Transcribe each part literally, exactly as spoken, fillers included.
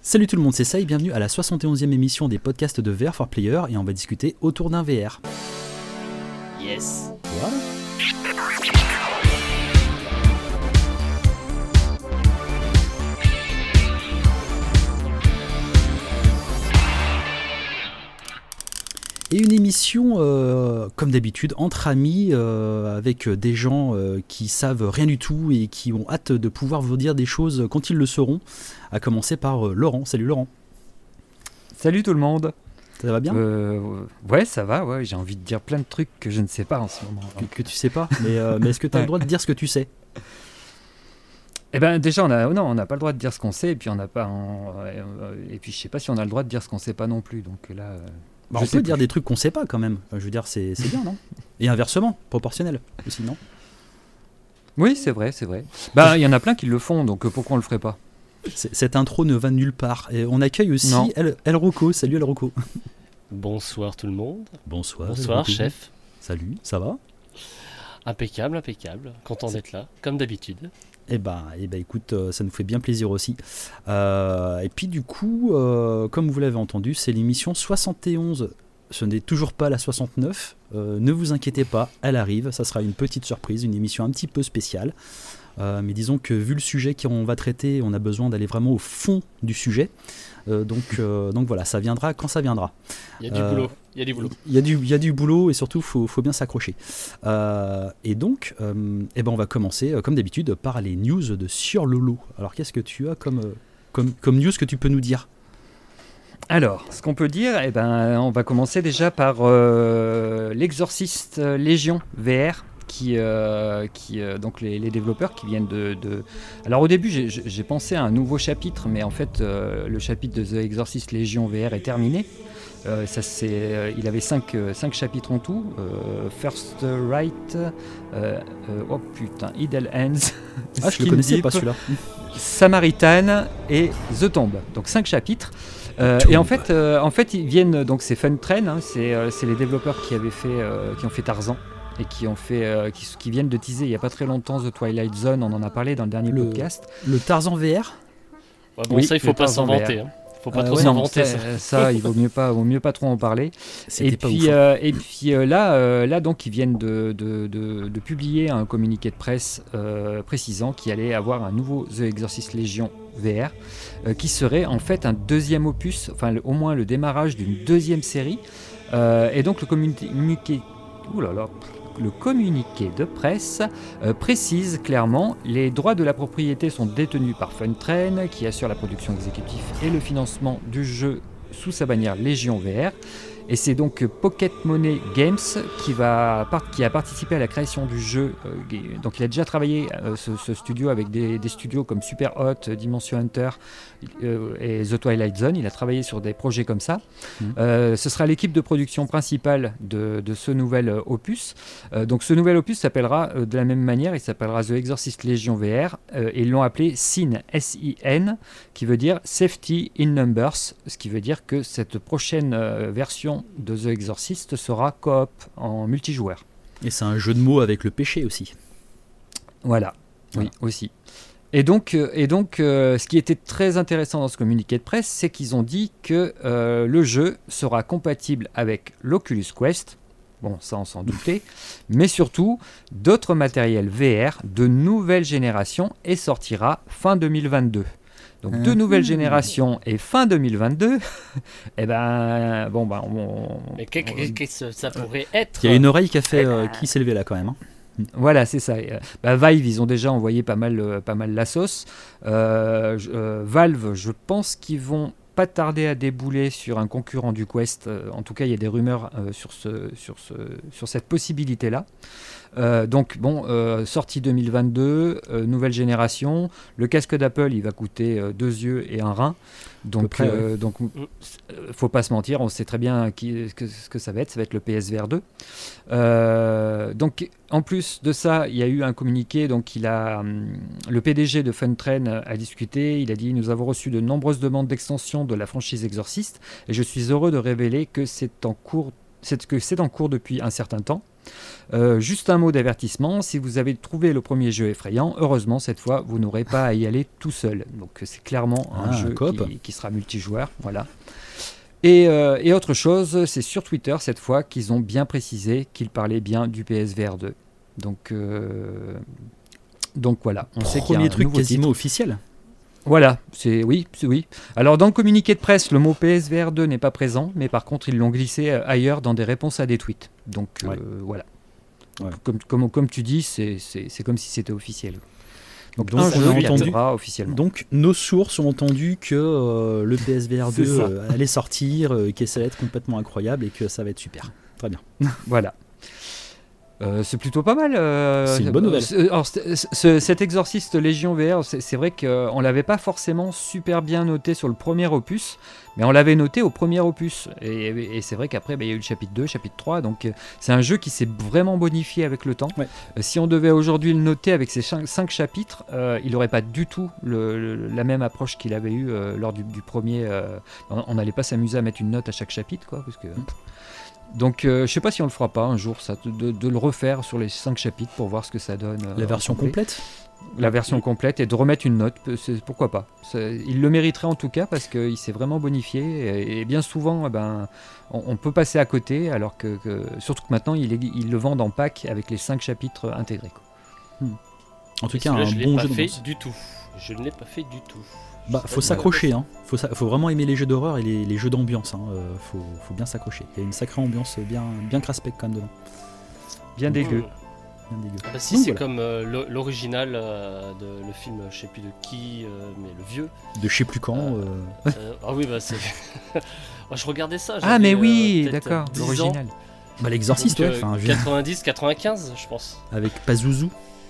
Salut tout le monde, c'est ça et bienvenue à la soixante et onzième émission des podcasts de V R for Player et on va discuter autour d'un V R. Yes. Voilà. Et une émission, euh, comme d'habitude, entre amis, euh, avec des gens euh, qui savent rien du tout et qui ont hâte de pouvoir vous dire des choses quand ils le sauront, à commencer par euh, Laurent. Salut Laurent. Salut tout le monde. Ça va bien ? euh, Ouais, ça va, ouais. J'ai envie de dire plein de trucs que je ne sais pas en ce moment. Que, que tu sais pas, mais, euh, mais est-ce que tu as le droit de dire ce que tu sais ? Eh ben déjà, on a, non, on n'a pas le droit de dire ce qu'on sait, et puis on n'a pas, en, euh, et puis je sais pas si on a le droit de dire ce qu'on sait pas non plus. Donc là, euh, bah, on peut dire des trucs qu'on sait pas quand même. Enfin, je veux dire, c'est, c'est bien, non ? Et inversement, proportionnel aussi, non ? Oui, c'est vrai, c'est vrai. Bah, il y en a plein qui le font, donc pourquoi on le ferait pas ? C'est, cette intro ne va nulle part. Et on accueille aussi El, El Rocco. Salut El Rocco. Bonsoir tout le monde. Bonsoir. Bonsoir chef. Salut, ça va ? Impeccable, impeccable. Content c'est... d'être là, comme d'habitude. Eh ben, eh ben, écoute, euh, ça nous fait bien plaisir aussi. Euh, et puis du coup, euh, comme vous l'avez entendu, c'est l'émission soixante et onze. Ce n'est toujours pas la soixante-neuf. Euh, ne vous inquiétez pas, elle arrive. Ça sera une petite surprise, une émission un petit peu spéciale. Euh, mais disons que vu le sujet qu'on va traiter, on a besoin d'aller vraiment au fond du sujet. Euh, donc, euh, donc voilà, ça viendra quand ça viendra. Il y a du euh, boulot. Il y a du boulot. Il y a du, il y a du boulot et surtout, il faut, faut bien s'accrocher. Euh, et donc, euh, eh ben on va commencer, euh, comme d'habitude, par les news de Sur Lolo. Alors, qu'est-ce que tu as comme, euh, comme, comme news que tu peux nous dire ? Alors, ce qu'on peut dire, eh ben, on va commencer déjà par euh, l'Exorcist Légion V R. Qui, euh, qui euh, donc les, les développeurs qui viennent de, de... Alors au début j'ai, j'ai pensé à un nouveau chapitre, mais en fait euh, le chapitre de The Exorcist Legion V R est terminé. Euh, ça, c'est, euh, il avait cinq chapitres en tout. Euh, First Right, euh, euh, oh putain, Idle Hands, ah je le connaissais Deep, pas celui-là. Samaritan et The Tomb. Donc cinq chapitres. Euh, et en fait, euh, en fait ils viennent donc c'est Fun Train, hein, c'est, euh, c'est les développeurs qui avaient fait, euh, qui ont fait Tarzan. Et qui ont fait, euh, qui, qui viennent de teaser il n'y a pas très longtemps The Twilight Zone, on en a parlé dans le dernier le, podcast. Le Tarzan V R. Ouais, bon, oui, ça il faut pas s'inventer. Hein. Faut pas euh, trop ouais, s'inventer. Non, ça, ça. ça, il vaut mieux pas, vaut mieux pas trop en parler. C'était et, puis, euh, et puis euh, là, euh, là donc ils viennent de, de, de, de publier un communiqué de presse euh, précisant qu'il allait avoir un nouveau The Exorcist Legion V R, euh, qui serait en fait un deuxième opus, enfin le, au moins le démarrage d'une deuxième série. Euh, et donc le communiqué, ouh là là. Le communiqué de presse euh, précise clairement les droits de la propriété sont détenus par Fun Train qui assure la production exécutive et le financement du jeu sous sa bannière Légion V R. Et c'est donc Pocket Money Games qui, va, qui a participé à la création du jeu. Donc il a déjà travaillé euh, ce, ce studio avec des, des studios comme Super Hot, Dimension Hunter euh, et The Twilight Zone. Il a travaillé sur des projets comme ça. Mmh. Euh, ce sera l'équipe de production principale de, de ce nouvel opus. Euh, donc ce nouvel opus s'appellera euh, de la même manière, il s'appellera The Exorcist Legion V R. Euh, et ils l'ont appelé S I N, S I N, qui veut dire Safety in Numbers, ce qui veut dire que cette prochaine euh, version de The Exorcist sera coop en multijoueur. Et c'est un jeu de mots avec le péché aussi. Voilà, voilà. Oui, aussi. Et donc, et donc euh, ce qui était très intéressant dans ce communiqué de presse, c'est qu'ils ont dit que euh, le jeu sera compatible avec l'Oculus Quest, bon, ça on s'en doutait, mais surtout d'autres matériels V R de nouvelle génération et sortira fin deux mille vingt-deux. Donc, deux mmh. nouvelles générations et fin deux mille vingt-deux, eh ben, bon, ben, on... Mais qu'est-ce que ça pourrait être ? Il y a une oreille qui, a fait, euh, qui s'est levée là, quand même. Hein. Voilà, c'est ça. Bah, Vive, ils ont déjà envoyé pas mal, euh, pas mal la sauce. Euh, euh, Valve, je pense qu'ils vont pas tarder à débouler sur un concurrent du Quest. Euh, en tout cas, il y a des rumeurs euh, sur, ce, sur, ce, sur cette possibilité-là. Euh, donc bon, euh, sortie deux mille vingt-deux, euh, nouvelle génération. Le casque d'Apple, il va coûter euh, deux yeux et un rein. Donc, près, euh, ouais. donc, euh, faut pas se mentir, on sait très bien qui, ce, que, ce que ça va être. Ça va être le P S V R deux. Euh, donc, en plus de ça, il y a eu un communiqué. Donc, il a hum, le P D G de Fun Train a discuté. Il a dit: nous avons reçu de nombreuses demandes d'extension de la franchise Exorcist, et je suis heureux de révéler que c'est en cours, c'est, que c'est en cours depuis un certain temps. Euh, juste un mot d'avertissement, si vous avez trouvé le premier jeu effrayant, heureusement cette fois vous n'aurez pas à y aller tout seul. Donc c'est clairement un ah, jeu coop. qui, qui sera multijoueur. Voilà. Et, euh, et autre chose, c'est sur Twitter cette fois qu'ils ont bien précisé qu'ils parlaient bien du P S V R deux. Donc, euh, donc voilà, on premier sait qu'il y a un truc nouveau quasiment titre. officiel. Voilà, c'est oui, c'est oui. Alors dans le communiqué de presse, le mot P S V R deux n'est pas présent, mais par contre ils l'ont glissé ailleurs dans des réponses à des tweets. Donc ouais. euh, voilà. Ouais. Comme, comme, comme tu dis, c'est, c'est, c'est comme si c'était officiel. Donc, donc un on jeu a entendu. Officiellement. Donc nos sources ont entendu que euh, le P S V R deux euh, allait sortir, euh, que ça allait être complètement incroyable et que ça va être super. Très bien. Voilà. Euh, c'est plutôt pas mal. Euh, c'est une bonne nouvelle. Euh, alors, c- c- cet Exorcist Légion V R, c'est, c'est vrai qu'on l'avait pas forcément super bien noté sur le premier opus, mais on l'avait noté au premier opus. Et, et c'est vrai qu'après, bah, il y a eu le chapitre deux, chapitre trois, donc euh, c'est un jeu qui s'est vraiment bonifié avec le temps. Ouais. Euh, si on devait aujourd'hui le noter avec ses cinq chapitres, euh, il n'aurait pas du tout le, le, la même approche qu'il avait eu euh, lors du, du premier. Euh, on n'allait pas s'amuser à mettre une note à chaque chapitre, quoi, parce que... Mm. Donc euh, je sais pas si on le fera pas un jour, ça, de, de le refaire sur les cinq chapitres pour voir ce que ça donne. Euh, La version complète La version complète et de remettre une note, c'est, pourquoi pas. C'est, il le mériterait en tout cas parce qu'il s'est vraiment bonifié et, et bien souvent eh ben, on, on peut passer à côté alors que, que surtout que maintenant il, est, il le vendent en pack avec les cinq chapitres intégrés. Quoi. Hmm. En tout et cas un je bon l'ai jeu pas fait de du tout. Je ne l'ai pas fait du tout. Bah, faut s'accrocher, hein. faut, sa- faut vraiment aimer les jeux d'horreur et les, les jeux d'ambiance. Hein. Euh, faut, faut bien s'accrocher. Il y a une sacrée ambiance bien, bien craspec quand même dedans. Bien dégueu. Mmh. Bien dégueu. Ah bah si, Donc, c'est voilà. comme euh, l'original euh, de le film, je sais plus de qui, euh, mais le vieux. De je sais plus quand. Euh, euh, Euh, ah oui, bah c'est. Oh, je regardais ça. Ah mais j'avais, oui, euh, peut-être d'accord, dix l'original. Bah, l'exorciste, Donc, ouais. euh, Enfin, je- quatre-vingt-dix quatre-vingt-quinze, je pense. avec Pazuzu.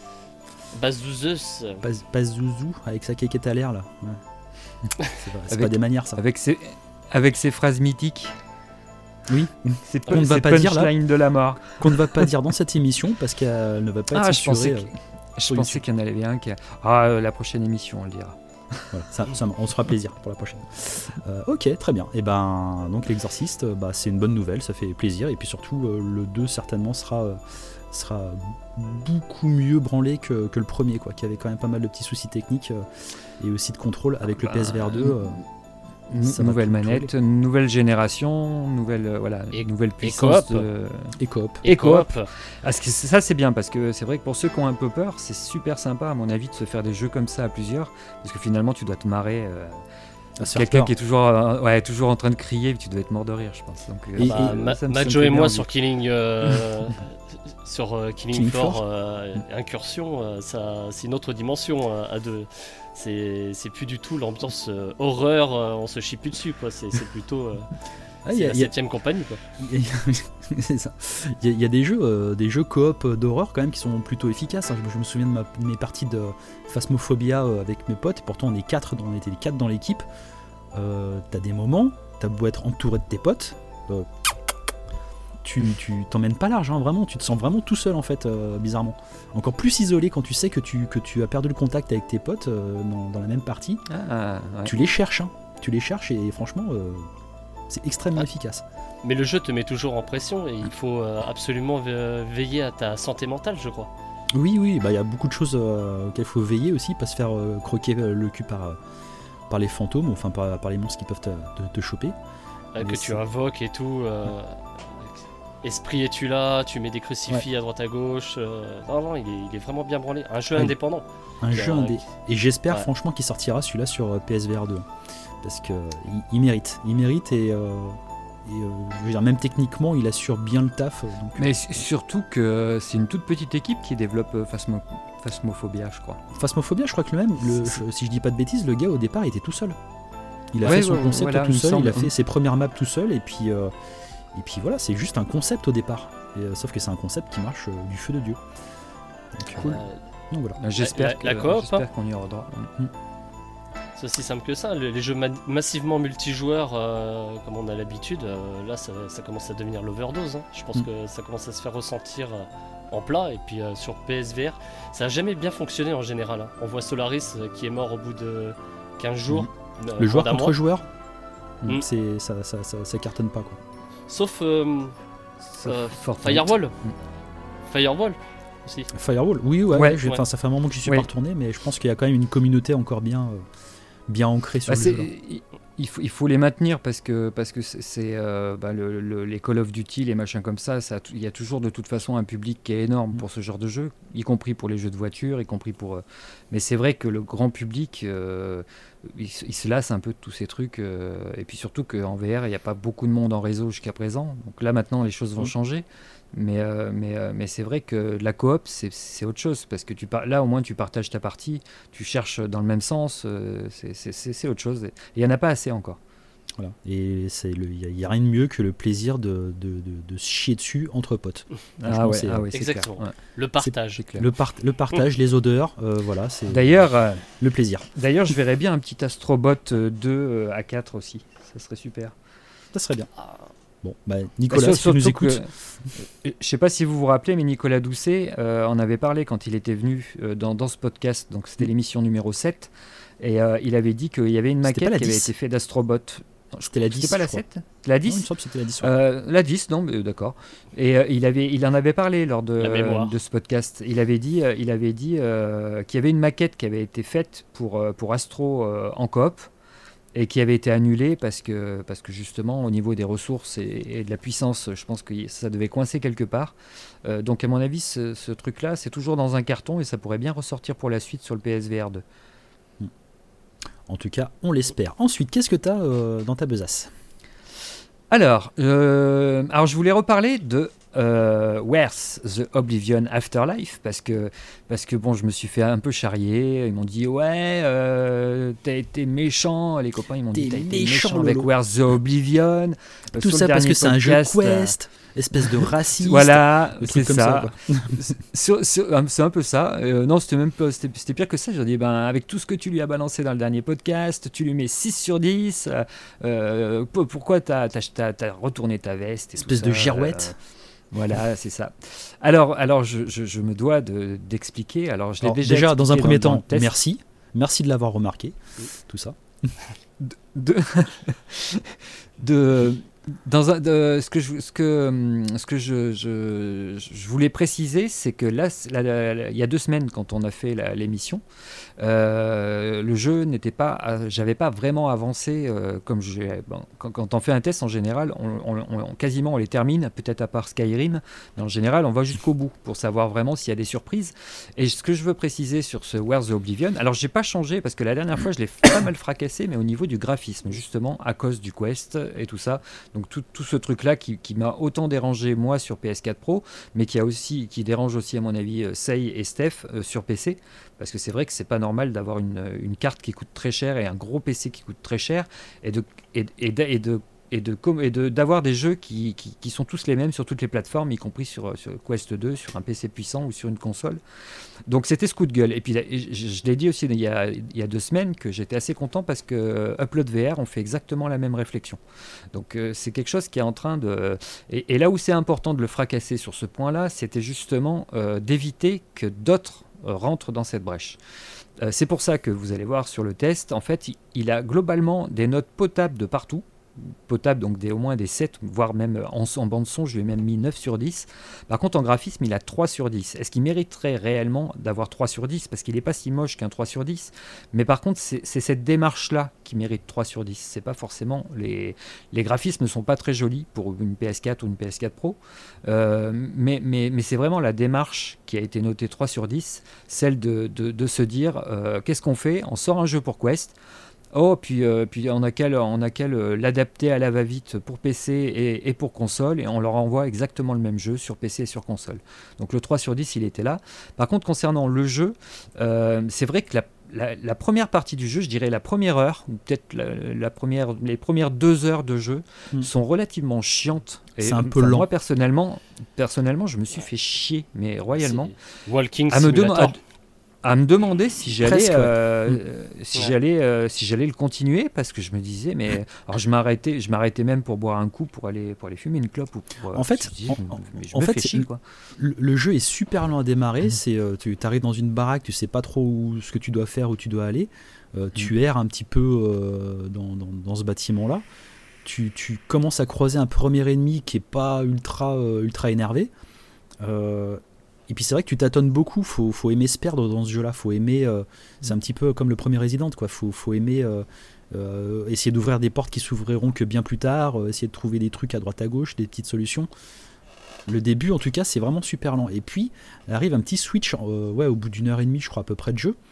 Bazouzeus. Paz- Pazuzu, avec sa quéquette à l'air là. Ouais. C'est, pas, c'est Avec- pas des manières ça. Avec ses, avec ses phrases mythiques. Oui, C'est Qu'on ne va ces pas dire, là. punchlines de la mort. qu'on ne va pas dire dans cette émission parce qu'elle ne va pas être Ah, je censurée. pensais, que, euh, je sur pensais YouTube. qu'il y en avait bien qui a... Ah, euh, la prochaine émission, on le dira. Voilà, ça, ça, on se fera plaisir pour la prochaine. Euh, ok, très bien. Et ben, donc l'exorciste, euh, bah, c'est une bonne nouvelle, ça fait plaisir. Et puis surtout, euh, le deux certainement sera, euh, sera beaucoup mieux branlé que, que le premier, quoi, qui avait quand même pas mal de petits soucis techniques euh, et aussi de contrôle avec le Bah, P S V R deux. euh, Nou- ça va nouvelle tout manette, nouvelle génération, nouvelle, euh, voilà, Et- nouvelle puissance. coop. de- et coop. Et coop. Coop. Ah, ce qui- ça, c'est bien parce que c'est vrai que pour ceux qui ont un peu peur, c'est super sympa, à mon avis, de se faire des jeux comme ça à plusieurs. Parce que finalement, tu dois te marrer. euh, À se faire quelqu'un peur. qui est toujours, euh, ouais, toujours en train de crier, tu dois être mort de rire, je pense. Donc, euh, Et- Bah, et- Ma- ça me- ça me Majo fait et bien moi envie. sur Killing, euh, sur euh, Killing, Killing Floor, Floor. euh, Incursion, euh, ça, c'est une autre dimension euh, à deux. C'est, c'est plus du tout l'ambiance euh, horreur, euh, on se chie plus dessus, quoi. C'est, c'est plutôt euh, Ah, c'est il y a- la il y a- septième compagnie, quoi. Il y a- c'est ça. Il y, a- il y a des jeux, euh, des jeux coop d'horreur quand même qui sont plutôt efficaces. hein. Je, je me souviens de, ma- de mes parties de Phasmophobia euh, avec mes potes. Et pourtant, on est quatre, dans- on était les quatre dans l'équipe. Euh, t'as des moments, t'as beau être entouré de tes potes, euh, tu, tu t'emmènes pas large, hein, vraiment. Tu te sens vraiment tout seul en fait, euh, bizarrement. Encore plus isolé quand tu sais que tu, que tu as perdu le contact avec tes potes euh, dans, dans la même partie. Ah, ouais. Tu les cherches, hein. Tu les cherches et franchement, euh, c'est extrêmement Ah. efficace. Mais le jeu te met toujours en pression et il faut euh, absolument ve- veiller à ta santé mentale, je crois. Oui, oui, bah il y a beaucoup de choses euh, auxquelles il faut veiller aussi, pas se faire euh, croquer euh, le cul par, euh, par les fantômes, enfin par, par les monstres qui peuvent te, te- te choper. Euh, Mais que c'est- tu invoques et tout. euh, Esprit, es-tu là? Tu mets des crucifix à droite à gauche. euh, Non, non, il est, il est vraiment bien branlé. Un jeu Ah, il- indépendant. Un Qui jeu a- indé. Et j'espère Ouais. franchement qu'il sortira celui-là sur euh, P S V R deux. Parce que il, il mérite. Il mérite et, euh, et, euh, je veux dire, même techniquement, il assure bien le taf. euh, Donc, Mais s- surtout que c'est une toute petite équipe qui développe euh, Phasmo- Phasmophobia, je crois. Phasmophobia, je crois que le même, le, je- si je dis pas de bêtises, le gars au départ il était tout seul. Il a Ouais, fait son ouais, concept voilà, tout il me seul, il a semble. fait ses premières maps tout seul, et puis, euh, et puis voilà, c'est juste un concept au départ. Et, euh, sauf que c'est un concept qui marche euh, du feu de Dieu. Donc, Euh, donc voilà. Euh, J'espère, la- que- la coop, j'espère hein. qu'on y aura droit. C'est aussi simple que ça. Le- les jeux ma- massivement multijoueurs, euh, comme on a l'habitude, euh, là, ça, ça commence à devenir l'overdose. hein. Je pense Mm. que ça commence à se faire ressentir euh, en plat. Et puis euh, sur P S V R, ça a jamais bien fonctionné en général. hein. On voit Solaris euh, qui est mort au bout de quinze jours. euh, Le joueur moins d'un contre mois. joueur, Mm. c'est, ça, ça, ça, ça cartonne pas quoi. Sauf euh, Ça, Euh, Fortnite. Firewall. Firewall aussi. Firewall, oui, ouais, ouais, ouais, je, ouais. ça fait un moment que j'y suis ouais. pas retourné, mais je pense qu'il y a quand même une communauté encore bien, euh, bien ancrée sur bah, le c'est, jeu. il, il, faut, il faut les maintenir parce que, parce que c'est, c'est euh, bah, le, le, les Call of Duty, les machins comme ça, ça, il y a toujours de toute façon un public qui est énorme mmh. pour ce genre de jeu, y compris pour les jeux de voiture, y compris pour... Euh, mais c'est vrai que le grand public, euh, il, il se lasse un peu de tous ces trucs, euh, et puis surtout qu'en V R, il n'y a pas beaucoup de monde en réseau jusqu'à présent, donc là maintenant les choses vont mmh. changer. Mais, euh, mais, euh, mais c'est vrai que la coop, c'est, c'est autre chose, parce que tu par... là, au moins, tu partages ta partie, tu cherches dans le même sens, euh, c'est, c'est, c'est, c'est autre chose. Et il n'y en a pas assez encore. Voilà. Et il n'y a, a rien de mieux que le plaisir de, de, de, de se chier dessus entre potes. Ah ouais, c'est, ah ouais, c'est exactement. Clair. Ouais. Le partage. C'est, c'est le, par, le partage, les odeurs, euh, voilà, c'est d'ailleurs, euh, le plaisir. D'ailleurs, je verrais bien un petit Astrobot deux à quatre aussi, ça serait super. Ça serait bien. Bon, bah, Nicolas, bah, si tu nous écoutes. Que, je sais pas si vous vous rappelez, mais Nicolas Doucet euh, en avait parlé quand il était venu euh, dans, dans ce podcast. Donc, c'était l'émission numéro sept. Et euh, il avait dit qu'il y avait une maquette qui avait été faite d'Astrobot. Non, c'était la dix. C'était pas la sept ? La dix ? Non, il me semble que c'était la dix. Ouais. Euh, la dix, non, mais d'accord. Et euh, il, avait, il en avait parlé lors de, euh, de ce podcast. Il avait dit, euh, il avait dit euh, qu'il y avait une maquette qui avait été faite pour, euh, pour Astro euh, en coop. Et qui avait été annulé parce que, parce que justement au niveau des ressources et, et de la puissance, je pense que ça devait coincer quelque part. Euh, donc à mon avis, ce, ce truc-là, c'est toujours dans un carton et ça pourrait bien ressortir pour la suite sur le P S V R deux. En tout cas, on l'espère. Ensuite, qu'est-ce que tu as euh, dans ta besace ? alors, euh, alors, je voulais reparler de euh, Where's the Oblivion Afterlife parce que, parce que bon, je me suis fait un peu charrier. Ils m'ont dit ouais, euh, t'as été méchant. Les copains, ils m'ont dit t'as été méchant avec Where's the Oblivion. Tout ça parce que c'est un jeu Quest. Espèce de raciste. Voilà, c'est ça. ça c'est, c'est un peu ça. Euh, non, c'était même pas, c'était, c'était pire que ça. J'ai dit, ben, avec tout ce que tu lui as balancé dans le dernier podcast, tu lui mets six sur dix. Euh, pourquoi t'as, t'as, t'as, t'as retourné ta veste et espèce tout de ça, girouette. Euh, voilà, c'est ça. Alors, alors je, je, je me dois de, d'expliquer. Alors, je l'ai alors, déjà, déjà dans un premier dans, temps, dans merci. Merci de l'avoir remarqué. Oui. Tout ça. De... de, de Dans un, de, ce que, je, ce que, ce que je, je, je voulais préciser, c'est que là, là, là, là, il y a deux semaines, quand on a fait la, l'émission, euh, le jeu n'était pas, j'avais pas vraiment avancé euh, comme je, bon, quand, quand on fait un test en général, on, on, on, quasiment on les termine, peut-être à part Skyrim, mais en général on va jusqu'au bout pour savoir vraiment s'il y a des surprises. Et ce que je veux préciser sur ce Where's the Oblivion, alors j'ai pas changé parce que la dernière fois je l'ai pas mal fracassé, mais au niveau du graphisme justement à cause du Quest et tout ça. Donc tout, tout ce truc-là qui, qui m'a autant dérangé moi sur P S quatre Pro, mais qui, a aussi, qui dérange aussi à mon avis Sei et Steph euh, sur P C, parce que c'est vrai que c'est pas normal d'avoir une, une carte qui coûte très cher et un gros P C qui coûte très cher, et de, et, et de, et de et, de, et de, d'avoir des jeux qui, qui, qui sont tous les mêmes sur toutes les plateformes, y compris sur, sur Quest deux, sur un P C puissant ou sur une console. Donc c'était ce coup de gueule. Et puis je, je l'ai dit aussi il y, a, il y a deux semaines que j'étais assez content parce que Upload V R, on fait exactement la même réflexion. Donc euh, c'est quelque chose qui est en train de... Et, et là où c'est important de le fracasser sur ce point-là, c'était justement euh, d'éviter que d'autres euh, rentrent dans cette brèche. Euh, c'est pour ça que vous allez voir sur le test, en fait, il, il a globalement des notes potables de partout. Potable, donc des, au moins des sept, voire même en, en bande son, je lui ai même mis neuf sur dix. Par contre, en graphisme, il a trois sur dix. Est-ce qu'il mériterait réellement d'avoir trois sur dix ? Parce qu'il n'est pas si moche qu'un trois sur dix. Mais par contre, c'est, c'est cette démarche-là qui mérite trois sur dix. C'est pas forcément... Les, les graphismes ne sont pas très jolis pour une P S quatre ou une P S quatre Pro. Euh, mais, mais, mais c'est vraiment la démarche qui a été notée trois sur dix, celle de, de, de se dire, euh, qu'est-ce qu'on fait ? On sort un jeu pour Quest. Oh, puis, euh, puis on a qu'à, on a qu'à l'adapter à la va-vite pour P C et, et pour console, et on leur envoie exactement le même jeu sur P C et sur console. Donc le trois sur dix, il était là. Par contre, concernant le jeu, euh, c'est vrai que la, la, la première partie du jeu, je dirais la première heure, ou peut-être la, la première, les premières deux heures de jeu, mmh. sont relativement chiantes. Et, c'est un peu lent. Moi, personnellement, personnellement, je me suis fait chier, mais royalement. C'est Walking à me Simulator. Dem- à me demander si j'allais, Presque, ouais. euh, mmh. si, ouais. j'allais euh, si j'allais le continuer, parce que je me disais, mais alors je m'arrêtais, je m'arrêtais même pour boire un coup, pour aller, pour aller fumer une clope. Ou pour, en fait, disais, en, je, je en me fait fais chier, quoi. Le, le jeu est super lent à démarrer. Mmh. C'est, euh, tu arrives dans une baraque, tu sais pas trop où, ce que tu dois faire, où tu dois aller. Euh, mmh. Tu erres un petit peu euh, dans, dans, dans ce bâtiment-là. Tu, tu commences à croiser un premier ennemi qui est pas ultra, euh, ultra énervé. Euh, Et puis c'est vrai que tu tâtonnes beaucoup, faut, faut aimer se perdre dans ce jeu-là, faut aimer, euh, c'est un petit peu comme le premier Resident, quoi. Faut, faut aimer euh, euh, essayer d'ouvrir des portes qui s'ouvriront que bien plus tard, euh, essayer de trouver des trucs à droite à gauche, des petites solutions. Le début, en tout cas, c'est vraiment super lent. Et puis, arrive un petit switch, euh, ouais, au bout d'une heure et demie, je crois, à peu près de jeu,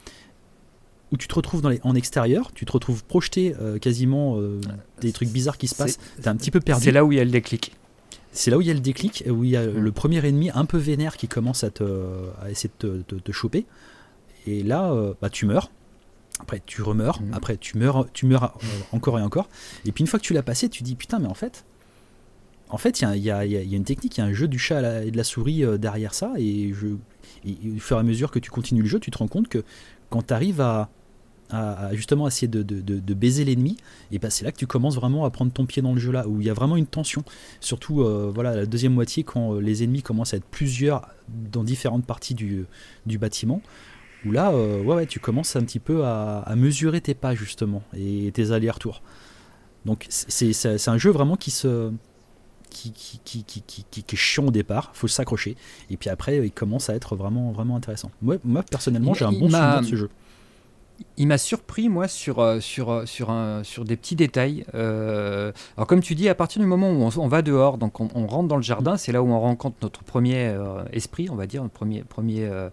où tu te retrouves dans les, en extérieur, tu te retrouves projeté euh, quasiment euh, des trucs bizarres qui se passent, t'es un petit peu perdu. C'est là où il y a le déclic. C'est là où il y a le déclic, où il y a mmh. le premier ennemi un peu vénère qui commence à, te, à essayer de te, te, te choper. Et là, euh, bah, tu meurs. Après, tu remeurs. Mmh. Après, tu meurs, tu meurs euh, encore et encore. Et puis, une fois que tu l'as passé, tu dis putain, mais en fait, en fait, il y, y, y a une technique, il y a un jeu du chat et de la souris euh, derrière ça. Et, je, et au fur et à mesure que tu continues le jeu, tu te rends compte que quand tu arrives à. À, à justement essayer de, de, de, de baiser l'ennemi, et bah c'est là que tu commences vraiment à prendre ton pied dans le jeu, là où il y a vraiment une tension, surtout euh, voilà, la deuxième moitié, quand les ennemis commencent à être plusieurs dans différentes parties du, du bâtiment, où là euh, ouais, ouais, tu commences un petit peu à, à mesurer tes pas justement et tes allers-retours. Donc c'est, c'est, c'est un jeu vraiment qui se qui, qui, qui, qui, qui, qui, qui est chiant au départ, faut s'accrocher, et puis après il commence à être vraiment, vraiment intéressant. Moi, moi personnellement, j'ai un bon souvenir de ce jeu. Il m'a surpris, moi, sur, sur, sur, un, sur des petits détails. Euh, alors, comme tu dis, à partir du moment où on, on va dehors, donc on, on rentre dans le jardin, c'est là où on rencontre notre premier euh, esprit, on va dire, notre premier, premier euh,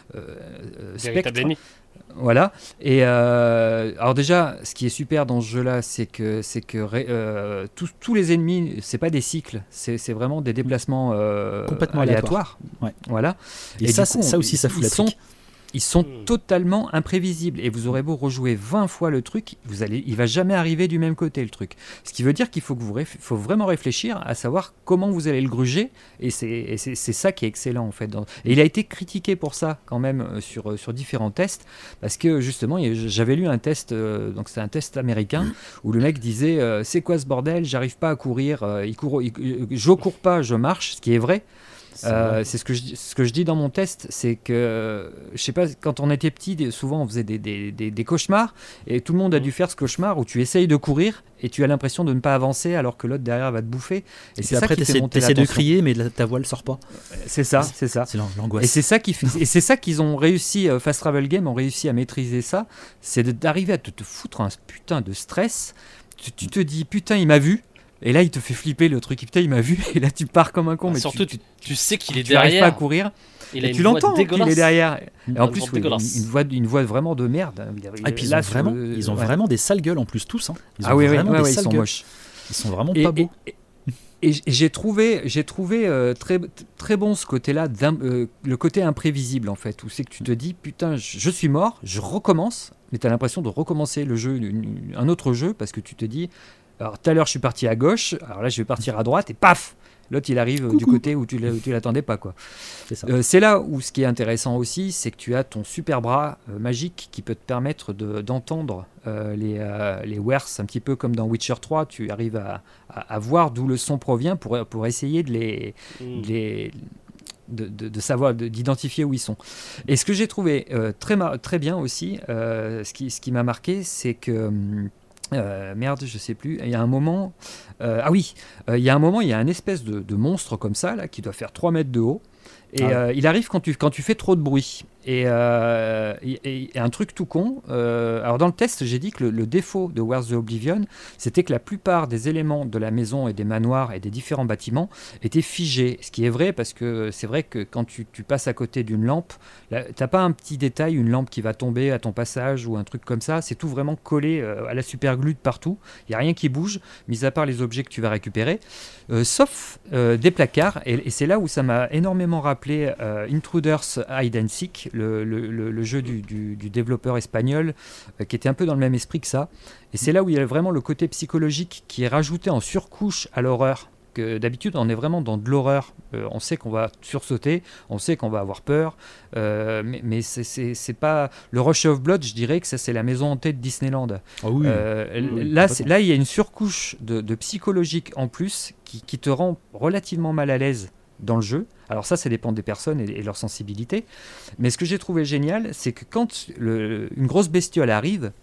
euh, spectre. Voilà. Et euh, alors déjà, ce qui est super dans ce jeu-là, c'est que, c'est que euh, tous, tous les ennemis, c'est pas des cycles, c'est, c'est vraiment des déplacements euh, complètement aléatoires. Ouais. Voilà. Et, et ça, coup, ça aussi, ça fout la trique. Ils sont mmh. totalement imprévisibles, et vous aurez beau rejouer vingt fois le truc, vous allez, il va jamais arriver du même côté le truc. Ce qui veut dire qu'il faut, que vous réf- faut vraiment réfléchir à savoir comment vous allez le gruger, et c'est, et c'est, c'est ça qui est excellent en fait. Dans... Et il a été critiqué pour ça quand même sur, sur différents tests, parce que justement j'avais lu un test, euh, donc c'est un test américain, où le mec disait euh, c'est quoi ce bordel, j'arrive pas à courir, euh, il court, il, je cours pas, je marche, ce qui est vrai. C'est, euh, c'est ce que je ce que je dis dans mon test, c'est que je sais pas, quand on était petit, souvent on faisait des, des, des, des cauchemars, et tout le monde a dû faire ce cauchemar où tu essayes de courir et tu as l'impression de ne pas avancer alors que l'autre derrière va te bouffer. Et, et c'est après ça qui fait monter la tension. T'essaies de crier, mais ta voix ne sort pas. C'est ça, c'est ça. C'est l'angoisse. Et c'est ça qui fait, et c'est ça qu'ils ont réussi, euh, Fast Travel Game ont réussi à maîtriser ça, c'est de, d'arriver à te, te foutre un putain de stress. Tu, tu te dis putain il m'a vu. Et là, il te fait flipper le truc. Putain, il m'a vu. Et là, tu pars comme un con. Ah, mais surtout, tu, tu, tu sais qu'il est tu derrière. Tu n'arrives pas à courir. Il et tu l'entends qu'il est derrière. Et en plus, oui, une, une, voix, une voix vraiment de merde. Ah, et puis là, ils ont, vraiment, le... ils ont ouais. vraiment des sales gueules en plus, tous. Hein. Ils ont ah oui, vraiment oui, des ouais, sales ils sont gueules. moches. Ils sont vraiment et, pas beaux. Et, et, et j'ai trouvé, j'ai trouvé euh, très, très bon ce côté-là, euh, le côté imprévisible en fait, où c'est que tu te dis, putain, je, je suis mort, je recommence, mais tu as l'impression de recommencer le jeu, une, un autre jeu, parce que tu te dis, alors tout à l'heure je suis parti à gauche, alors là je vais partir à droite, et paf, l'autre il arrive Coucou. du côté où tu ne l'attendais pas, quoi. C'est, ça. Euh, c'est là où ce qui est intéressant aussi, c'est que tu as ton super bras euh, magique qui peut te permettre de, d'entendre euh, les, euh, les wares, un petit peu comme dans Witcher trois, tu arrives à, à, à voir d'où le son provient pour, pour essayer de les... Mm. De les De, de, de savoir, de, d'identifier où ils sont. Et ce que j'ai trouvé euh, très, très bien aussi, euh, ce, qui, ce qui m'a marqué, c'est que Euh, merde, je sais plus. Il y a un moment. Euh, ah oui, euh, il y a un moment, il y a un espèce de, de monstre comme ça, là, qui doit faire trois mètres de haut. Et ah ouais. euh, il arrive quand tu, quand tu fais trop de bruit. Et, euh, et, et un truc tout con. Euh, alors, dans le test, j'ai dit que le, le défaut de Where's the Oblivion, c'était que la plupart des éléments de la maison et des manoirs et des différents bâtiments étaient figés. Ce qui est vrai, parce que c'est vrai que quand tu, tu passes à côté d'une lampe, là, t'as pas un petit détail, une lampe qui va tomber à ton passage ou un truc comme ça. C'est tout vraiment collé euh, à la superglue de partout. Il n'y a rien qui bouge, mis à part les objets que tu vas récupérer, euh, sauf euh, des placards. Et, et c'est là où ça m'a énormément rappelé euh, Intruders Hide and Seek, Le, le, le, le jeu du, du, du développeur espagnol euh, qui était un peu dans le même esprit que ça. Et c'est là où il y a vraiment le côté psychologique qui est rajouté en surcouche à l'horreur. Que d'habitude, on est vraiment dans de l'horreur. Euh, on sait qu'on va sursauter, on sait qu'on va avoir peur, euh, mais, mais c'est, c'est, c'est pas... Le Rush of Blood, je dirais que ça, c'est la maison hantée de Disneyland. Oh oui. Euh, oui, là, c'est, là, il y a une surcouche de, de psychologique en plus qui, qui te rend relativement mal à l'aise dans le jeu. Alors ça, ça dépend des personnes et, et leur sensibilité. Mais ce que j'ai trouvé génial, c'est que quand le, une grosse bestiole arrive,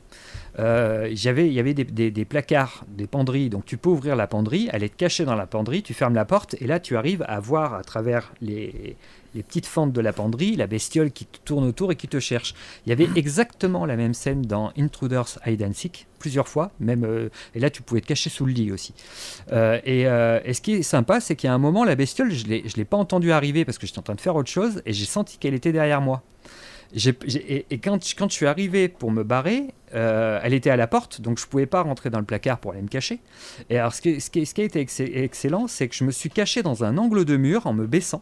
euh, j'avais, il y avait des, des, des placards, des penderies. Donc tu peux ouvrir la penderie, elle est cachée dans la penderie, tu fermes la porte et là tu arrives à voir à travers les, les petites fentes de la penderie, la bestiole qui te tourne autour et qui te cherche. Il y avait exactement la même scène dans Intruders Hide and Seek, plusieurs fois, même, euh, et là tu pouvais te cacher sous le lit aussi. Euh, et, euh, et ce qui est sympa, c'est qu'il y a un moment, la bestiole, je ne l'ai pas entendue arriver parce que j'étais en train de faire autre chose, et j'ai senti qu'elle était derrière moi. J'ai, j'ai, et et quand, quand je suis arrivé pour me barrer, euh, elle était à la porte, donc je ne pouvais pas rentrer dans le placard pour aller me cacher. Et alors ce qui, ce qui, ce qui a été ex- excellent, c'est que je me suis caché dans un angle de mur en me baissant.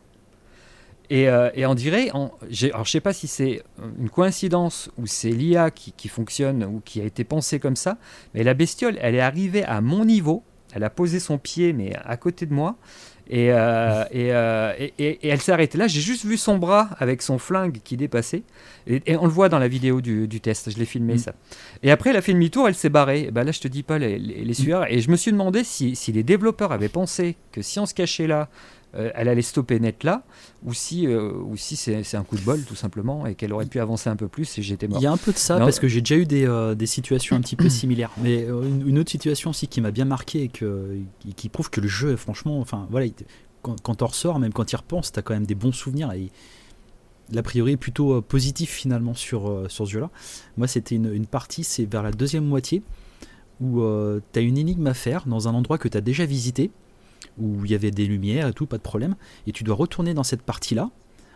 Et, euh, et on dirait, en, j'ai, alors je ne sais pas si c'est une coïncidence ou c'est l'I A qui, qui fonctionne ou qui a été pensée comme ça, mais la bestiole, elle est arrivée à mon niveau, elle a posé son pied mais à côté de moi, et, euh, et, euh, et, et, et elle s'est arrêtée là. J'ai juste vu son bras avec son flingue qui dépassait, et, et on le voit dans la vidéo du, du test, je l'ai filmé mmh. ça. Et après elle a fait demi-tour, elle s'est barrée. Et ben là je te dis pas les, les, les sueurs, et je me suis demandé si, si les développeurs avaient pensé que si on se cachait là, Euh, elle allait stopper net là, ou si, euh, ou si c'est, c'est un coup de bol tout simplement, et qu'elle aurait pu avancer un peu plus et j'étais mort. Il y a un peu de ça, non, parce que j'ai déjà eu des, euh, des situations un petit peu similaires. Mais euh, une, une autre situation aussi qui m'a bien marqué et que, qui prouve que le jeu, franchement, enfin voilà, quand, quand t'en ressors, même quand t'y repenses, t'as quand même des bons souvenirs, et l'a priori est plutôt euh, positif finalement sur, euh, sur ce jeu-là. Moi, c'était une, une partie, c'est vers la deuxième moitié, où euh, t'as une énigme à faire dans un endroit que t'as déjà visité, où il y avait des lumières et tout, pas de problème, et tu dois retourner dans cette partie-là.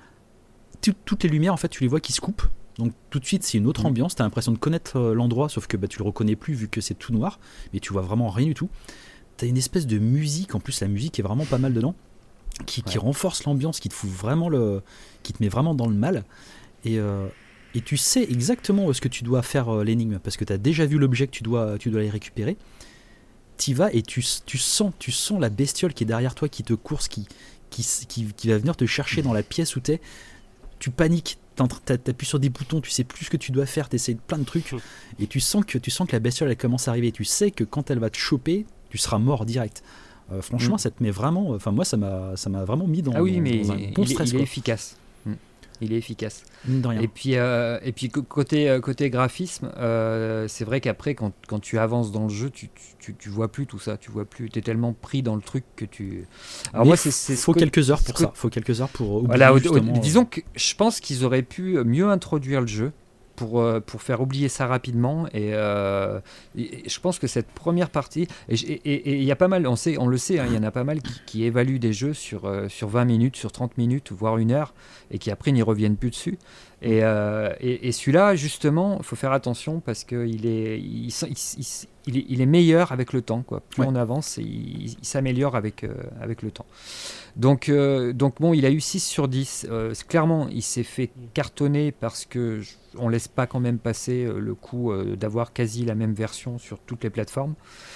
Tout, toutes les lumières, en fait, tu les vois qui se coupent, donc tout de suite, c'est une autre ambiance, t'as l'impression de connaître euh, l'endroit, sauf que bah, tu le reconnais plus vu que c'est tout noir, mais tu vois vraiment rien du tout. T'as une espèce de musique, en plus la musique est vraiment pas mal dedans, qui, ouais. qui renforce l'ambiance, qui te fout vraiment le... qui te met vraiment dans le mal, et... Euh, et tu sais exactement où est-ce que tu dois faire euh, l'énigme, parce que t'as déjà vu l'objet que tu dois, tu dois aller récupérer. T'y vas et tu, tu, sens, tu sens la bestiole qui est derrière toi, qui te course, qui, qui, qui, qui va venir te chercher dans la pièce où t'es. Tu paniques, t'appuies sur des boutons, tu sais plus ce que tu dois faire, t'essayes plein de trucs, et tu sens que, tu sens que la bestiole elle commence à arriver. Tu sais que quand elle va te choper, tu seras mort direct. Euh, franchement, mm. ça te met vraiment. Enfin, moi, ça m'a, ça m'a vraiment mis dans, ah oui, dans, mais dans un bon il stress. Est, il est efficace. Mm. Il est efficace. De rien. Et puis, euh, et puis côté, côté graphisme, euh, c'est vrai qu'après, quand, quand tu avances dans le jeu, tu, tu, tu vois plus tout ça. Tu vois plus. T'es tellement pris dans le truc que tu. Alors Mais moi, c'est, c'est faut ce quelques que, heures pour ça. Que... Faut quelques heures pour. Oublier, voilà. Au, au, justement, disons que je pense qu'ils auraient pu mieux introduire le jeu. Pour, pour faire oublier ça rapidement, et, euh, et je pense que cette première partie, et il y a pas mal, on, sait, on le sait, il hein, y en a pas mal qui, qui évaluent des jeux sur, euh, sur vingt minutes, sur trente minutes, voire une heure, et qui après n'y reviennent plus dessus. Et, euh, et, et celui-là, justement, il faut faire attention parce qu'il est, il, il, il, il, est, il est meilleur avec le temps, quoi. Plus ouais. on avance, il, il s'améliore avec, euh, avec le temps. Donc, euh, donc bon, il a eu six sur dix. Euh, clairement, il s'est fait cartonner parce que je, on laisse pas quand même passer le coup euh, d'avoir quasi la même version sur toutes les plateformes.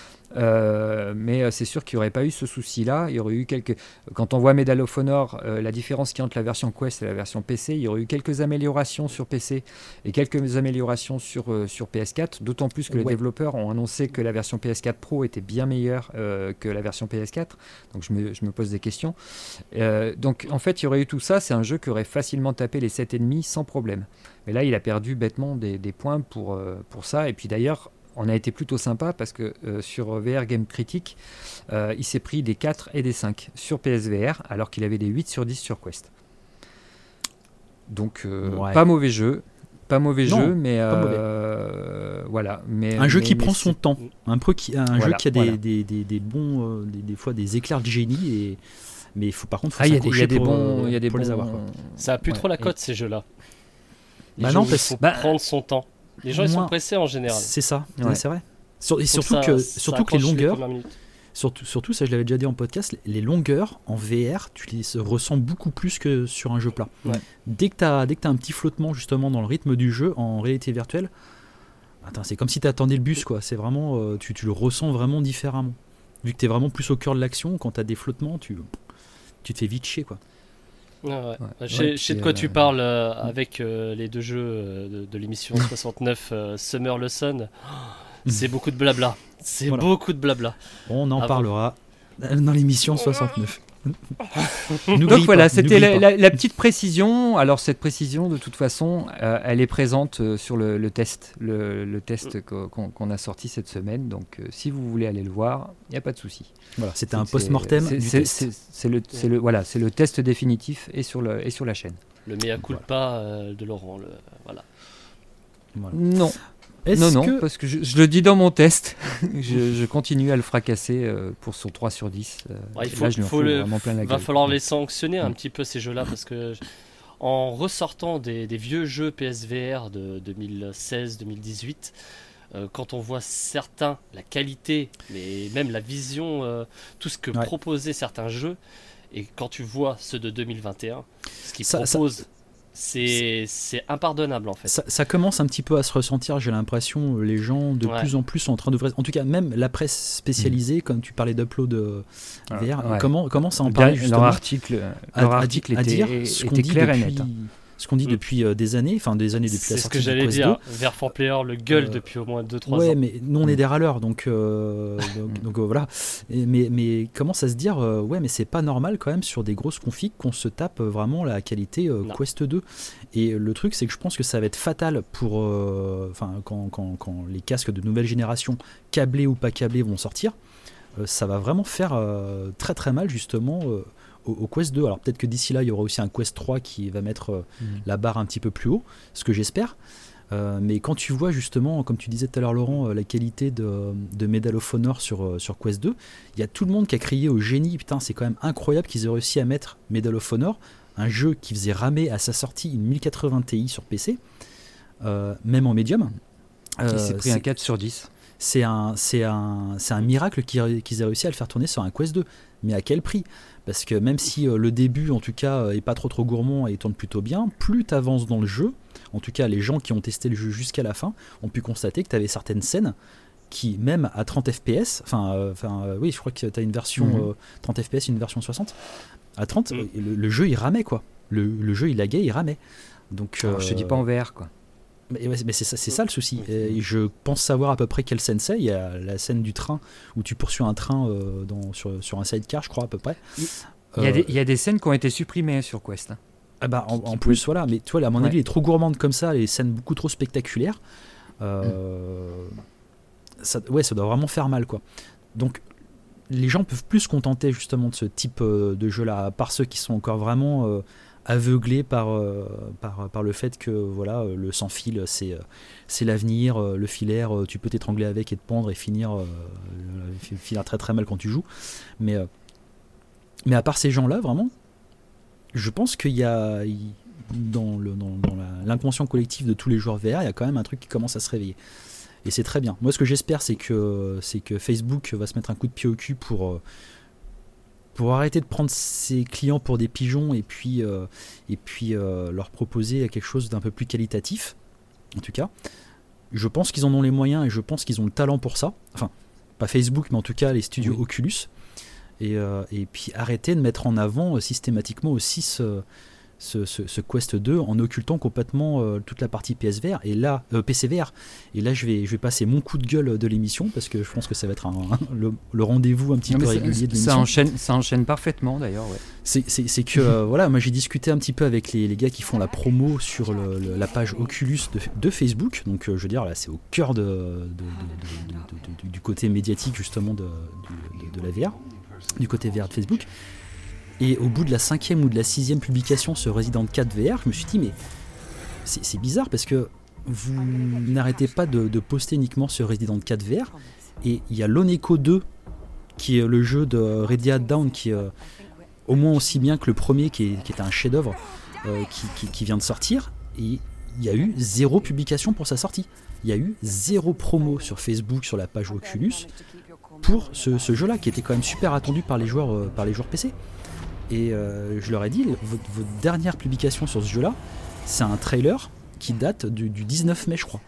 Euh, mais c'est sûr qu'il n'y aurait pas eu ce souci-là. Il y aurait eu quelques. Quand on voit Medal of Honor, euh, la différence qu'il y a entre la version Quest et la version P C, il y aurait eu quelques améliorations sur P C et quelques améliorations sur, euh, sur P S quatre. D'autant plus que ouais. les développeurs ont annoncé que la version P S quatre Pro était bien meilleure euh, que la version P S quatre. Donc je me, je me pose des questions. Euh, donc en fait, il y aurait eu tout ça. C'est un jeu qui aurait facilement tapé les sept virgule cinq sans problème. Mais là, il a perdu bêtement des, des points pour, euh, pour ça. Et puis d'ailleurs, on a été plutôt sympa parce que euh, sur V R Game Critique, euh, il s'est pris des quatre et des cinq sur P S V R, alors qu'il avait des huit sur dix sur Quest. Donc, euh, ouais. pas mauvais jeu. Pas mauvais non, jeu, mais euh, voilà. Mais, un jeu mais, qui mais prend son temps. Un, peu qui, un voilà, jeu qui a des, voilà. des, des, des bons, euh, des, des fois des éclairs de génie. Et... Mais il faut par contre faut ah, s'accrocher y a des, pour, bons, y a des pour bons, les avoir. Quoi. Ça a plus ouais, trop la cote, et... ces jeux-là. Les bah jeux non, où parce il faut bah, prendre son temps. Les gens, ils sont pressés en général. C'est ça, ouais. Ouais, c'est vrai. Sur, et surtout ça, que, ça surtout que les longueurs, les surtout, surtout, ça je l'avais déjà dit en podcast, les longueurs en V R, tu les ressens beaucoup plus que sur un jeu plat. Ouais. Dès que tu as dès que tu as un petit flottement justement dans le rythme du jeu en réalité virtuelle, attends, c'est comme si tu attendais le bus, quoi. C'est vraiment, euh, tu, tu le ressens vraiment différemment. Vu que tu es vraiment plus au cœur de l'action, quand tu as des flottements, tu, tu te fais vite chier, quoi. Ouais, ouais. Ouais. Je sais, Ouais, je sais de quoi euh... tu parles euh, avec euh, les deux jeux euh, de, de l'émission soixante-neuf, euh, Summer Lesson. C'est beaucoup de blabla. C'est voilà. beaucoup de blabla. On en Avant. parlera dans l'émission soixante-neuf. Donc voilà, pas, c'était la, la, la petite précision. Alors cette précision, de toute façon, euh, elle est présente euh, sur le, le test, le, le test qu'on, qu'on a sorti cette semaine. Donc euh, si vous voulez aller le voir, il n'y a pas de souci. Voilà, c'était c'est, un post-mortem c'est, du c'est, test. C'est, c'est, le, c'est, le, voilà, c'est le test définitif et sur, le, et sur la chaîne. Le mea culpa euh, de Laurent, le, voilà. voilà. Non. Est-ce non, non, que... parce que je, je le dis dans mon test, je, je continue à le fracasser euh, pour son trois sur dix. Euh, ouais, il faut, là, je faut le, plein la va gueule. Falloir les sanctionner un mmh. petit peu ces jeux-là, parce que en ressortant des, des vieux jeux P S V R de deux mille seize deux mille dix-huit, euh, quand on voit certains, la qualité, mais même la vision, euh, tout ce que ouais. proposaient certains jeux, et quand tu vois ceux de deux mille vingt et un, ce qu'ils ça, proposent... Ça... C'est, c'est impardonnable en fait. Ça, ça commence un petit peu à se ressentir, j'ai l'impression, les gens de ouais. plus en plus sont en train d'ouvrir. En tout cas, même la presse spécialisée, mmh. comme tu parlais d'upload euh, V R, ouais. comment, commence à en parler justement. Leur article, à, leur article à, était, à dire ce qu'on était dit clair depuis, et net. Ce qu'on dit mmh. depuis euh, des années, enfin des années depuis c'est la sortie de Quest deux. C'est ce que j'allais dire. V R quatre Player le gueule euh, depuis au moins deux trois ouais, ans. Ouais, mais nous on est des râleurs, donc, euh, donc, donc euh, voilà. Et, mais, mais commence à se dire, euh, ouais, mais c'est pas normal quand même sur des grosses configs qu'on se tape vraiment la qualité euh, Quest deux. Et le truc, c'est que je pense que ça va être fatal pour, enfin, euh, quand, quand, quand les casques de nouvelle génération, câblés ou pas câblés, vont sortir, euh, ça va vraiment faire euh, très très mal justement. Euh, au Quest deux, alors peut-être que d'ici là il y aura aussi un Quest trois qui va mettre euh, mmh. la barre un petit peu plus haut, ce que j'espère, euh, mais quand tu vois justement, comme tu disais tout à l'heure Laurent, euh, la qualité de, de Medal of Honor sur, euh, sur Quest deux, il y a tout le monde qui a crié au génie, putain c'est quand même incroyable qu'ils aient réussi à mettre Medal of Honor, un jeu qui faisait ramer à sa sortie une mille quatre-vingts Ti sur P C, euh, même en médium. Euh, il s'est pris un quatre sur dix. C'est un, c'est un, c'est un miracle qu'ils, qu'ils aient réussi à le faire tourner sur un Quest deux, mais à quel prix ? Parce que même si euh, le début, en tout cas, euh, est pas trop trop gourmand et tourne plutôt bien, plus tu avances dans le jeu, en tout cas les gens qui ont testé le jeu jusqu'à la fin, ont pu constater que tu avais certaines scènes qui, même à trente F P S, enfin, euh, euh, oui, je crois que tu as une version mmh. euh, trente F P S, une version soixante, à trente, mmh. le, le jeu il ramait quoi. Le, le jeu il laguait, il ramait. Donc, Alors, euh, je te dis pas en V R quoi. Mais, mais c'est, ça, c'est ça le souci. Et je pense savoir à peu près quelle scène c'est. Il y a la scène du train où tu poursuis un train euh, dans, sur, sur un sidecar, je crois à peu près. Il y, a des, il y a des scènes qui ont été supprimées sur Quest. Hein. Ah bah en, en plus, voilà. Mais tu vois, à mon avis, ouais. il est trop gourmande comme ça, les scènes beaucoup trop spectaculaires. Euh, mm. ça, ouais, ça doit vraiment faire mal, quoi. Donc, les gens peuvent plus se contenter justement de ce type euh, de jeu-là, à part ceux qui sont encore vraiment euh, aveuglés par, euh, par, par le fait que voilà, euh, le sans-fil, c'est, euh, c'est l'avenir, euh, le filaire, euh, tu peux t'étrangler avec et te pendre et finir, euh, finir très très mal quand tu joues. Mais... Euh, Mais à part ces gens-là, vraiment, je pense qu'il y a, dans, le, dans, dans la, l'inconscient collectif de tous les joueurs V R, il y a quand même un truc qui commence à se réveiller. Et c'est très bien. Moi, ce que j'espère, c'est que, c'est que Facebook va se mettre un coup de pied au cul pour, pour arrêter de prendre ses clients pour des pigeons et puis, euh, et puis euh, leur proposer quelque chose d'un peu plus qualitatif. En tout cas, je pense qu'ils en ont les moyens et je pense qu'ils ont le talent pour ça. Enfin, pas Facebook, mais en tout cas les studios oui. Oculus. Et, euh, et puis arrêter de mettre en avant euh, systématiquement aussi ce, ce, ce, ce Quest deux en occultant complètement euh, toute la partie P S V R et là, euh, P C V R. Et là je vais, je vais passer mon coup de gueule de l'émission parce que je pense que ça va être un, un, le, le rendez-vous un petit non, peu régulier de l'émission. Ça enchaîne, ça enchaîne parfaitement d'ailleurs. Ouais. C'est, c'est, c'est que euh, voilà, moi j'ai discuté un petit peu avec les, les gars qui font la promo sur le, le, la page Oculus de, de Facebook. Donc euh, je veux dire là c'est au cœur de, de, de, de, de, de, de, du côté médiatique justement de, de, de, de la V R. Du côté V R de Facebook, et au bout de la cinquième ou de la sixième publication sur Resident quatre V R, je me suis dit mais c'est, c'est bizarre parce que vous n'arrêtez pas de, de poster uniquement sur Resident quatre V R, et il y a Lone Echo deux qui est le jeu de Ready Down qui est euh, au moins aussi bien que le premier qui est, qui est un chef-d'œuvre euh, qui, qui, qui vient de sortir, et il y a eu zéro publication pour sa sortie. Il y a eu zéro promo sur Facebook sur la page Oculus pour ce, ce jeu-là qui était quand même super attendu par les joueurs, euh, par les joueurs P C. Et euh, je leur ai dit, votre, votre dernière publication sur ce jeu-là, c'est un trailer qui date du, du dix-neuf mai, je crois.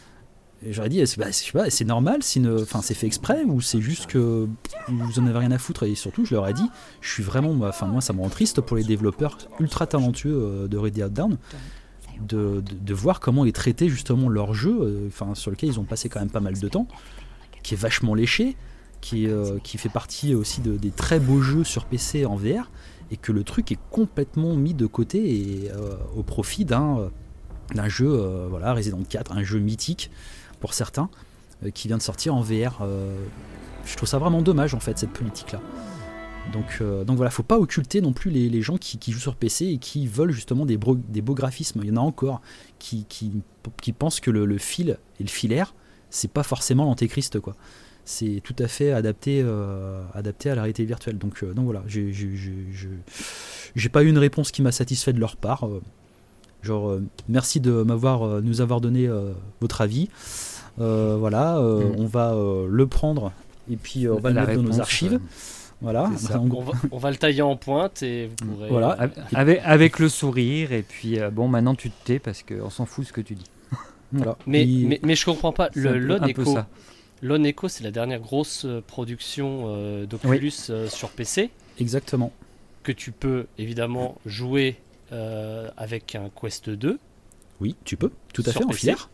Et j'aurais dit, c'est, bah, je sais pas, c'est normal, c'est, une, c'est fait exprès ou c'est juste que vous en avez rien à foutre. Et surtout, je leur ai dit, je suis vraiment, enfin moi, ça me rend triste pour les développeurs ultra talentueux euh, de Ready Down. De, de, de voir comment est traité justement leur jeu, euh, sur lequel ils ont passé quand même pas mal de temps, qui est vachement léché, qui, est, euh, qui fait partie aussi de, des très beaux jeux sur P C en V R, et que le truc est complètement mis de côté et, euh, au profit d'un, d'un jeu, euh, voilà, Resident quatre, un jeu mythique pour certains, euh, qui vient de sortir en V R. Euh, je trouve ça vraiment dommage en fait, cette politique-là. Donc, euh, donc voilà, faut pas occulter non plus les, les gens qui, qui jouent sur P C et qui veulent justement des, bro, des beaux graphismes. Il y en a encore qui, qui, qui pensent que le, le fil et le filaire, c'est pas forcément l'antéchrist, quoi. C'est tout à fait adapté, euh, adapté à la réalité virtuelle. Donc, euh, donc voilà, j'ai, j'ai, j'ai, j'ai, j'ai pas eu une réponse qui m'a satisfait de leur part. Euh, genre, euh, merci de m'avoir, euh, nous avoir donné euh, votre avis. Euh, voilà, euh, mmh. on va euh, le prendre et puis euh, on va le mettre réponse, dans nos archives. Euh... Voilà, on, va, on va le tailler en pointe et vous pourrez. Voilà, avec, avec le sourire, et puis euh, bon, maintenant tu te tais parce qu'on s'en fout ce que tu dis. Voilà. Mais, et... mais, mais je comprends pas. Le Lone-Echo, Lone-Echo, c'est la dernière grosse production euh, d'Oculus oui. euh, sur P C. Exactement. Que tu peux évidemment jouer euh, avec un Quest deux. Oui, tu peux, tout à fait, en filaire.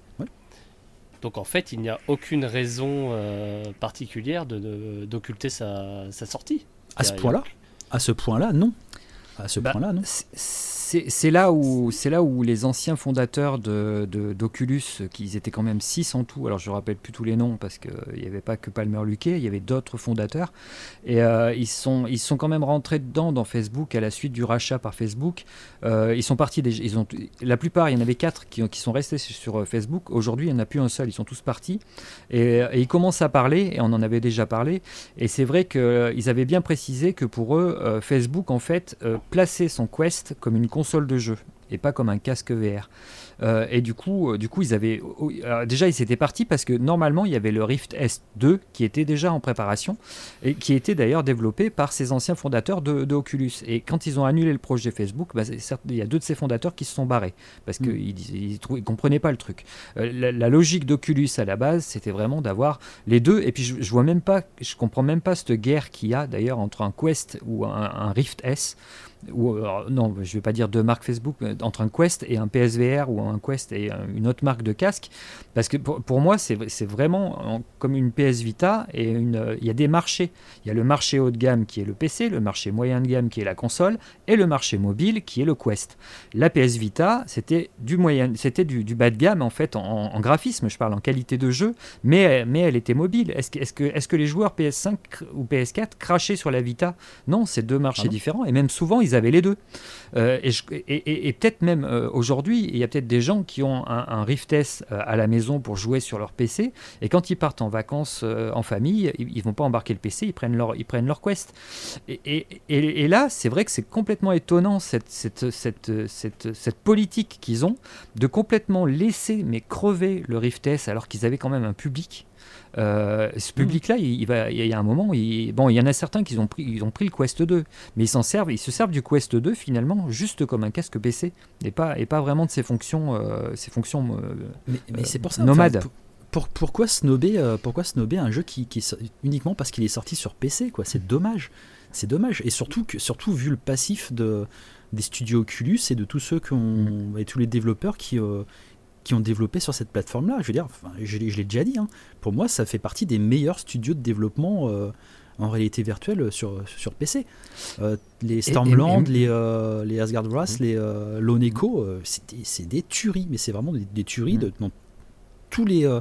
Donc en fait, il n'y a aucune raison euh, particulière de, de, d'occulter sa, sa sortie. À ce point-là, à ce point-là, non. À ce bah, point-là, non. C'est, c'est, là où, c'est là où les anciens fondateurs de, de, d'Oculus, qu'ils étaient quand même six en tout, alors je ne rappelle plus tous les noms parce qu'il n'y avait pas que Palmer Luckey, il y avait d'autres fondateurs, et euh, ils, sont, ils sont quand même rentrés dedans dans Facebook à la suite du rachat par Facebook. Euh, ils sont partis, des, ils ont, la plupart, il y en avait quatre qui, qui sont restés sur Facebook. Aujourd'hui, il n'y en a plus un seul, ils sont tous partis. Et, et ils commencent à parler, et on en avait déjà parlé, et c'est vrai qu'ils euh, avaient bien précisé que pour eux, euh, Facebook, en fait, euh, plaçait son Quest comme une console de jeu et pas comme un casque V R. Euh, et du coup, euh, du coup, ils avaient euh, déjà ils étaient partis parce que normalement il y avait le Rift S deux qui était déjà en préparation et qui était d'ailleurs développé par ces anciens fondateurs de, de Oculus. Et quand ils ont annulé le projet Facebook, bah, certes, il y a deux de ces fondateurs qui se sont barrés parce qu'ils mmh. ils, ils, ils comprenaient pas le truc. Euh, la, la logique d'Oculus à la base, c'était vraiment d'avoir les deux. Et puis je, je vois même pas, je comprends même pas cette guerre qu'il y a d'ailleurs entre un Quest ou un, un Rift S. Ou, alors, non, je ne vais pas dire deux marques Facebook, entre un Quest et un P S V R ou un Quest et une autre marque de casque, parce que pour, pour moi c'est, c'est vraiment comme une P S Vita, et une, il y a des marchés, il y a le marché haut de gamme qui est le P C, le marché moyen de gamme qui est la console, et le marché mobile qui est le Quest. La P S Vita, c'était du, moyen, c'était du, du bas de gamme en fait, en, en graphisme, je parle en qualité de jeu, mais, mais elle était mobile. Est-ce que, est-ce, que, est-ce que les joueurs P S cinq ou P S quatre crachaient sur la Vita ? Non, c'est deux marchés ah différents, et même souvent ils avaient les deux. Euh, et, je, et, et, et peut-être même euh, aujourd'hui, il y a peut-être des gens qui ont un, un Rift S euh, à la maison pour jouer sur leur P C, et quand ils partent en vacances euh, en famille, ils ne vont pas embarquer le P C, ils prennent leur, ils prennent leur Quest. Et, et, et, et là, c'est vrai que c'est complètement étonnant cette, cette, cette, cette, cette politique qu'ils ont de complètement laisser mais crever le Rift S alors qu'ils avaient quand même un public. Euh, ce public-là, il, il, va, il y a un moment, il, bon, il y en a certains qui ont pris, ils ont pris le Quest deux, mais ils s'en servent, ils se servent du Quest deux finalement juste comme un casque P C, et pas, et pas vraiment de ses fonctions, euh, ses fonctions euh, mais, mais c'est pour ça, nomades. Enfin, pour, pourquoi snobber, euh, pourquoi snobber un jeu qui, qui est uniquement parce qu'il est sorti sur P C, quoi ? C'est dommage, c'est dommage, et surtout que, surtout vu le passif de des studios Oculus et de tous ceux qui ont, et tous les développeurs qui euh, qui ont développé sur cette plateforme-là. Je veux dire, enfin, je, je l'ai déjà dit, hein, pour moi, ça fait partie des meilleurs studios de développement euh, en réalité virtuelle sur, sur P C. Euh, les Stormland, et, et, et, les, euh, les Asgard Wrath, mmh. les euh, Lone-Echo, euh, c'est, des, c'est des tueries, mais c'est vraiment des, des tueries mmh. de, dans tous les... Euh,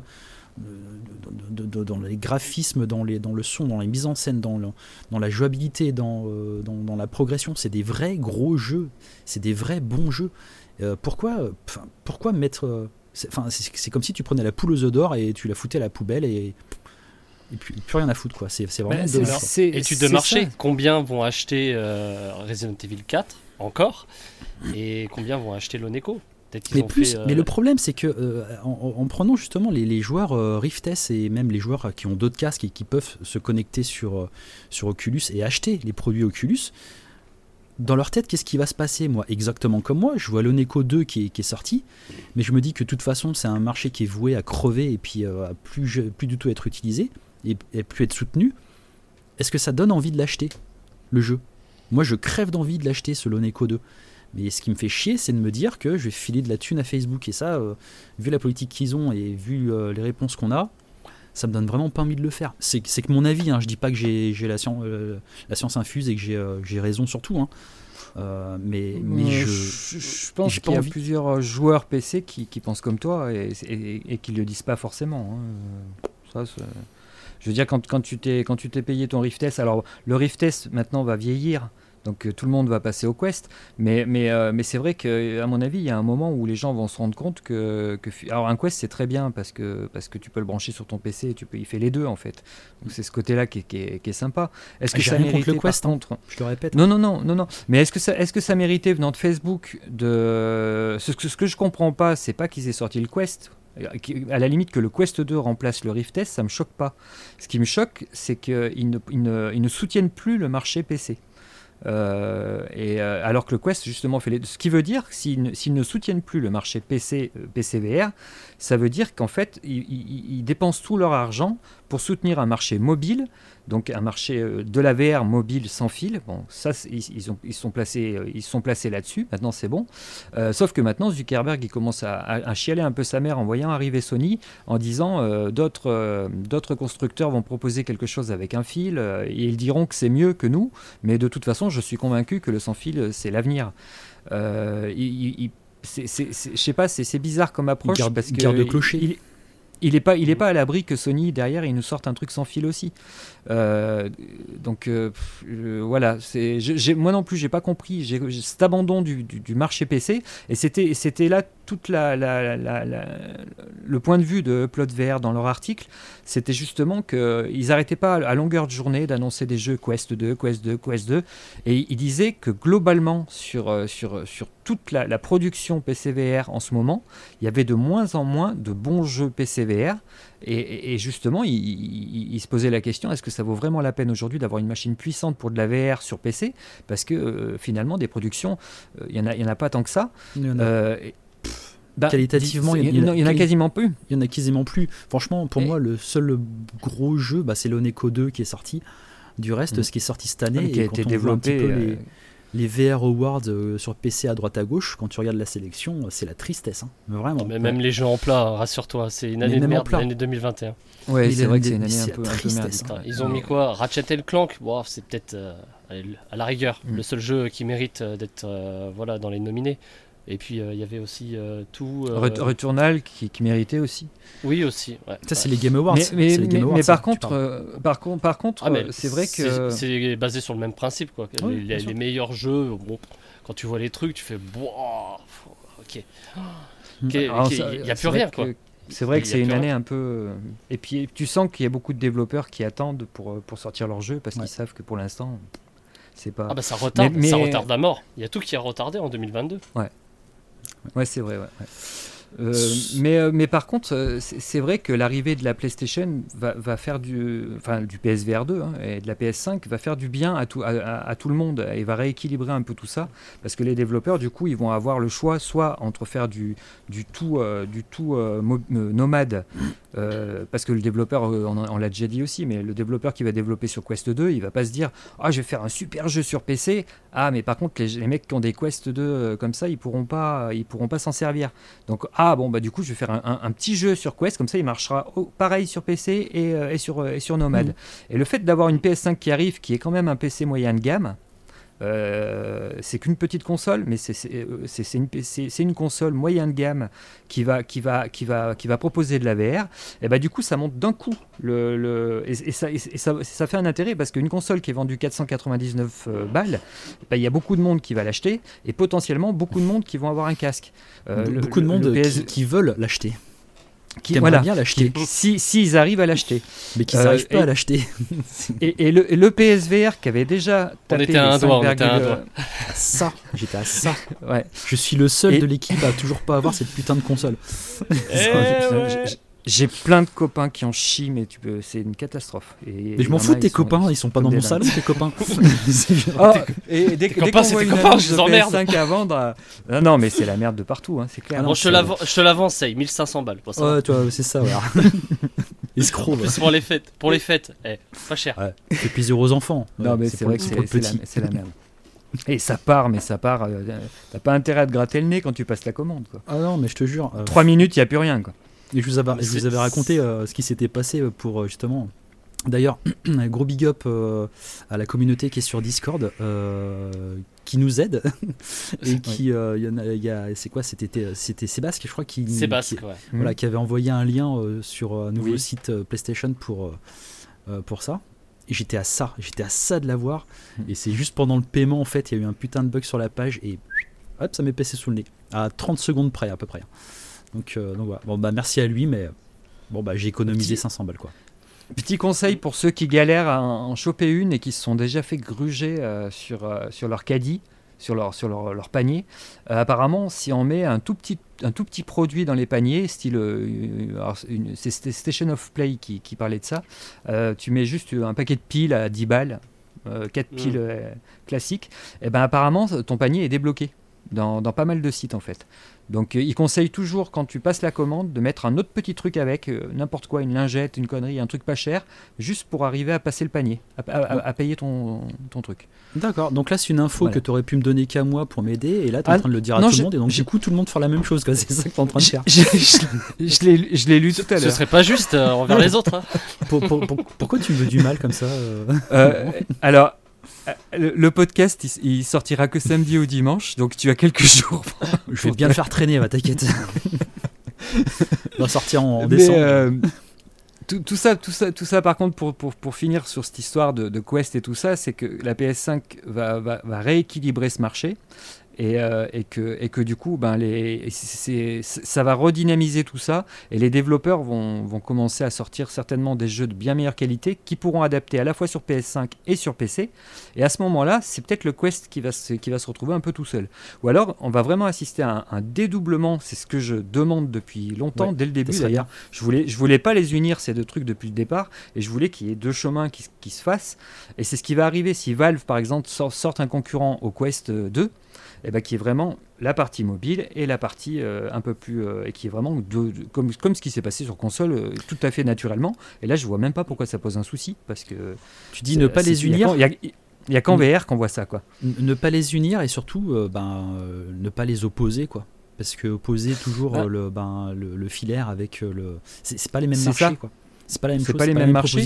de, de, de, dans les graphismes, dans, les, dans le son, dans les mises en scène, dans, le, dans la jouabilité, dans, euh, dans, dans la progression. C'est des vrais gros jeux, c'est des vrais bons jeux. Euh, pourquoi, euh, pourquoi mettre... Euh, c'est, c'est, c'est comme si tu prenais la poule aux œufs d'or et tu la foutais à la poubelle et... Et puis plus rien à foutre, quoi. C'est, c'est vraiment bah, c'est, c'est, étude de marché. Ça. Combien vont acheter euh, Resident Evil quatre encore, et combien vont acheter Lone-Echo? Mais, plus, fait, euh... mais le problème, c'est que euh, en, en prenant justement les, les joueurs euh, Rift S et même les joueurs qui ont d'autres casques et qui peuvent se connecter sur, euh, sur Oculus et acheter les produits Oculus, dans leur tête, qu'est-ce qui va se passer? Moi, exactement comme moi, je vois Lone-Echo deux qui est, qui est sorti, mais je me dis que de toute façon, c'est un marché qui est voué à crever et puis euh, à plus, plus du tout être utilisé et, et plus être soutenu. Est-ce que ça donne envie de l'acheter, le jeu? Moi, je crève d'envie de l'acheter, ce Lone-Echo deux. Mais ce qui me fait chier, c'est de me dire que je vais filer de la thune à Facebook. Et ça, euh, vu la politique qu'ils ont et vu euh, les réponses qu'on a, ça me donne vraiment pas envie de le faire. C'est, c'est que mon avis, hein, je dis pas que j'ai, j'ai la, science, euh, la science infuse et que j'ai, euh, j'ai raison sur tout, hein. euh, mais, mais euh, je, je, je pense qu'il y a envie. plusieurs joueurs P C qui, qui pensent comme toi et, et, et qui le disent pas forcément, hein. Ça, c'est... Je veux dire, quand, quand, tu t'es, quand tu t'es payé ton Rift S, alors le Rift S maintenant va vieillir, donc euh, tout le monde va passer au Quest, mais, mais, euh, mais c'est vrai qu'à mon avis, il y a un moment où les gens vont se rendre compte que... que alors un Quest, c'est très bien parce que, parce que tu peux le brancher sur ton P C, et tu peux, il fait les deux en fait. Donc c'est ce côté-là qui est, qui est, qui est sympa. Est-ce que J'ai ça méritait, le Quest, par contre... Je le répète. Non, non, non, non, non. Mais est-ce que ça, est-ce que ça méritait, venant de Facebook, de... Ce, ce que je comprends pas, c'est pas qu'ils aient sorti le Quest... À la limite que le Quest deux remplace le Rift S, ça me choque pas. Ce qui me choque, c'est qu'ils ne, ils ne, ils ne soutiennent plus le marché P C. Euh, et, euh, alors que le Quest justement fait les deux. Ce qui veut dire que s'ils ne, s'ils ne soutiennent plus le marché P C, euh, P C V R, ça veut dire qu'en fait ils, ils, ils dépensent tout leur argent pour soutenir un marché mobile, donc un marché euh, de la V R mobile sans fil. Bon, ça ils, ils, ont, ils sont placés, euh, ils sont placés là-dessus. Maintenant c'est bon. Euh, sauf que maintenant Zuckerberg il commence à, à, à chialer un peu sa mère en voyant arriver Sony, en disant euh, d'autres, euh, d'autres constructeurs vont proposer quelque chose avec un fil euh, et ils diront que c'est mieux que nous, mais de toute façon je suis convaincu que le sans fil c'est l'avenir. Euh, il, il, c'est, c'est, c'est, je sais pas, c'est, c'est bizarre comme approche garde, parce que garde de clocher. Il, il n'est pas, il est pas à l'abri que Sony derrière il nous sorte un truc sans fil aussi. Euh, donc euh, euh, voilà, c'est, j'ai, moi non plus j'ai pas compris j'ai, j'ai cet abandon du, du, du marché P C et c'était, c'était là toute la, la, la, la, le point de vue de Upload V R dans leur article, c'était justement qu'ils n'arrêtaient pas à longueur de journée d'annoncer des jeux Quest deux, Quest deux, Quest deux, et ils disaient que globalement sur, sur, sur toute la, la production P C V R en ce moment, il y avait de moins en moins de bons jeux P C V R, et, et justement ils, ils, ils se posaient la question, est-ce que ça vaut vraiment la peine aujourd'hui d'avoir une machine puissante pour de la V R sur P C, parce que euh, finalement des productions, il n'y en a, il y en a pas tant que ça. Euh, et, Bah, qualitativement, il y, y, y, y en a quasiment plus. Il y en a quasiment plus. Franchement, pour et moi, le seul gros jeu, bah, c'est l'Oneco deux qui est sorti. Du reste, mmh. ce qui est sorti cette année, qui a été développé. Euh... Les, les V R Awards euh, sur P C à droite à gauche, quand tu regardes la sélection, c'est la tristesse. Hein. Vraiment. Non, mais même ouais. les jeux en plat, rassure-toi, c'est une année de merde, l'année deux mille vingt et un. Ouais, c'est vrai que c'est une année un peu, un peu merde. Hein. Ils ont mis quoi ? Ratchet and Clank, bon, c'est peut-être euh, à la rigueur mmh. le seul jeu qui mérite d'être euh, voilà, dans les nominés. Et puis il euh, y avait aussi euh, tout. Euh... Returnal qui, qui méritait aussi. Oui aussi. Ouais, ça ouais. c'est les Game Awards. Mais, mais, c'est les Game mais, Awards, mais ça, par, contre, euh, par contre, par contre, ah, euh, c'est vrai que c'est, c'est basé sur le même principe quoi. Oui, les, les meilleurs jeux, bon, quand tu vois les trucs, tu fais boah, ok. Il n'y a plus rien quoi. C'est vrai que c'est une année un peu. Et puis tu sens qu'il y a beaucoup de développeurs qui attendent pour pour sortir leur jeu parce ouais. qu'ils savent que pour l'instant, c'est pas. Ah bah ça retarde, mais, mais... ça retarde à mort. Il y a tout qui est retardé en deux mille vingt-deux. Ouais. Ouais, c'est vrai. Ouais, ouais. Euh, mais, euh, mais par contre, c'est, c'est vrai que l'arrivée de la PlayStation va, va faire du, enfin du P S V R deux hein, et de la P S cinq va faire du bien à tout, à, à, à tout le monde et va rééquilibrer un peu tout ça parce que les développeurs du coup ils vont avoir le choix soit entre faire du, du tout, euh, du tout euh, mo- euh, nomade euh, parce que le développeur, on, on l'a déjà dit aussi, mais le développeur qui va développer sur Quest deux, il va pas se dire ah je vais faire un super jeu sur P C, ah mais par contre les, les mecs qui ont des Quest deux euh, comme ça ils pourront pas, ils pourront pas s'en servir. Donc ah bon bah du coup je vais faire un, un, un petit jeu sur Quest comme ça il marchera oh, pareil sur P C et, euh, et sur et sur Nomad. Mmh. Et le fait d'avoir une P S cinq qui arrive qui est quand même un P C moyen de gamme, euh, c'est qu'une petite console mais c'est c'est, c'est, c'est, une, c'est, c'est une console moyen de gamme qui va qui va qui va qui va proposer de la V R. Et bah du coup ça monte d'un coup le, le et, et, ça, et ça ça fait un intérêt parce qu'une console qui est vendue quatre cent quatre-vingt-dix-neuf euh, balles, bah il y a beaucoup de monde qui va l'acheter et potentiellement beaucoup de monde qui vont avoir un casque. Euh, Be- le, beaucoup de monde le P S... qui, qui veulent l'acheter. Qui aimeraient voilà. bien l'acheter. Si, si ils arrivent à l'acheter. Mais qui n'arrivent euh, pas et, à l'acheter. et, et, le, et le P S V R qui avait déjà tapé on était à un doigt, on était à un doigt. À ça, j'étais à ça. Ouais. Je suis le seul et... de l'équipe à toujours pas avoir cette putain de console. J'ai plein de copains qui en chient, mais tu peux, c'est une catastrophe. Et mais je m'en fous de tes copains, ils sont pas dans mon salon, tes copains. Oh, et dès, dès qu'on voit une annonce de P S cinq à vendre, euh... non, non, mais c'est la merde de partout, hein, c'est clair. Bon, je, te je te l'avance, c'est mille cinq cents balles pour ça. Ouais, toi, c'est ça, ouais. Escroc. C'est pour les fêtes, pour les fêtes, eh, pas cher. Ouais. C'est plaisir aux enfants. Non, mais c'est, c'est vrai que c'est, c'est, la, c'est la merde. Et ça part, mais ça part. Euh, t'as pas intérêt à te gratter le nez quand tu passes la commande, quoi. Ah non, mais je te jure. Euh... Trois minutes, il y a plus rien, quoi. Et je vous avais, je vous avais raconté euh, ce qui s'était passé pour euh, justement. D'ailleurs, un gros big up euh, à la communauté qui est sur Discord, euh, qui nous aide et qui, euh, y en a, y a, c'est quoi, c'était, c'était Sébastien, je crois, qui, Sébastien, qui, ouais. voilà, qui avait envoyé un lien euh, sur un nouveau oui. site euh, PlayStation pour euh, pour ça. Et j'étais à ça, j'étais à ça de l'avoir. Et c'est juste pendant le paiement, en fait, il y a eu un putain de bug sur la page et hop, ça m'est passé sous le nez à trente secondes près à peu près. Donc, euh, donc voilà. Bon bah merci à lui, mais bon bah j'ai économisé Petit... cinq cents balles quoi. Petit conseil pour ceux qui galèrent à en choper une et qui se sont déjà fait gruger euh, sur, euh, sur leur caddie, sur leur, sur leur, leur panier. Euh, apparemment, si on met un tout petit, un tout petit produit dans les paniers, style, euh, alors, une, c'est Station of Play qui, qui parlait de ça, euh, tu mets juste un paquet de piles à dix balles, euh, quatre piles mmh. euh, classiques, et ben apparemment ton panier est débloqué dans, dans pas mal de sites en fait. Donc euh, il conseille toujours quand tu passes la commande de mettre un autre petit truc avec, euh, n'importe quoi, une lingette, une connerie, un truc pas cher, juste pour arriver à passer le panier, à, à, à, à payer ton, ton truc. D'accord, donc là c'est une info voilà. que tu aurais pu me donner qu'à moi pour m'aider, et là tu es ah, en train de le dire à non, tout le monde, et donc du coup tout le monde fait la même chose, quoi. C'est ça que tu es en train de faire. Je, je, je, l'ai, je l'ai lu tout à l'heure. Ce serait pas juste euh, envers les autres. Hein. pour, pour, pour, pourquoi tu me veux du mal comme ça euh... Euh, Alors... Le, le podcast il, il sortira que samedi ou dimanche, donc tu as quelques jours. Pour, je vais bien le faire traîner, va t'inquiète. Il va sortir en, en décembre. Euh, tout, tout ça, tout ça, tout ça. Par contre, pour, pour, pour finir sur cette histoire de, de Quest et tout ça, c'est que la P S cinq va, va, va rééquilibrer ce marché. Et, euh, et, que, et que du coup, ben les, c'est, c'est, ça va redynamiser tout ça, et les développeurs vont, vont commencer à sortir certainement des jeux de bien meilleure qualité qui pourront adapter à la fois sur P S cinq et sur P C. Et à ce moment-là, c'est peut-être le Quest qui va se, qui va se retrouver un peu tout seul. Ou alors, on va vraiment assister à un, un dédoublement, c'est ce que je demande depuis longtemps, ouais, dès le début d'ailleurs. Je voulais, je voulais pas les unir ces deux trucs depuis le départ, et je voulais qu'il y ait deux chemins qui, qui se fassent. Et c'est ce qui va arriver si Valve, par exemple, sort, sorte un concurrent au Quest deux. Et ben, qui est vraiment la partie mobile et la partie euh, un peu plus euh, et qui est vraiment de, de, comme, comme ce qui s'est passé sur console euh, tout à fait naturellement. Et là je vois même pas pourquoi ça pose un souci, parce que tu dis ne pas les unir. Il y a qu'en V R qu'on voit ça, quoi. Ne pas les unir, et surtout euh, ben, euh, ne pas les opposer, quoi. Parce que opposer toujours ah. euh, le, ben, le, le filaire avec euh, le c'est, c'est pas les mêmes c'est marchés, ça. quoi. C'est pas la même c'est chose, pas les c'est mêmes pas marchés.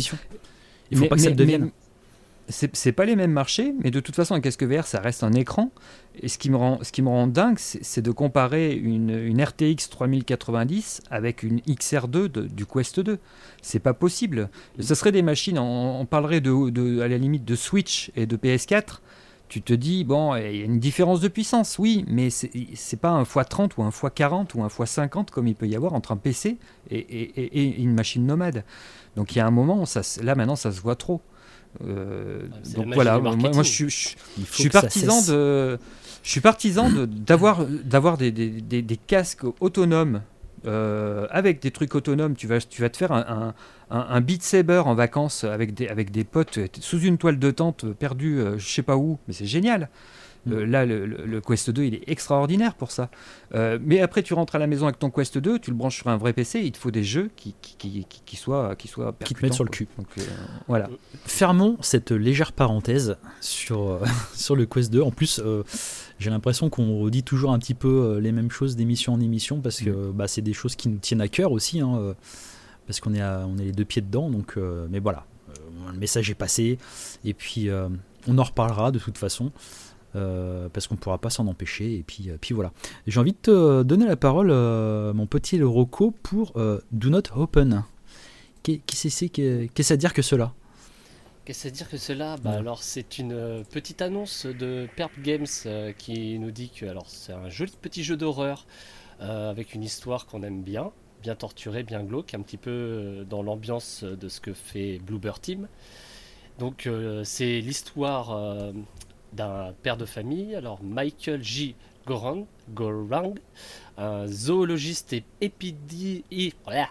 Il faut mais, pas que ça le devienne. Mais, C'est, c'est pas les mêmes marchés, mais de toute façon, un casque V R, ça reste un écran. Et ce qui me rend, ce qui me rend dingue, c'est, c'est de comparer une, une R T X trois mille quatre-vingt-dix avec une X R deux de, du Quest deux. C'est pas possible. Ce serait des machines, on, on parlerait de, de, à la limite de Switch et de P S quatre. Tu te dis, bon, il y a une différence de puissance, oui, mais c'est, c'est pas un fois trente ou un fois quarante ou un fois cinquante comme il peut y avoir entre un P C et, et, et, et une machine nomade. Donc il y a un moment, ça, là maintenant, ça se voit trop. Euh, donc voilà, moi, moi je, je, je, je suis partisan de, je suis partisan de, d'avoir, d'avoir des, des, des, des casques autonomes euh, avec des trucs autonomes. Tu vas, tu vas te faire un, un, un, un Beat Saber en vacances avec des, avec des potes sous une toile de tente perdue, euh, je sais pas où, mais c'est génial. Euh, là, le, le, le Quest deux, il est extraordinaire pour ça. Euh, mais après, tu rentres à la maison avec ton Quest deux, tu le branches sur un vrai P C, il te faut des jeux qui, qui, qui, qui, qui soient, qui soient qui te mettent sur le cul. Donc, euh, voilà. Fermons cette légère parenthèse sur, euh, sur le Quest deux. En plus, euh, j'ai l'impression qu'on redit toujours un petit peu les mêmes choses d'émission en émission, parce que mmh. bah, c'est des choses qui nous tiennent à cœur aussi, hein, euh, parce qu'on est, à, on est les deux pieds dedans. Donc, euh, mais voilà, euh, le message est passé, et puis euh, on en reparlera de toute façon. Euh, parce qu'on ne pourra pas s'en empêcher, et puis, euh, puis voilà. Et j'ai envie de te donner la parole, euh, mon petit Rocco, pour euh, Do Not Open. Qu'est-ce que c'est à dire que cela? Qu'est-ce à dire que cela bah, ouais. Alors c'est une euh, petite annonce de Perp Games euh, qui nous dit que alors, c'est un joli petit jeu d'horreur euh, avec une histoire qu'on aime bien, bien torturée, bien glauque, un petit peu euh, dans l'ambiance de ce que fait Bloober Team. Donc euh, c'est l'histoire... Euh, d'un père de famille, alors Michael J. Gorang, Gorang un zoologiste et épidi... et, voilà,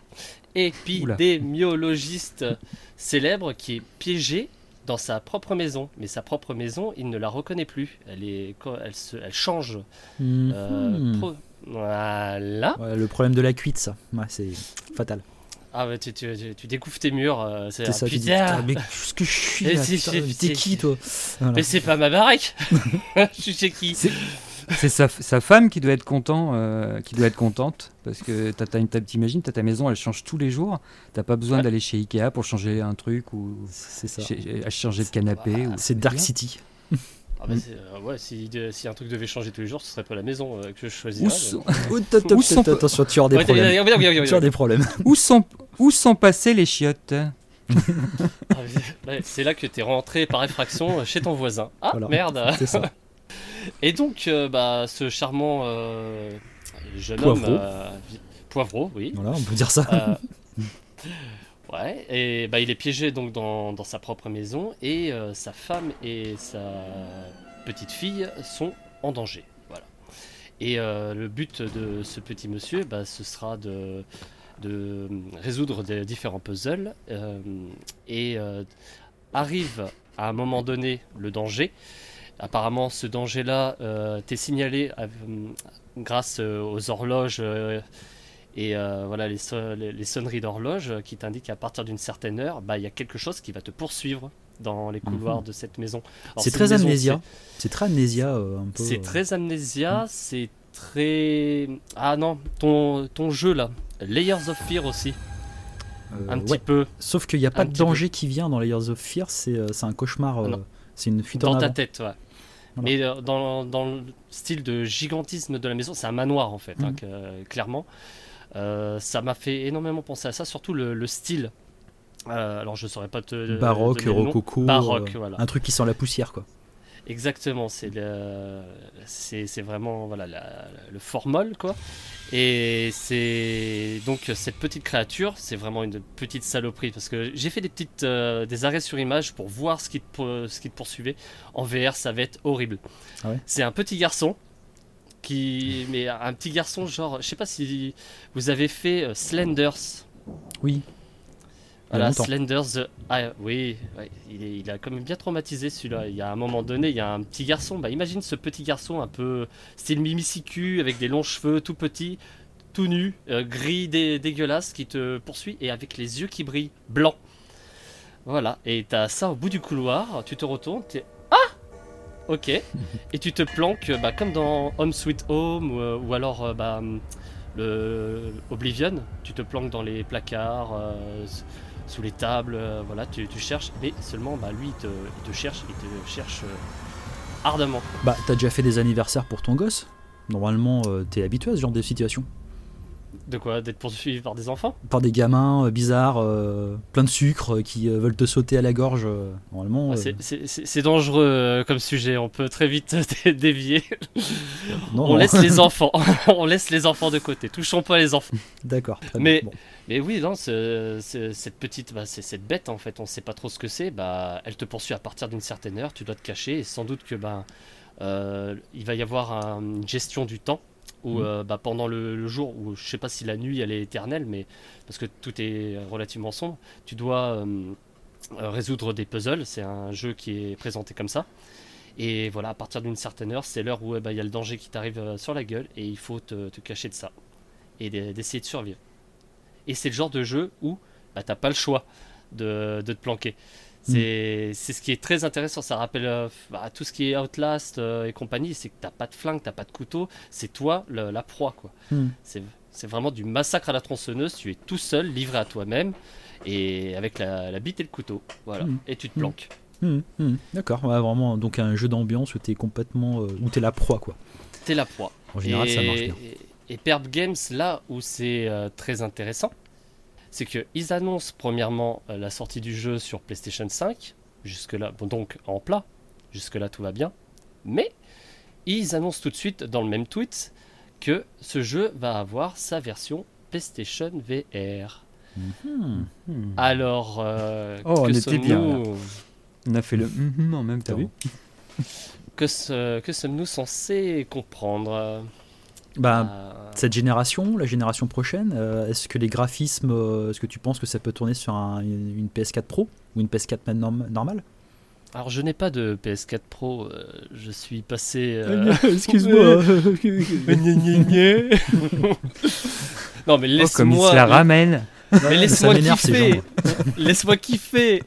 épidémiologiste célèbre qui est piégé dans sa propre maison. Mais sa propre maison, il ne la reconnaît plus. Elle, est, elle, se, elle change. Mmh. Euh, pro... Voilà. Ouais, le problème de la cuite, ça. Ouais, c'est fatal. Ah ouais, tu, tu, tu, tu découvres tes murs, euh, c'est, c'est un ça, putain. Dis, putain, mais qu'est-ce que je suis là, putain, t'es qui toi? Voilà. Mais c'est pas ma baraque. Je suis chez qui? C'est, C'est sa, sa femme qui doit être content, euh, qui doit être contente parce que t'as, t'as une, t'imagines, t'as ta maison, elle change tous les jours. T'as pas besoin ouais. d'aller chez Ikea pour changer un truc ou c'est ça. Chez, changer de canapé. Bah, ou... C'est Dark City. Ah bah c'est, euh, ouais, si, de, si un truc devait changer tous les jours, ce serait pas la maison euh, que je choisirais. Où sont... mais... Où sont... Attention, tu auras des problèmes. Tu auras des problèmes. Où sont, où sont passées les chiottes? C'est là que t'es rentré par effraction chez ton voisin. Ah voilà, merde. C'est ça. Et donc, euh, bah, ce charmant euh, jeune Poivreau. homme, euh, Poivreau, oui. Voilà, on peut dire ça. Euh, ouais. Et bah, il est piégé donc dans, dans sa propre maison et euh, sa femme et sa petite fille sont en danger. Voilà. Et euh, le but de ce petit monsieur, bah, ce sera de de résoudre des différents puzzles euh, et euh, arrive à un moment donné le danger. Apparemment, ce danger-là euh, t'est signalé euh, grâce euh, aux horloges euh, et euh, voilà les, so- les sonneries d'horloge qui t'indiquent qu'à partir d'une certaine heure, bah, y a quelque chose qui va te poursuivre dans les couloirs mmh. de cette maison. Alors, c'est, très maison, amnésia. C'est... c'est très amnésia euh, un peu. C'est euh... très amnésia, mmh. c'est très... Ah non, ton, ton jeu là, Layers of Fear aussi. Euh, un petit ouais. peu. Sauf qu'il n'y a pas de danger peu. qui vient dans Layers of Fear, c'est, euh, c'est un cauchemar, euh, c'est une fuite dans en avant. ta tête, ouais. Voilà. Mais euh, dans, dans le style de gigantisme de la maison, c'est un manoir en fait, mmh. hein, que, euh, clairement. Euh, ça m'a fait énormément penser à ça, surtout le, le style. Euh, alors je saurais pas te baroque, rococo, baroque, euh, voilà. Un truc qui sent la poussière quoi. Exactement, c'est le, c'est, c'est vraiment voilà la, le formol quoi. Et c'est donc cette petite créature, c'est vraiment une petite saloperie parce que j'ai fait des petites euh, des arrêts sur image pour voir ce qui te ce qui te poursuivait. En V R, ça va être horrible. Ah ouais. C'est un petit garçon qui mais un petit garçon genre, je sais pas si vous avez fait euh, Slenders. Oui. Voilà, Slenders, ah, oui, ouais, il, est, il a quand même bien traumatisé celui-là. Il y a un moment donné, il y a un petit garçon, bah, imagine ce petit garçon un peu style Mimicicu, avec des longs cheveux, tout petit, tout nu, euh, gris dé, dégueulasse, qui te poursuit, et avec les yeux qui brillent, blancs. Voilà, et t'as ça au bout du couloir, tu te retournes, t'es... Ah ok, et tu te planques, bah, comme dans Home Sweet Home, ou, ou alors... Euh, bah, le Oblivion, tu te planques dans les placards... Euh, sous les tables, euh, voilà, tu, tu cherches, mais seulement bah, lui il te, il te cherche, il te cherche euh, ardemment. Bah t'as déjà fait des anniversaires pour ton gosse. Normalement euh, t'es habitué à ce genre de situation. De quoi? D'être poursuivi par des enfants? Par des gamins euh, bizarres, euh, plein de sucre, euh, qui euh, veulent te sauter à la gorge. Euh, normalement. Ah, euh... c'est, c'est, c'est, c'est dangereux euh, comme sujet, on peut très vite dévier. Non, on non. laisse les enfants, on laisse les enfants de côté. Touchons pas les enfants. D'accord. Très mais bien. Bon. mais oui, non, c'est, c'est, cette petite, bah, c'est cette bête en fait, on sait pas trop ce que c'est. Bah, elle te poursuit à partir d'une certaine heure. Tu dois te cacher et sans doute que bah, euh, il va y avoir un, une gestion du temps. Ou euh, bah, pendant le, le jour, ou je sais pas si la nuit elle est éternelle, mais parce que tout est relativement sombre, tu dois euh, résoudre des puzzles. C'est un jeu qui est présenté comme ça. Et voilà, à partir d'une certaine heure, c'est l'heure où il bah, y a le danger qui t'arrive sur la gueule et il faut te, te cacher de ça et d'essayer de survivre. Et c'est le genre de jeu où bah, t'as pas le choix de, de te planquer. C'est, c'est ce qui est très intéressant, ça rappelle euh, bah, tout ce qui est Outlast euh, et compagnie, c'est que t'as pas de flingue, t'as pas de couteau, c'est toi le, la proie quoi. Mm. C'est, c'est vraiment du massacre à la tronçonneuse, tu es tout seul, livré à toi-même, et avec la, la bite et le couteau, voilà, mm. et tu te planques. Mm. Mm. D'accord, ouais, vraiment donc un jeu d'ambiance où t'es complètement, euh, où t'es la proie quoi. T'es la proie. En général et, ça marche bien. Et, et Perp Games, là où c'est euh, très intéressant, c'est qu'ils annoncent premièrement euh, la sortie du jeu sur PlayStation cinq, jusque-là, bon, donc en plat, jusque-là tout va bien, mais ils annoncent tout de suite dans le même tweet que ce jeu va avoir sa version PlayStation V R. Mm-hmm. Alors, euh, oh, que on était bien. Là. On a fait le mm-hmm en même temps. que, ce, que sommes-nous censés comprendre? Bah, euh... cette génération, la génération prochaine, euh, est-ce que les graphismes, euh, est-ce que tu penses que ça peut tourner sur un, une, une P S quatre Pro ou une P S quatre norm- normale? Alors je n'ai pas de P S quatre Pro, euh, je suis passé... Euh... Excuse-moi. Non mais laisse-moi... Oh, comme il se la ramène. Mais laisse-moi kiffer. Laisse-moi kiffer.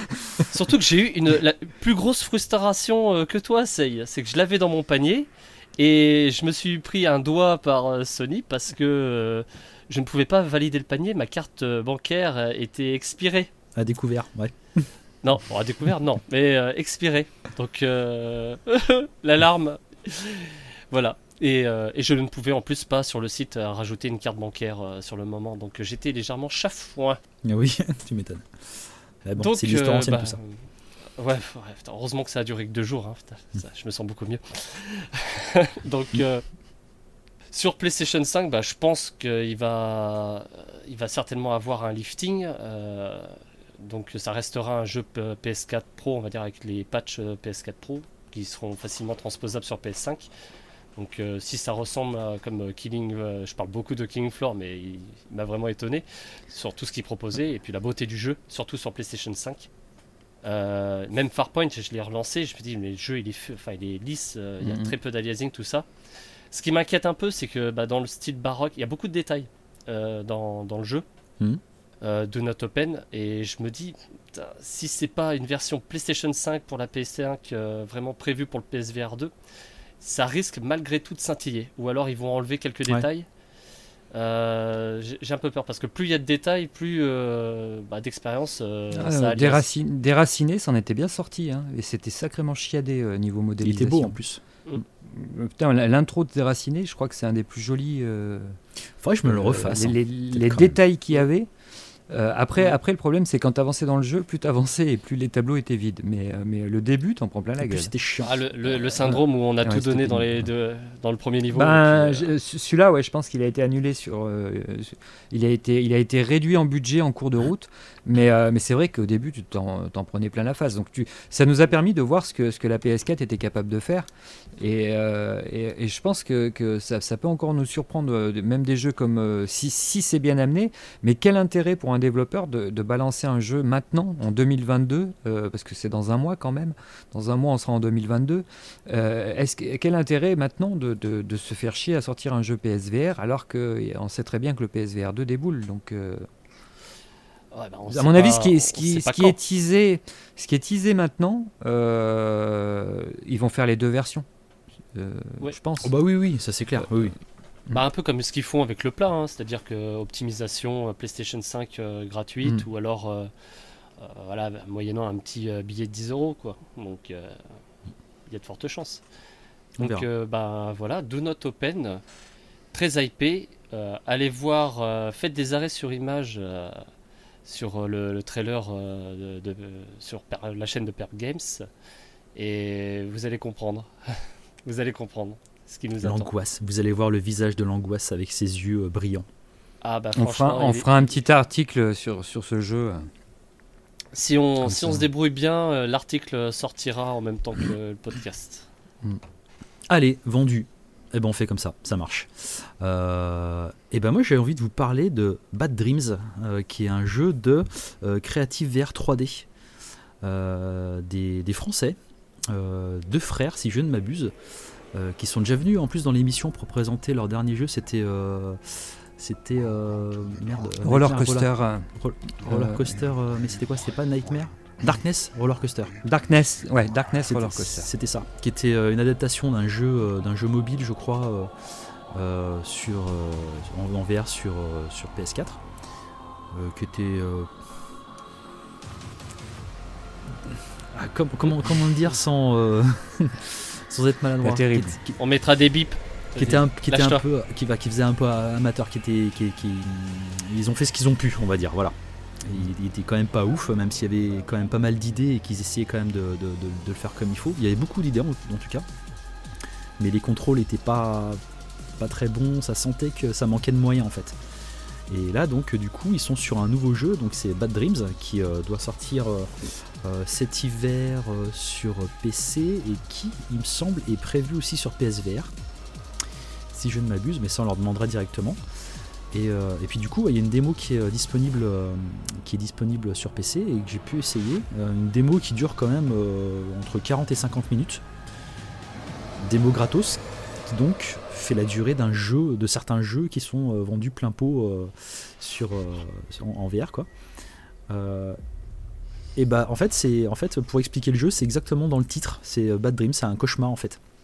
Surtout que j'ai eu une, la plus grosse frustration que toi, Sei. C'est que je l'avais dans mon panier. Et je me suis pris un doigt par Sony parce que euh, je ne pouvais pas valider le panier, ma carte bancaire était expirée. À découvert, ouais. Non, bon, à découvert, non, mais euh, expirée. Donc, euh, l'alarme. Voilà. Et, euh, et je ne pouvais en plus pas sur le site euh, rajouter une carte bancaire euh, sur le moment. Donc, j'étais légèrement chafouin. Ah oui, tu m'étonnes. Ah bon, donc, c'est l'histoire euh, ancienne, bah, tout ça. Ouais, ouais putain, heureusement que ça a duré que deux jours. Hein, putain, ça, je me sens beaucoup mieux. Donc, euh, sur PlayStation cinq, bah, je pense qu'il va, il va certainement avoir un lifting. Euh, donc, ça restera un jeu P S quatre Pro, on va dire, avec les patchs P S quatre Pro qui seront facilement transposables sur P S cinq. Donc, euh, si ça ressemble à, comme Killing, euh, je parle beaucoup de Killing Floor, mais il, il m'a vraiment étonné sur tout ce qu'il proposait et puis la beauté du jeu, surtout sur PlayStation cinq. Euh, même Farpoint, je l'ai relancé, je me dis mais le jeu il est, enfin, il est lisse, euh, il y a mm-hmm. très peu d'aliasing, tout ça. Ce qui m'inquiète un peu, c'est que bah, dans le style baroque, il y a beaucoup de détails euh, dans, dans le jeu mm-hmm. euh, de Not Open, et je me dis putain, si c'est pas une version PlayStation cinq pour la P S cinq euh, vraiment prévue pour le P S V R deux, ça risque malgré tout de scintiller, ou alors ils vont enlever quelques ouais. détails. Euh, j'ai un peu peur parce que plus il y a de détails, plus euh, bah, d'expérience. Euh, ah, Déraciné, Déraciné s'en était bien sorti, hein, et c'était sacrément chiadé euh, niveau modélisation. Il était beau en plus. Mm. Putain, l'intro de Déraciné, je crois que c'est un des plus jolis. Euh, Faudrait que je me le refasse. Euh, les, les, les détails qu'il y avait. Euh, après, après, le problème, c'est quand tu avançais dans le jeu, plus tu avançais et plus les tableaux étaient vides. Mais, euh, mais le début, t'en prends plein la gueule. C'était chiant. Ah, le, le, le syndrome où on a ouais, tout donné dans, les deux, dans le premier niveau. Ben, puis, euh... celui-là, ouais, je pense qu'il a été annulé sur. Euh, il, a été, il a été réduit en budget en cours de route. Mais, euh, mais c'est vrai qu'au début, tu t'en, t'en prenais plein la face. Donc tu, ça nous a permis de voir ce que, ce que la P S quatre était capable de faire. Et, euh, et, et je pense que, que ça, ça peut encore nous surprendre, même des jeux comme. Euh, si, si c'est bien amené, mais quel intérêt pour un développeur de, de balancer un jeu maintenant, en deux mille vingt-deux, euh, parce que c'est dans un mois quand même. Dans un mois, on sera en deux mille vingt-deux. Euh, est-ce que, quel intérêt maintenant de, de, de se faire chier à sortir un jeu P S V R alors qu'on sait très bien que le P S V R deux déboule. Donc. Euh, Ouais, bah à mon avis, pas, ce qui est, ce qui, ce qui est teasé, ce qui est teasé maintenant, euh, ils vont faire les deux versions, euh, ouais. je pense. Oh bah oui, oui, ça c'est clair. Oui, oui. Bah un peu comme ce qu'ils font avec le plat, hein, c'est-à-dire que optimisation euh, PlayStation cinq euh, gratuite, mm. ou alors euh, euh, voilà, moyennant un petit euh, billet de dix euros, quoi. Donc il euh, y a de fortes chances. Donc euh, bah voilà, Do Not Open, très hypé. Euh, allez voir, euh, faites des arrêts sur image. Euh, sur le, le trailer euh, de, de, sur per, la chaîne de Perp Games, et vous allez comprendre vous allez comprendre ce qui nous attend. L'angoisse, vous allez voir le visage de l'angoisse avec ses yeux euh, brillants. Ah bah on fera, on fera est... un petit article sur, sur ce jeu. Si on, si on se débrouille bien, l'article sortira en même temps que le podcast. Allez, vendu. Et eh ben on fait comme ça, ça marche. Euh, et ben moi j'ai envie de vous parler de Bad Dreams, euh, qui est un jeu de euh, Creative V R trois D, euh, des, des Français, euh, deux frères si je ne m'abuse, euh, qui sont déjà venus en plus dans l'émission pour présenter leur dernier jeu. C'était euh, c'était euh, merde. Roller Coaster. Roller, roller Coaster, euh, mais c'était quoi? C'était pas Nightmare? Darkness Roller Coaster. Darkness, ouais, Darkness c'était, Roller Coaster. C'était ça, qui était euh, une adaptation d'un jeu, euh, d'un jeu mobile, je crois, euh, euh, sur, euh, en, en V R sur, euh, sur P S quatre, euh, qui était. Euh... Ah, com- comment, comment le dire sans, euh... sans être maladroit. Pas terrible. Qui, qui... On mettra des bips. Qui était un, qui était un peu, qui va, qui faisait un peu amateur, qui était, qui, qui, ils ont fait ce qu'ils ont pu, on va dire, voilà. Il, il était quand même pas ouf, même s'il y avait quand même pas mal d'idées et qu'ils essayaient quand même de, de, de, de le faire comme il faut. Il y avait beaucoup d'idées en, en tout cas, mais les contrôles étaient pas, pas très bons, ça sentait que ça manquait de moyens en fait. Et là donc du coup ils sont sur un nouveau jeu, donc c'est Bad Dreams qui euh, doit sortir euh, euh, cet hiver euh, sur P C et qui il me semble est prévu aussi sur P S V R, si je ne m'abuse, mais ça on leur demandera directement. Et, euh, et puis du coup, il y a une démo qui est euh, disponible, euh, qui est disponible sur P C et que j'ai pu essayer. Euh, une démo qui dure quand même euh, entre quarante et cinquante minutes. Démo gratos, qui donc fait la durée d'un jeu, de certains jeux qui sont euh, vendus plein pot euh, sur, euh, en, en V R, quoi. Euh, et bah en fait, c'est, en fait, pour expliquer le jeu, c'est exactement dans le titre. C'est Bad Dream, c'est un cauchemar en fait.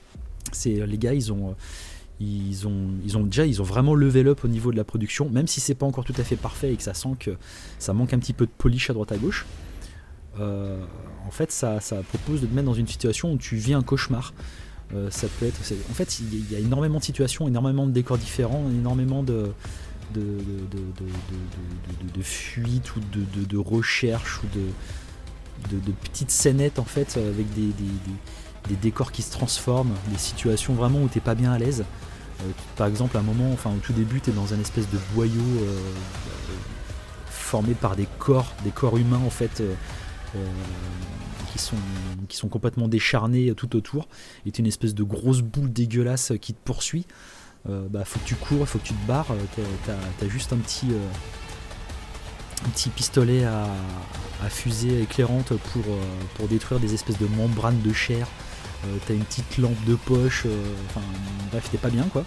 C'est, les gars, ils ont, ils, ont, ils ont déjà ils ont vraiment level up au niveau de la production, même si c'est pas encore tout à fait parfait et que ça sent que ça manque un petit peu de polish à droite à gauche. Euh, en fait, ça, ça propose de te mettre dans une situation où tu vis un cauchemar. Euh, ça peut être, en fait, il y a énormément de situations, énormément de décors différents, énormément de de, de, de, de, de, de, de fuites ou de, de, de recherches ou de, de, de petites scénettes en fait, avec des, des, des, des décors qui se transforment, des situations vraiment où t'es pas bien à l'aise. Euh, par exemple, à un moment, enfin au tout début, t'es dans un espèce de boyau euh, euh, formé par des corps, des corps humains en fait. Euh, euh, qui sont, qui sont complètement décharnés tout autour, et t'es une espèce de grosse boule dégueulasse qui te poursuit. Euh, bah, faut que tu cours, faut que tu te barres, t'as, t'as, t'as juste un petit, euh, un petit pistolet à, à fusée éclairante pour, euh, pour détruire des espèces de membranes de chair. Euh, t'as une petite lampe de poche, euh, enfin bref, t'es pas bien quoi.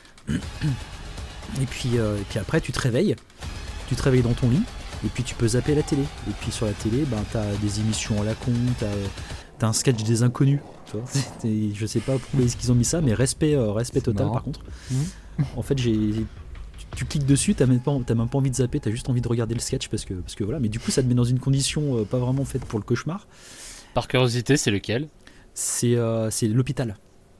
Et puis, euh, et puis après tu te réveilles, tu te réveilles dans ton lit, et puis tu peux zapper la télé. Et puis sur la télé, ben, t'as des émissions à la con, t'as, t'as un sketch des inconnus. Tu vois, je sais pas pourquoi est-ce qu'ils ont mis ça, mais respect, euh, respect total marrant. Par contre. Mmh. En fait, j'ai, tu, tu cliques dessus, t'as même, pas, t'as même pas envie de zapper, t'as juste envie de regarder le sketch parce que, parce que voilà. Mais du coup, ça te met dans une condition euh, pas vraiment faite pour le cauchemar. Par curiosité, c'est lequel ? C'est, euh, c'est l'hôpital.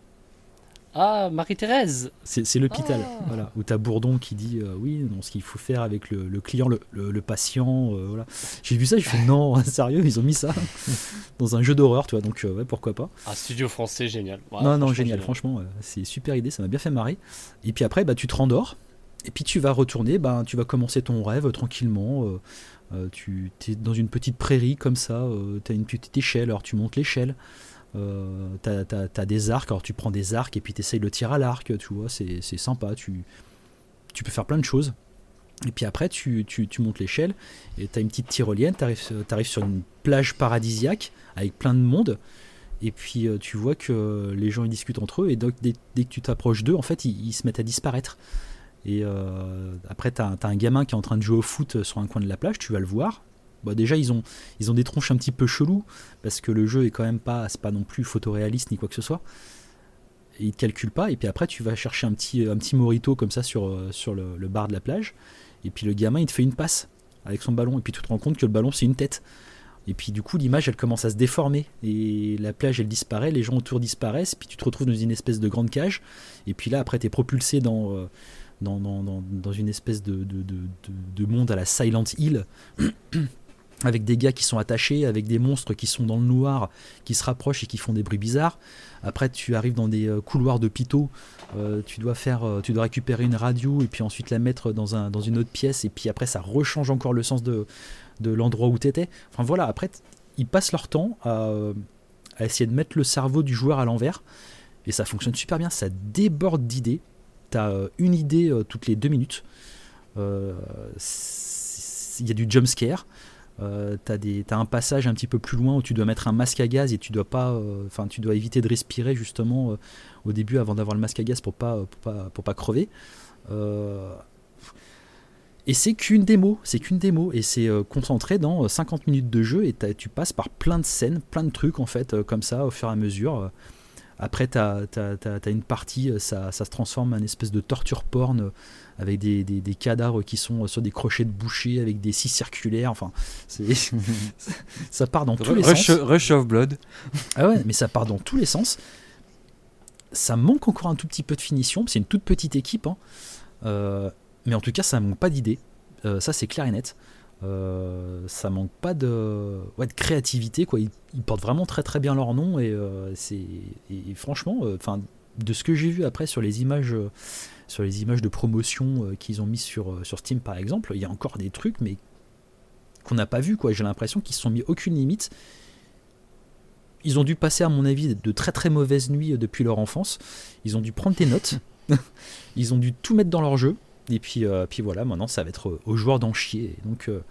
Ah, Marie-Thérèse. C'est, c'est l'hôpital, ah. Voilà, où t'as Bourdon qui dit euh, oui, non, ce qu'il faut faire avec le, le client, le, le, le patient, euh, voilà. J'ai vu ça, j'ai fait non, sérieux, ils ont mis ça dans un jeu d'horreur, tu vois, donc euh, ouais, pourquoi pas. Un studio français génial. Ouais, non, non, génial, génial. Franchement, euh, c'est super idée, ça m'a bien fait marrer. Et puis après, bah, tu te rendors, et puis tu vas retourner, bah, tu vas commencer ton rêve euh, tranquillement. Euh, euh, tu es dans une petite prairie comme ça, euh, t'as une petite échelle, alors tu montes l'échelle. Euh, t'as, t'as, t'as des arcs, alors tu prends des arcs et puis t'essayes le tir à l'arc, tu vois, c'est, c'est sympa, tu, tu peux faire plein de choses. Et puis après tu, tu, tu montes l'échelle et t'as une petite tyrolienne, t'arrives, t'arrives sur une plage paradisiaque avec plein de monde, et puis euh, tu vois que les gens ils discutent entre eux, et donc dès, dès que tu t'approches d'eux, en fait ils, ils se mettent à disparaître. Et euh, après t'as, t'as un gamin qui est en train de jouer au foot sur un coin de la plage, tu vas le voir. Bah déjà ils ont, ils ont des tronches un petit peu chelous parce que le jeu est quand même pas, c'est pas non plus photoréaliste ni quoi que ce soit, et ils te calculent pas. Et puis après tu vas chercher un petit, un petit morito comme ça sur, sur le, le bar de la plage, et puis le gamin il te fait une passe avec son ballon, et puis tu te rends compte que le ballon c'est une tête, et puis du coup l'image elle commence à se déformer et la plage elle disparaît, les gens autour disparaissent, puis tu te retrouves dans une espèce de grande cage, et puis là après t'es propulsé dans, euh, dans, dans, dans, dans une espèce de, de, de, de, de monde à la Silent Hill avec des gars qui sont attachés, avec des monstres qui sont dans le noir, qui se rapprochent et qui font des bruits bizarres. Après tu arrives dans des euh, couloirs d'hôpitaux, euh, tu dois faire, euh, tu dois récupérer une radio et puis ensuite la mettre dans, un, dans une autre pièce, et puis après ça rechange encore le sens de, de l'endroit où t'étais. Enfin voilà, après t- ils passent leur temps à, à essayer de mettre le cerveau du joueur à l'envers, et ça fonctionne super bien, ça déborde d'idées. T'as euh, une idée euh, toutes les deux minutes, il euh, y a du jumpscare. Euh, t'as, des, t'as un passage un petit peu plus loin où tu dois mettre un masque à gaz et tu dois pas, enfin euh, tu dois éviter de respirer justement euh, au début avant d'avoir le masque à gaz pour pas, pour pas, pour pas crever. Euh, et c'est qu'une démo, c'est qu'une démo et c'est euh, concentré dans cinquante minutes de jeu, et tu passes par plein de scènes, plein de trucs en fait, euh, comme ça au fur et à mesure. Après t'as, t'as, t'as, t'as une partie, ça, ça se transforme en une espèce de torture porn avec des, des, des cadavres qui sont sur des crochets de boucher avec des scies circulaires, enfin c'est, ça part dans tous les Rush, sens. Rush of Blood. Ah ouais, mais ça part dans tous les sens. Ça manque encore un tout petit peu de finition, c'est une toute petite équipe, hein. euh, mais en tout cas ça manque pas d'idées, euh, ça c'est clair et net. Euh, ça manque pas de, ouais, de créativité quoi. Ils, ils portent vraiment très très bien leur nom, et, euh, c'est, et, et franchement enfin euh, de ce que j'ai vu après sur les images euh, sur les images de promotion euh, qu'ils ont mis sur, euh, sur Steam par exemple, il y a encore des trucs mais qu'on n'a pas vu quoi. J'ai l'impression qu'ils se sont mis aucune limite. Ils ont dû passer à mon avis de très très mauvaises nuits depuis leur enfance. Ils ont dû prendre des notes. Ils ont dû tout mettre dans leur jeu. Et puis, euh, puis voilà, maintenant ça va être aux joueurs d'en chier. Donc, euh,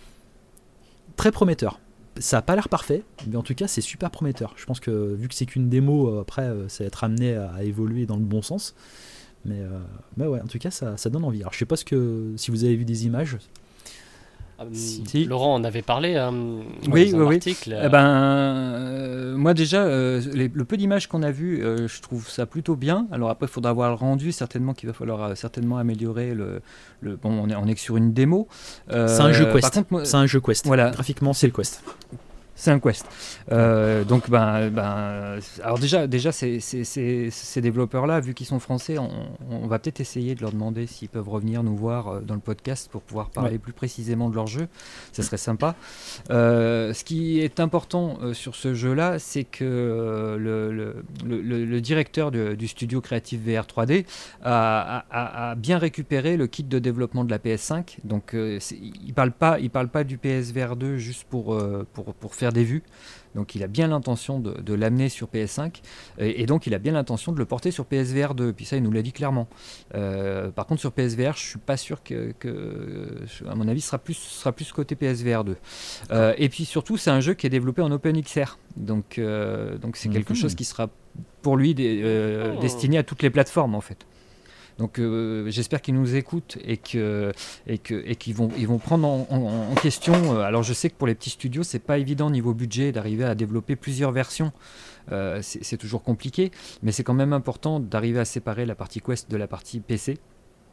très prometteur. Ça n'a pas l'air parfait, mais en tout cas c'est super prometteur. Je pense que vu que c'est qu'une démo, euh, après euh, ça va être amené à, à évoluer dans le bon sens. Mais, euh, mais ouais, en tout cas ça, ça donne envie. Alors je sais pas ce que, si vous avez vu des images. Si. Laurent en avait parlé hein, oui, dans un oui, article. oui. Euh... Eh ben, euh, moi déjà, euh, les, le peu d'images qu'on a vu, euh, je trouve ça plutôt bien. Alors après, il faudra voir le rendu, certainement qu'il va falloir euh, certainement améliorer le. le bon, on est, on est que sur une démo. Euh, c'est un jeu Quest. Par contre, moi, c'est un jeu Quest. Voilà. Graphiquement, c'est le Quest. C'est un Quest. Euh, donc, ben, ben, alors déjà, déjà ces, ces, ces, ces développeurs-là, vu qu'ils sont français, on, on va peut-être essayer de leur demander s'ils peuvent revenir nous voir dans le podcast pour pouvoir parler ouais. plus précisément de leur jeu. Ça serait sympa. Euh, ce qui est important euh, sur ce jeu-là, c'est que euh, le, le, le, le directeur de, du studio créatif V R trois D a, a, a bien récupéré le kit de développement de la P S cinq. Donc, euh, il ne parle pas, il parle pas du P S V R deux juste pour, euh, pour, pour faire des vues. Donc il a bien l'intention de, de l'amener sur P S cinq et, et donc il a bien l'intention de le porter sur P S V R deux. Puis ça, il nous l'a dit clairement. Euh, par contre, sur P S V R, je suis pas sûr que, que à mon avis, ce sera plus, sera plus côté P S V R deux. Euh, et puis surtout, c'est un jeu qui est développé en OpenXR. Donc, euh, donc c'est quelque mmh. chose qui sera pour lui des, euh, oh. destiné à toutes les plateformes en fait. Donc euh, j'espère qu'ils nous écoutent et que et que et qu'ils vont ils vont prendre en, en, en question. Euh, alors je sais que pour les petits studios c'est pas évident niveau budget d'arriver à développer plusieurs versions. Euh, c'est, c'est toujours compliqué, mais c'est quand même important d'arriver à séparer la partie Quest de la partie P C.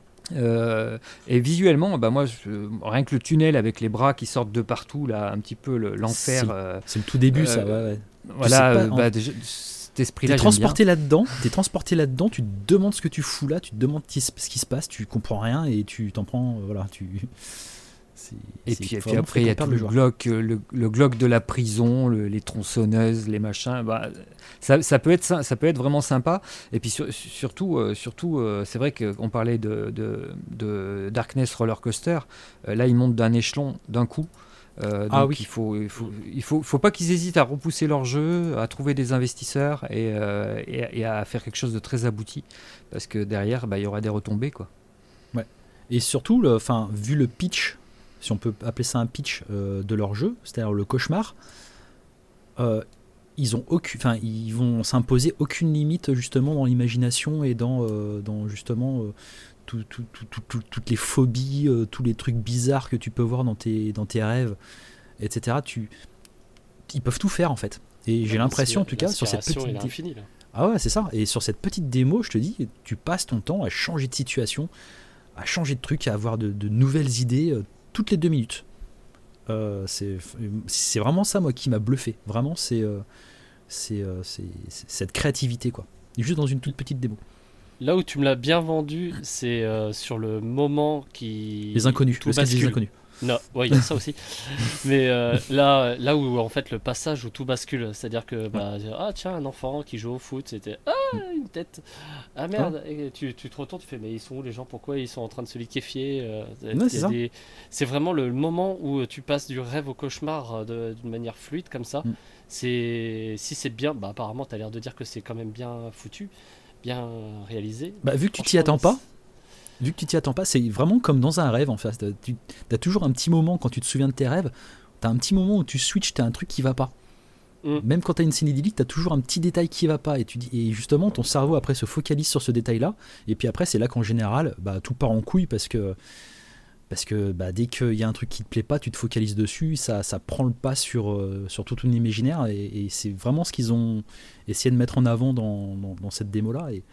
Euh, et visuellement, bah moi, je, rien que le tunnel avec les bras qui sortent de partout, là, un petit peu le, l'enfer. C'est, euh, c'est le tout début, euh, ça. Ouais, ouais. Voilà. Pas, euh, bah, en... déjà, T'es transporté là-dedans, t'es transporté là-dedans, tu te demandes ce que tu fous là, tu te demandes ce qui se passe, tu comprends rien et tu t'en prends, voilà, tu. C'est, et c'est puis, et puis après il y a tout le glock, le, le glock de la prison, le, les tronçonneuses, les machins. Bah, ça, ça peut être ça peut être vraiment sympa. Et puis sur, surtout, euh, surtout, euh, c'est vrai qu'on parlait de, de, de Darkness Roller Coaster. Euh, là, ils montent d'un échelon d'un coup. Euh, donc ah oui. il faut il faut il faut faut pas qu'ils hésitent à repousser leur jeu, à trouver des investisseurs et, euh, et, et à faire quelque chose de très abouti parce que derrière bah il y aura des retombées quoi. Ouais. Et surtout le enfin vu le pitch, si on peut appeler ça un pitch euh, de leur jeu, c'est-à-dire le cauchemar, euh, ils ont aucune enfin ils vont s'imposer aucune limite justement dans l'imagination et dans euh, dans justement euh, Tout, tout, tout, tout, tout, toutes les phobies, euh, tous les trucs bizarres que tu peux voir dans tes, dans tes rêves, et cetera. Tu, ils peuvent tout faire en fait. Et j'ai l'impression en tout cas sur cette petite démo. Infini, ah ouais, c'est ça. Et sur cette petite démo, je te dis, tu passes ton temps à changer de situation, à changer de truc, à avoir de, de nouvelles idées euh, toutes les deux minutes. Euh, c'est, c'est vraiment ça moi qui m'a bluffé. Vraiment, c'est, euh, c'est, euh, c'est, c'est cette créativité quoi. Et juste dans une toute petite démo. Là où tu me l'as bien vendu, c'est euh, sur le moment qui... Les inconnus, le sketch des inconnus. Non, ouais, il y a ça aussi. Mais euh, là, là où en fait le passage où tout bascule, c'est-à-dire que bah, ah tiens un enfant qui joue au foot, c'était ah une tête, ah merde, et tu, tu te retournes, tu fais mais ils sont où les gens, pourquoi ils sont en train de se liquéfier euh, ouais, c'est, ça. Des... c'est vraiment le moment où tu passes du rêve au cauchemar de, d'une manière fluide comme ça. Mm. C'est si c'est bien, bah apparemment t'as l'air de dire que c'est quand même bien foutu. Bien réalisé. Bah, vu que tu t'y attends pas, vu que tu t'y attends pas, c'est vraiment comme dans un rêve en fait. Tu as toujours un petit moment quand tu te souviens de tes rêves, tu as un petit moment où tu switches, tu as un truc qui va pas. Mm. Même quand tu as une scène idyllique, tu as toujours un petit détail qui va pas et tu dis et justement ton cerveau après se focalise sur ce détail-là et puis après c'est là qu'en général, bah tout part en couille parce que parce que bah, dès qu'il y a un truc qui te plaît pas, tu te focalises dessus, ça, ça prend le pas sur, euh, sur tout ton imaginaire et, et c'est vraiment ce qu'ils ont essayé de mettre en avant dans, dans, dans cette démo-là. Et...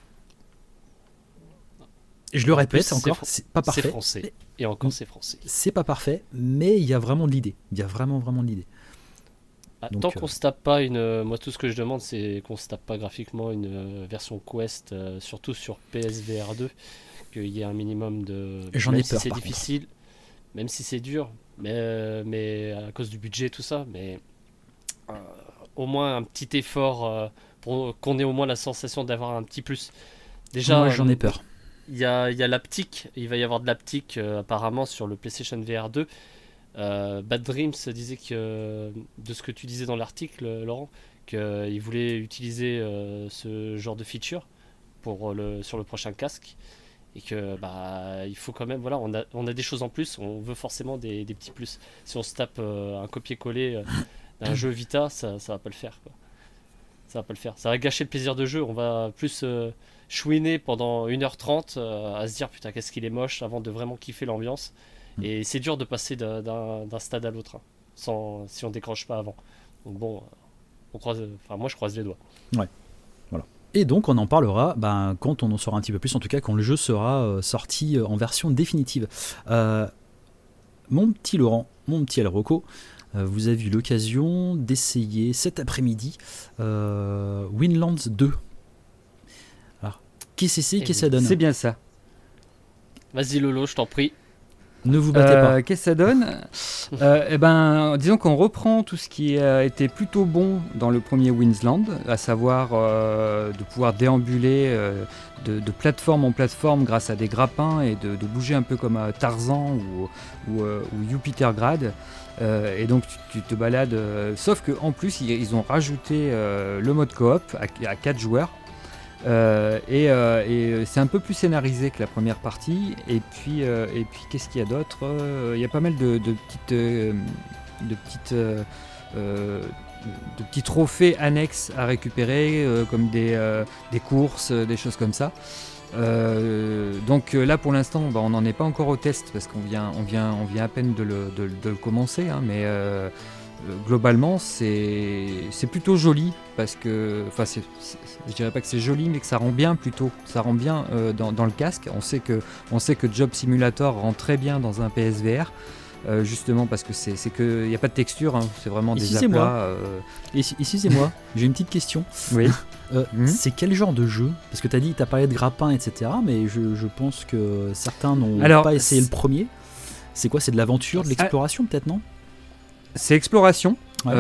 et je le répète plus, encore, c'est, fr- c'est pas parfait. C'est français. Et encore, c'est français. C'est pas parfait, mais il y a vraiment de l'idée. Il y a vraiment, vraiment de l'idée. Ah, Donc, tant qu'on euh... se tape pas une... Moi, tout ce que je demande, c'est qu'on se tape pas graphiquement une version Quest, euh, surtout sur P S V R deux. Qu'il y ait un minimum de... J'en même ai si peur, c'est par difficile, contre. Même si c'est dur, mais, mais à cause du budget, tout ça, mais euh, au moins un petit effort euh, pour qu'on ait au moins la sensation d'avoir un petit plus. Déjà, moi j'en ai peur. Il y a, y a l'aptique, il va y avoir de l'aptique euh, apparemment sur le PlayStation V R deux. Euh, Bad Dreams disait que, de ce que tu disais dans l'article, Laurent, qu'il voulait utiliser euh, ce genre de feature pour le, sur le prochain casque. Et que bah il faut quand même voilà on a on a des choses en plus, on veut forcément des, des petits plus. Si on se tape euh, un copier-coller euh, d'un jeu Vita, ça ça va pas le faire quoi. Ça va pas le faire. Ça va gâcher le plaisir de jeu. On va plus euh, chouiner pendant une heure trente euh, à se dire putain qu'est-ce qu'il est moche avant de vraiment kiffer l'ambiance. Mm. Et c'est dur de passer d'un, d'un, d'un stade à l'autre hein, sans si on décroche pas avant. Donc bon. on croise, enfin moi je croise les doigts. Ouais. Voilà. Et donc on en parlera ben, quand on en saura un petit peu plus, en tout cas quand le jeu sera euh, sorti euh, en version définitive. Euh, mon petit Laurent, mon petit Alroco, euh, vous avez eu l'occasion d'essayer cet après-midi euh, Windlands deux. Alors, qu'est-ce que c'est, qu'est-ce que ça donne ? C'est bien ça. Vas-y Lolo, je t'en prie. Ne vous battez euh, pas. Qu'est-ce que ça donne ? euh, eh ben, disons qu'on reprend tout ce qui a été plutôt bon dans le premier Windlands, à savoir euh, de pouvoir déambuler euh, de, de plateforme en plateforme grâce à des grappins et de, de bouger un peu comme à Tarzan ou, ou, euh, ou Jupitergrad. Euh, et donc tu, tu te balades, euh, sauf qu'en plus ils, ils ont rajouté euh, le mode coop à, à quatre joueurs. Euh, et, euh, et c'est un peu plus scénarisé que la première partie. Et puis, euh, et puis qu'est-ce qu'il y a d'autre ? Il y a pas mal de, de petites, euh, de petites, euh, euh, de petits trophées annexes à récupérer, euh, comme des, euh, des courses, des choses comme ça. Euh, donc là pour l'instant bah, on n'en est pas encore au test parce qu'on vient, on vient, on vient à peine de le, de, de le commencer, hein, mais euh, globalement c'est, c'est plutôt joli parce que, enfin c'est, c'est, je dirais pas que c'est joli mais que ça rend bien plutôt, ça rend bien euh, dans, dans le casque. On sait que, on sait que Job Simulator rend très bien dans un P S V R. Euh, justement parce que c'est, c'est que il n'y a pas de texture, hein, c'est vraiment des aplats. Euh... Excusez-moi, j'ai une petite question. Oui. euh, mmh. C'est quel genre de jeu ? Parce que tu as dit, tu as parlé de grappin, et cetera. Mais je, je pense que certains n'ont Alors, pas essayé le premier. C'est quoi ? C'est de l'aventure, de l'exploration, peut-être, non ? C'est exploration. Ouais.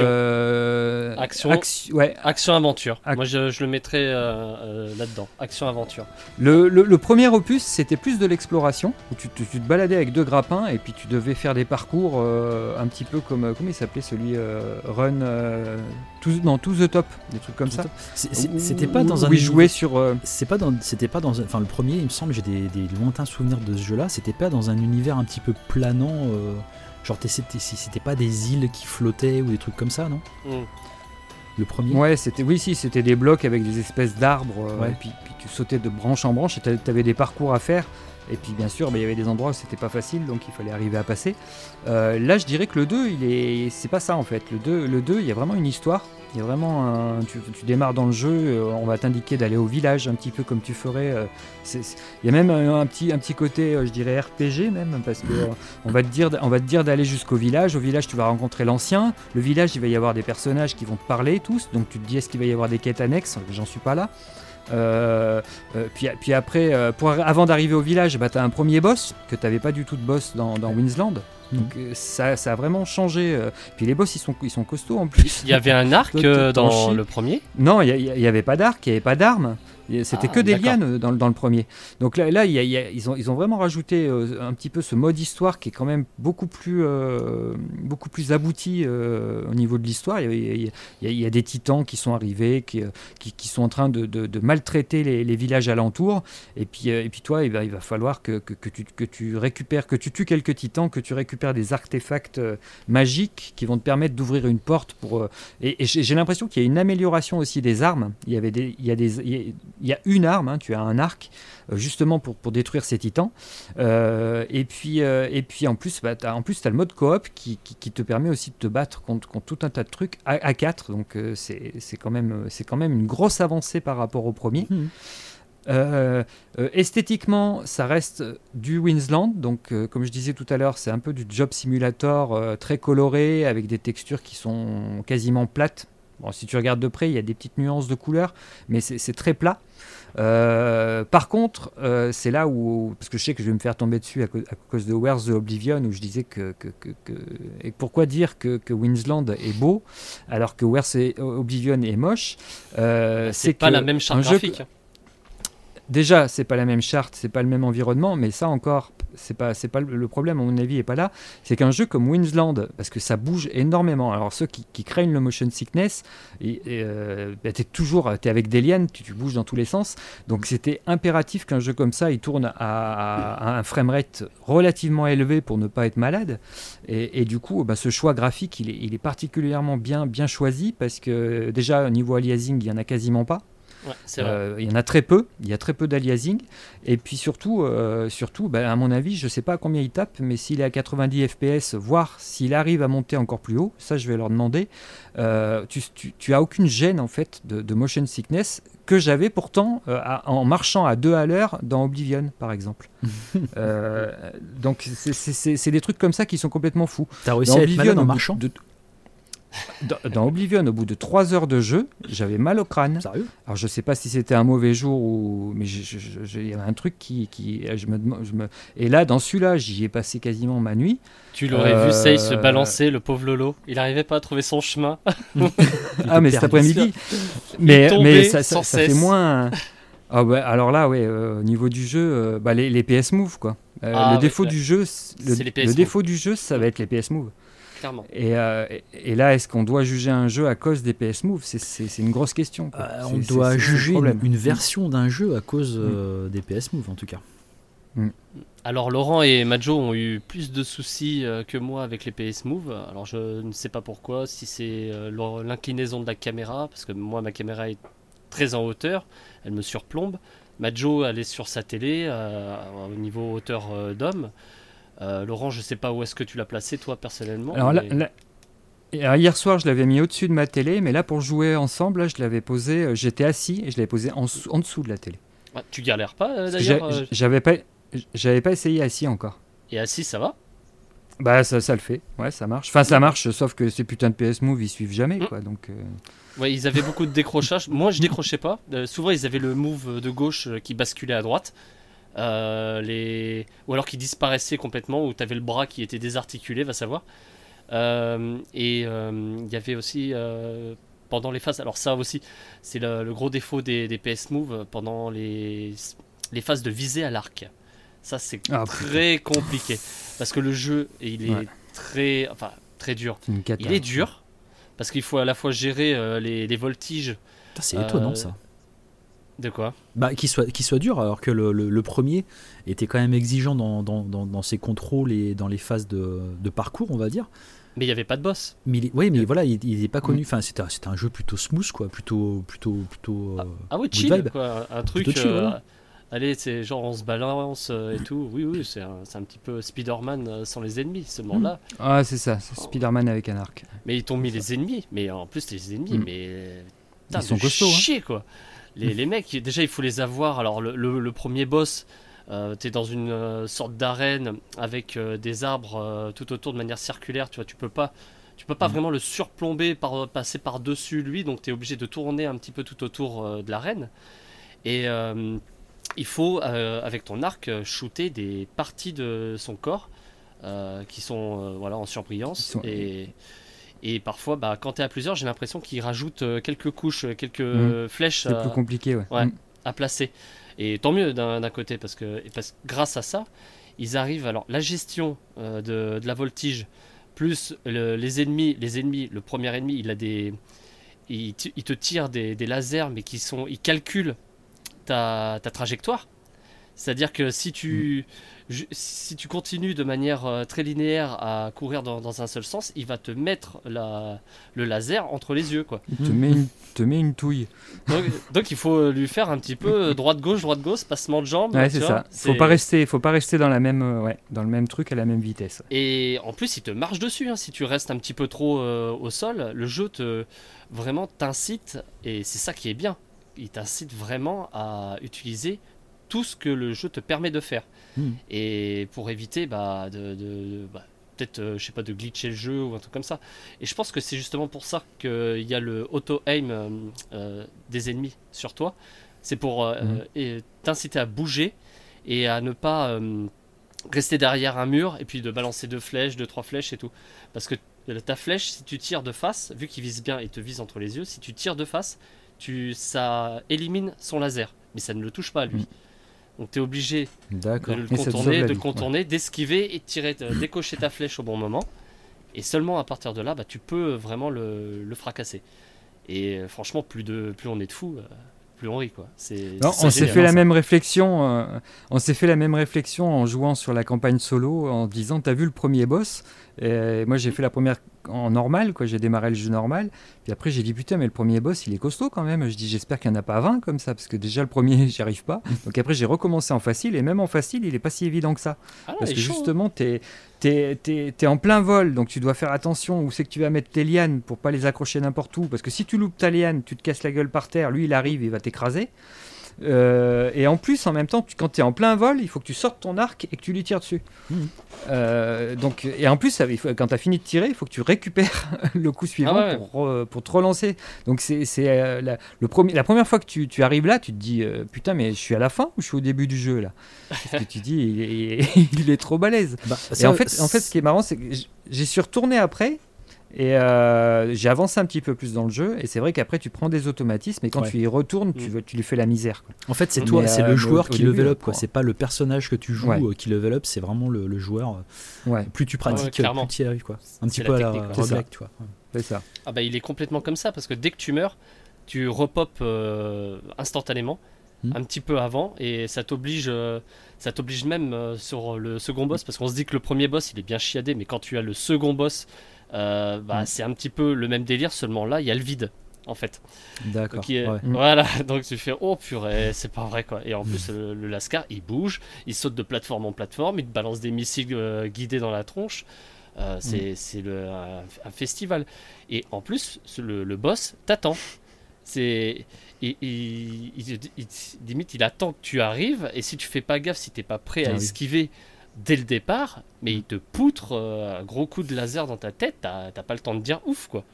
Euh... Action. Action. Ouais. Action-aventure. Ac... Moi, je, je le mettrais euh, euh, là-dedans. Action-aventure. Le, le, le premier opus, c'était plus de l'exploration, où tu, tu, tu te baladais avec deux grappins et puis tu devais faire des parcours euh, un petit peu comme... Comment il s'appelait celui euh, Run... Euh, to, non, To The Top, des trucs comme ça. C'est, c'est, c'était pas dans un... Où il jouait sur... Euh... C'est pas dans, c'était pas dans... Enfin, le premier, il me semble, j'ai des, des lointains souvenirs de ce jeu-là, c'était pas dans un univers un petit peu planant... Euh... Genre, c'était, c'était pas des îles qui flottaient ou des trucs comme ça, non ? mm. Le premier ? Ouais, c'était, oui, si, c'était des blocs avec des espèces d'arbres, euh, ouais. et puis, puis tu sautais de branche en branche et tu avais des parcours à faire. Et puis, bien sûr, bah, il y avait des endroits où c'était pas facile, donc il fallait arriver à passer. Euh, là, je dirais que le deux, il est... c'est pas ça en fait. Le deux, le deux, il y a vraiment une histoire. Il y a vraiment un... tu, tu démarres dans le jeu, euh, on va t'indiquer d'aller au village, un petit peu comme tu ferais. Euh, c'est, c'est... Il y a même un, un, petit, un petit côté, euh, je dirais, R P G même, parce que euh, on va te dire, on va te dire d'aller jusqu'au village. Au village, tu vas rencontrer l'ancien. Le village, il va y avoir des personnages qui vont te parler tous. Donc tu te dis, est-ce qu'il va y avoir des quêtes annexes ? J'en suis pas là. Euh, euh, puis, puis après, euh, pour, avant d'arriver au village, bah, tu as un premier boss, que tu n'avais pas du tout de boss dans, dans Windlands. Donc mmh. ça, ça a vraiment changé. Puis les boss, ils sont, ils sont costauds en plus. Il y avait un arc euh, dans le premier ? Non, il n'y avait pas d'arc, il n'y avait pas d'armes. C'était ah, que des d'accord. lianes dans, dans le premier. Donc là, là y a, y a, ils, ont, ils ont vraiment rajouté euh, un petit peu ce mode histoire qui est quand même beaucoup plus, euh, beaucoup plus abouti euh, au niveau de l'histoire. Il y, y, y, y a des titans qui sont arrivés, qui, qui, qui sont en train de, de, de maltraiter les, les villages alentours. Et puis, euh, et puis toi, il va, il va falloir que, que, que, tu, que tu récupères, que tu tues quelques titans, que tu récupères des artefacts euh, magiques qui vont te permettre d'ouvrir une porte. Pour, euh, et, et j'ai, j'ai l'impression qu'il y a une amélioration aussi des armes. Il y avait des... Il y a des il y a, Il y a une arme, hein, tu as un arc, euh, justement pour, pour détruire ces titans. Euh, et, puis, euh, et puis en plus, bah, tu as le mode coop qui, qui, qui te permet aussi de te battre contre, contre tout un tas de trucs à, à quatre. Donc euh, c'est, c'est, quand même, c'est quand même une grosse avancée par rapport au premier. Mmh. Euh, euh, esthétiquement, ça reste du Windlands. Donc, euh, comme je disais tout à l'heure, c'est un peu du Job Simulator euh, très coloré, avec des textures qui sont quasiment plates. Bon, si tu regardes de près, il y a des petites nuances de couleurs, mais c'est, c'est très plat. Euh, par contre, euh, c'est là où, parce que je sais que je vais me faire tomber dessus à cause, à cause de Where's the Oblivion, où je disais que, que, que, que et pourquoi dire que, que Windlands est beau alors que Where's the Oblivion est moche. Euh, c'est, c'est pas que la même charte graphique. Jeu, déjà, c'est pas la même charte, c'est pas le même environnement, mais ça encore, c'est pas, c'est pas le problème, à mon avis, est pas là. C'est qu'un jeu comme Windlands, parce que ça bouge énormément. Alors ceux qui, qui craignent le motion sickness, et, et, euh, bah, t'es toujours, t'es avec des lianes, tu, tu bouges dans tous les sens. Donc c'était impératif qu'un jeu comme ça, il tourne à, à, à un framerate relativement élevé pour ne pas être malade. Et, et du coup, bah, ce choix graphique, il est, il est particulièrement bien, bien choisi parce que déjà au niveau aliasing, il y en a quasiment pas. Ouais, c'est vrai. Euh, il y en a très peu, il y a très peu d'aliasing. Et puis surtout, euh, surtout bah, à mon avis, je ne sais pas à combien il tape, mais s'il est à quatre-vingt-dix F P S, voire s'il arrive à monter encore plus haut, ça je vais leur demander, euh, tu, tu, tu as aucune gêne en fait de, de motion sickness que j'avais pourtant euh, à, en marchant à deux à l'heure dans Oblivion par exemple. euh, donc c'est, c'est, c'est, c'est des trucs comme ça qui sont complètement fous. T'as réussi dans à Oblivion, être malade en marchant de, Dans, dans Oblivion, au bout de trois heures de jeu, j'avais mal au crâne. Sérieux ? Alors je sais pas si c'était un mauvais jour ou, mais il y avait un truc qui, qui je me, je me, et là dans celui-là, j'y ai passé quasiment ma nuit. Tu l'aurais euh... vu, Sei se balancer, le pauvre Lolo. Il n'arrivait pas à trouver son chemin. Ah mais cet après-midi. Mais mais ça, ça, ça fait moins. Ah ouais, alors là, ouais, euh, au niveau du jeu, euh, bah, les, les P S Move quoi. Euh, ah, le ouais, défaut ouais. du jeu, le, le défaut du jeu, ça va être les P S Move. Clairement. Et, euh, et là, est-ce qu'on doit juger un jeu à cause des P S Move ? c'est, c'est, c'est une grosse question. Euh, on c'est, doit c'est, juger c'est une, une version d'un jeu à cause euh, mm. des P S Move, en tout cas. Mm. Alors, Laurent et Majo ont eu plus de soucis euh, que moi avec les P S Move. Alors, je ne sais pas pourquoi, si c'est euh, l'inclinaison de la caméra, parce que moi, ma caméra est très en hauteur, elle me surplombe. Majo, elle est sur sa télé, euh, au niveau hauteur euh, d'homme. Euh, Laurent, je sais pas où est-ce que tu l'as placé, toi, personnellement. Alors, mais... là, là, alors hier soir, je l'avais mis au-dessus de ma télé, mais là, pour jouer ensemble, là, je l'avais posé, euh, j'étais assis et je l'avais posé en, en dessous de la télé. Ah, tu galères pas, euh, d'ailleurs J'a, J'avais pas, j'avais pas essayé assis encore. Et assis, ça va ? Bah, ça, ça le fait, ouais, ça marche. Enfin, ça marche, sauf que ces putains de P S Move, ils suivent jamais, mmh. quoi, donc... Euh... Ouais, ils avaient beaucoup de décrochage. Moi, je décrochais pas. Euh, souvent, ils avaient le move de gauche qui basculait à droite. Euh, les... ou alors qui disparaissait complètement, où tu avais le bras qui était désarticulé, va savoir. Euh, et il euh, y avait aussi euh, pendant les phases, alors ça aussi c'est le, le gros défaut des, des P S Move pendant les, les phases de visée à l'arc. Ça c'est ah, très putain. compliqué parce que le jeu il est ouais. très, enfin, très dur. Cata, il est dur parce qu'il faut à la fois gérer euh, les, les voltiges. Putain, c'est étonnant euh, ça. De quoi ? Bah, qu'il soit, qu'il soit dur, alors que le, le, le premier était quand même exigeant dans, dans, dans, dans ses contrôles et dans les phases de, de parcours, on va dire. Mais il n'y avait pas de boss. Mais il, oui, mais voilà, il n'est pas connu. Enfin, c'était, c'était un jeu plutôt smooth, quoi. Plutôt, plutôt, plutôt. Ah, ah oui, chill, quoi. Un truc. Chill, euh, voilà. Allez, c'est genre on se balance euh, et tout. Oui, oui, c'est un, c'est un petit peu Spider-Man sans les ennemis, seulement mmh. là. Ah, c'est ça, c'est Spider-Man avec un arc. Mais ils t'ont mis les ennemis, mais en plus, les ennemis, mmh. mais. Ils sont costauds. Chier, hein. quoi. Les, les mecs, déjà il faut les avoir. Alors le, le, le premier boss, euh, t'es dans une euh, sorte d'arène avec euh, des arbres euh, tout autour de manière circulaire. Tu vois, tu peux pas, tu peux pas mmh. vraiment le surplomber, par, passer par dessus lui. Donc t'es obligé de tourner un petit peu tout autour euh, de l'arène. Et euh, il faut euh, avec ton arc shooter des parties de son corps euh, qui sont euh, voilà en surbrillance sont... et Et parfois, bah, quand tu es à plusieurs, j'ai l'impression qu'ils rajoutent euh, quelques couches, quelques mmh. flèches c'est à, plus compliqué, ouais. Ouais, mmh. à placer. Et tant mieux d'un, d'un côté, parce que, parce que grâce à ça, ils arrivent. Alors, la gestion euh, de, de la voltige, plus le, les ennemis, les ennemis, le premier ennemi, il a des, il, t- il te tire des, des lasers, mais qui sont, il calcule ta, ta trajectoire. C'est-à-dire que si tu, mmh. je, si tu continues de manière euh, très linéaire à courir dans, dans un seul sens, il va te mettre la, le laser entre les yeux, quoi. Il te, mmh. met, une, te met une touille. Donc, donc il faut lui faire un petit peu droite-gauche, droite-gauche, passement de jambes. Ouais, c'est ça. Il ne faut pas rester, faut pas rester dans, la même, euh, ouais, dans le même truc à la même vitesse. Et en plus, il te marche dessus. Hein. Si tu restes un petit peu trop euh, au sol, le jeu te, vraiment t'incite, et c'est ça qui est bien, il t'incite vraiment à utiliser tout ce que le jeu te permet de faire. Mmh. Et pour éviter bah, de, de, bah, peut-être euh, je sais pas, de glitcher le jeu ou un truc comme ça. Et je pense que c'est justement pour ça qu'il y a le auto-aim euh, euh, des ennemis sur toi. C'est pour euh, mmh. euh, t'inciter à bouger et à ne pas euh, rester derrière un mur et puis de balancer deux flèches, deux, trois flèches et tout. Parce que ta flèche, si tu tires de face, vu qu'il vise bien et te vise entre les yeux, si tu tires de face, tu, ça élimine son laser. Mais ça ne le touche pas à lui. Mmh. Donc tu es obligé D'accord. de le contourner, de contourner, ouais. d'esquiver et de tirer, de décocher ta flèche au bon moment. Et seulement à partir de là, bah, tu peux vraiment le, le fracasser. Et euh, franchement, plus, de, plus on est de fous, euh, plus on rit, quoi. C'est, non, c'est on génial, s'est fait hein, la ça. même réflexion. Euh, on s'est fait la même réflexion en jouant sur la campagne solo, en disant, t'as vu le premier boss? Et moi, j'ai fait la première en normal, quoi. J'ai démarré le jeu normal. Puis après, j'ai dit, putain, mais le premier boss, il est costaud quand même. Je dis, j'espère qu'il n'y en a pas vingt comme ça, parce que déjà le premier, j'y arrive pas. Donc après, j'ai recommencé en facile, et même en facile, il est pas si évident que ça. Ah, Parce il que est chaud, justement, t'es, t'es, t'es, t'es en plein vol, donc tu dois faire attention où c'est que tu vas mettre tes lianes pour pas les accrocher n'importe où. Parce que si tu loupes ta liane, tu te casses la gueule par terre, lui il arrive, il va t'écraser. Euh, et en plus, en même temps, tu, quand tu es en plein vol, il faut que tu sortes ton arc et que tu lui tires dessus. Mmh. Euh, donc, et en plus, il faut, quand tu as fini de tirer, il faut que tu récupères le coup suivant ah ouais. pour, pour te relancer. Donc, c'est, c'est euh, la, le premier, la première fois que tu, tu arrives là, tu te dis euh, putain, mais je suis à la fin ou je suis au début du jeu là? Parce que tu dis, il est, il est trop balèze. Bah, ça, et en fait, en fait, ce qui est marrant, c'est que j'y suis retourné après. Et euh, j'ai avancé un petit peu plus dans le jeu, et c'est vrai qu'après tu prends des automatismes, et quand ouais. tu y retournes, tu, tu lui fais la misère, quoi. En fait, c'est toi, mais c'est euh, le joueur au, qui au level up, quoi. C'est pas le personnage que tu joues ouais. euh, qui level up, c'est vraiment le, le joueur. Ouais. Plus tu pratiques, ouais, plus tu y arrives, quoi. Un petit c'est peu à la roguelike, tu vois. Ouais. C'est ça. Ah bah il est complètement comme ça, parce que dès que tu meurs, tu repopes euh, instantanément, hmm. un petit peu avant, et ça t'oblige, euh, ça t'oblige même euh, sur le second boss, parce qu'on se dit que le premier boss il est bien chiadé, mais quand tu as le second boss. Euh, bah, mmh. c'est un petit peu le même délire, seulement là il y a le vide en fait. D'accord. Donc, est, ouais. Voilà, donc tu fais oh purée, c'est pas vrai quoi. Et en plus le, le Lascar il bouge, il saute de plateforme en plateforme, il te balance des missiles euh, guidés dans la tronche. Euh, c'est, mmh. c'est le, un, un festival. Et en plus le, le boss t'attend. C'est il, il, il, il, limite il attend que tu arrives, et si tu fais pas gaffe, si t'es pas prêt à ah, esquiver. Oui. Dès le départ, mais il te poutre euh, un gros coup de laser dans ta tête, t'as, t'as pas le temps de dire ouf quoi.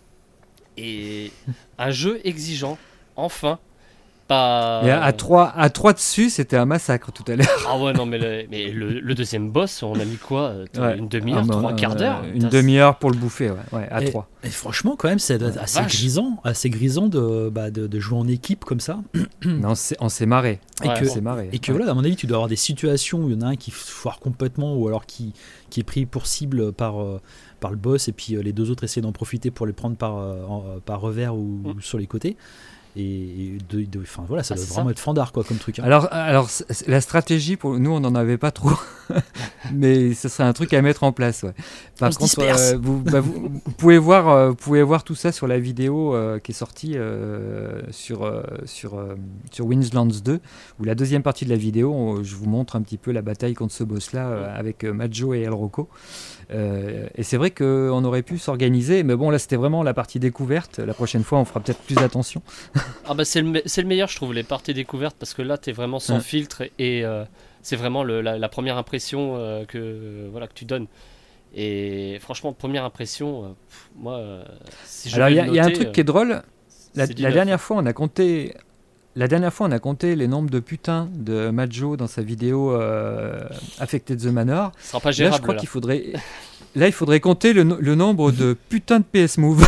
Et un jeu exigeant, enfin. Pas... Et à trois à trois dessus, c'était un massacre tout à l'heure. Ah ouais, non, mais le, mais le, le deuxième boss, on a mis quoi ouais. Une demi-heure, ah, trois euh, quarts d'heure Une T'as... demi-heure pour le bouffer, ouais, ouais à et, trois. Et franchement, quand même, c'est oh, assez vache. grisant, assez grisant de, bah, de, de jouer en équipe comme ça. Mais on s'est, on s'est marré. Et ouais, que, s'est marré. Et que ouais. voilà, à mon avis, tu dois avoir des situations où il y en a un qui foire complètement, ou alors qui, qui est pris pour cible par, euh, par le boss, et puis euh, les deux autres essaient d'en profiter pour les prendre par, euh, en, par revers ou, mm. ou sur les côtés. Et de, de, enfin voilà, ça ah, doit vraiment ça. être fandard quoi comme truc. Hein. Alors, alors la stratégie pour nous, on n'en avait pas trop, mais ce serait un truc à mettre en place. Ouais. Par on contre, se disperse. Euh, vous, bah, vous, vous pouvez voir, euh, vous pouvez voir tout ça sur la vidéo euh, qui est sortie euh, sur euh, sur euh, sur Windlands deux, où la deuxième partie de la vidéo, on, je vous montre un petit peu la bataille contre ce boss-là euh, avec euh, Majo et El Rocco. Euh, et c'est vrai qu'on aurait pu s'organiser, mais bon là c'était vraiment la partie découverte. La prochaine fois, on fera peut-être plus attention. Ah bah c'est le, me- c'est le meilleur je trouve, les parties découvertes, parce que là t'es vraiment sans ouais. filtre, et euh, c'est vraiment le, la, la première impression euh, que, euh, voilà, que tu donnes. Et franchement, première impression, euh, pff, moi euh, si je alors il y, y a un truc euh, qui est drôle. La, la dernière fois on a compté La dernière fois, on a compté les nombres de putains de Majo dans sa vidéo euh, Affected the Manor. Ce sera pas gérable. Là, je crois là. qu'il faudrait. Là, il faudrait compter le, le nombre de putains de P S Move.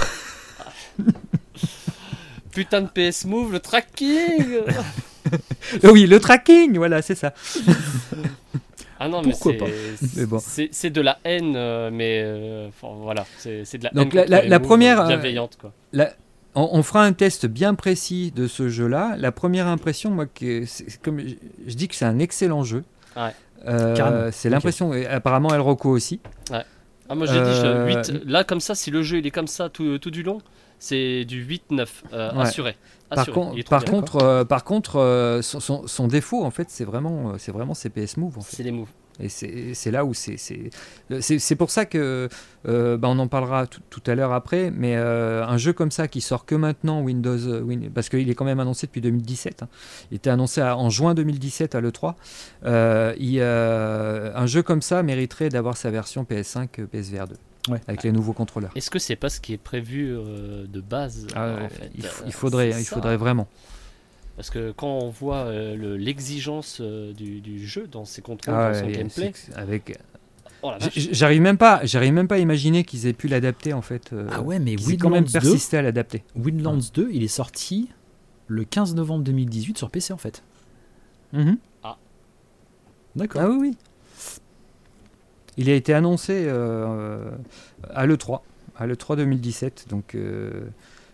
Putain de P S Move, le tracking. Oui, le tracking, voilà, c'est ça. Ah non, mais Pourquoi c'est, pas c'est, mais bon. c'est, c'est de la haine, euh, mais euh, voilà, c'est, c'est de la Donc haine la, la, la première, bienveillante, quoi. La, on, on fera un test bien précis de ce jeu-là. La première impression, moi, que c'est, c'est comme je, je dis que c'est un excellent jeu. Ouais. Euh, c'est okay. L'impression, et apparemment El Rocco aussi. Ouais. Ah, moi j'ai euh... dit huit. Là, comme ça, si le jeu il est comme ça tout, tout du long, c'est du huit neuf euh, ouais. assuré. Par, con, par, contre, euh, par contre, euh, son, son, son défaut, en fait, c'est vraiment, c'est vraiment ses P S Move. En fait. C'est les moves. Et c'est, c'est là où c'est, c'est, c'est, c'est pour ça que, euh, bah on en parlera tout, tout à l'heure après, mais euh, un jeu comme ça qui sort que maintenant, Windows, Win, parce qu'il est quand même annoncé depuis deux mille dix-sept, hein. Il était annoncé à, en juin deux mille dix-sept à l'E trois, euh, il, euh, un jeu comme ça mériterait d'avoir sa version P S cinq, P S V R deux. Ouais. Avec les nouveaux contrôleurs. Est-ce que c'est pas ce qui est prévu euh, de base ah, en fait il, f- il faudrait, il faudrait vraiment. Parce que quand on voit euh, le, l'exigence euh, du, du jeu dans ses contrôles, ah, dans son ouais, gameplay, avec, oh j'arrive même pas, j'arrive même pas à imaginer qu'ils aient pu l'adapter en fait. Euh, ah ouais, mais ils ont quand même persisté à l'adapter. Windlands ah. deux, il est sorti le quinze novembre deux mille dix-huit sur P C en fait. Mm-hmm. Ah. D'accord. Ah oui oui. Il a été annoncé euh, à l'E trois, à l'E trois deux mille dix-sept, donc. Euh,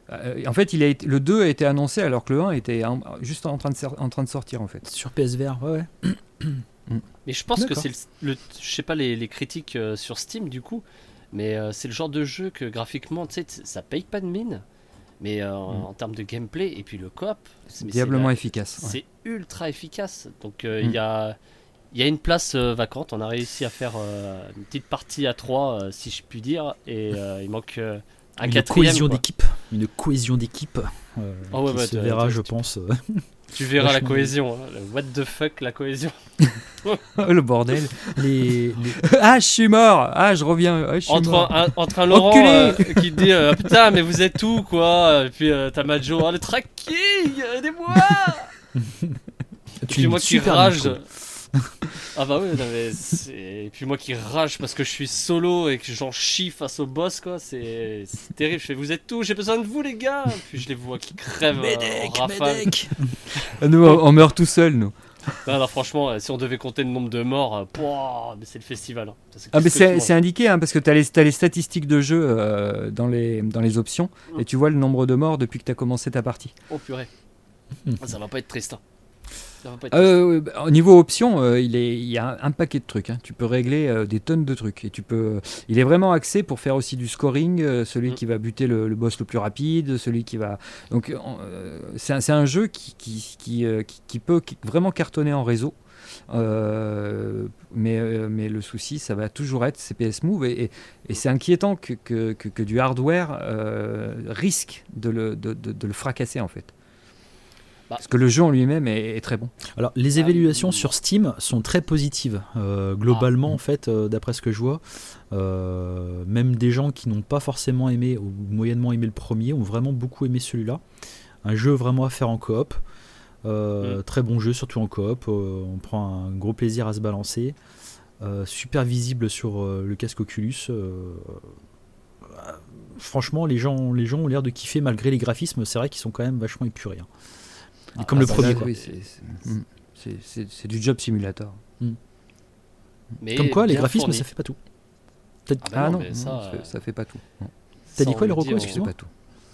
Euh, en fait, il a été, le deux a été annoncé alors que le un était en, juste en train, de, en train de sortir en fait. Sur P S V R, ouais, ouais. Mais je pense D'accord. que c'est le, le, je sais pas les, les critiques euh, sur Steam du coup, mais euh, c'est le genre de jeu que graphiquement, tu sais, ça paye pas de mine, mais euh, mm. en, en termes de gameplay et puis le coop, c'est diablement c'est efficace. C'est ouais. ultra efficace. Donc il euh, mm. y a il y a une place euh, vacante. On a réussi à faire euh, une petite partie à trois, euh, si je puis dire, et euh, il manque euh, un une quatrième. Cohésion quoi. d'équipe, une cohésion d'équipe. Euh, oh, ouais, qui ouais, se verra, je tu, pense. Tu verras la cohésion. Hein. What the fuck, la cohésion. Le bordel. Les, les... Ah, je suis mort. Ah, je reviens. Ah, je suis entre, mort. Un, entre un Laurent euh, qui te dit euh, putain, mais vous êtes où quoi. Et puis euh, t'as Majo, oh, le tracking, aidez-moi. Et puis moi qui rage. Ah bah oui, non, mais et puis moi qui rage parce que je suis solo et que j'en chie face au boss quoi, c'est, c'est terrible. Je fais vous êtes où, j'ai besoin de vous les gars. Puis je les vois qui crèvent euh, en rafale. Nous on meurt tout seul nous. Non, non, franchement, si on devait compter le nombre de morts, euh, pouah, mais c'est le festival. Hein. C'est ah, mais c'est, c'est indiqué hein, parce que tu as les, t'as les statistiques de jeu euh, dans, les, dans les options mmh. et tu vois le nombre de morts depuis que tu as commencé ta partie. Oh purée, mmh. ça va pas être triste. Hein. Euh, au niveau options, euh, il, est, il y a un, un paquet de trucs. Hein. Tu peux régler euh, des tonnes de trucs. Et tu peux, il est vraiment axé pour faire aussi du scoring, euh, celui mmh. qui va buter le, le boss le plus rapide, celui qui va. Donc, euh, c'est, un, c'est un jeu qui, qui, qui, euh, qui, qui peut vraiment cartonner en réseau. Euh, mais, euh, mais le souci, ça va toujours être C P S Move. Et, et, et c'est inquiétant que, que, que, que du hardware euh, risque de le, de, de, de le fracasser en fait. Parce que le jeu en lui-même est, est très bon. Alors, les évaluations ah, sur Steam sont très positives. Euh, globalement, ah. en fait, euh, d'après ce que je vois, euh, même des gens qui n'ont pas forcément aimé ou moyennement aimé le premier ont vraiment beaucoup aimé celui-là. Un jeu vraiment à faire en coop. Euh, mm. Très bon jeu, surtout en coop. Euh, on prend un gros plaisir à se balancer. Euh, super visible sur euh, le casque Oculus. Euh, franchement, les gens, les gens ont l'air de kiffer malgré les graphismes. C'est vrai qu'ils sont quand même vachement épurés. Hein. Ah, comme ah, le premier là, quoi. Oui, c'est, c'est, c'est, c'est, c'est du job simulator. Mm. Mais comme quoi les graphismes fourni. Ça fait pas tout. Ah, bah ah non, non ça, non, ça fait pas tout. Non. T'as dit quoi le Rocco, excuse-moi pas tout.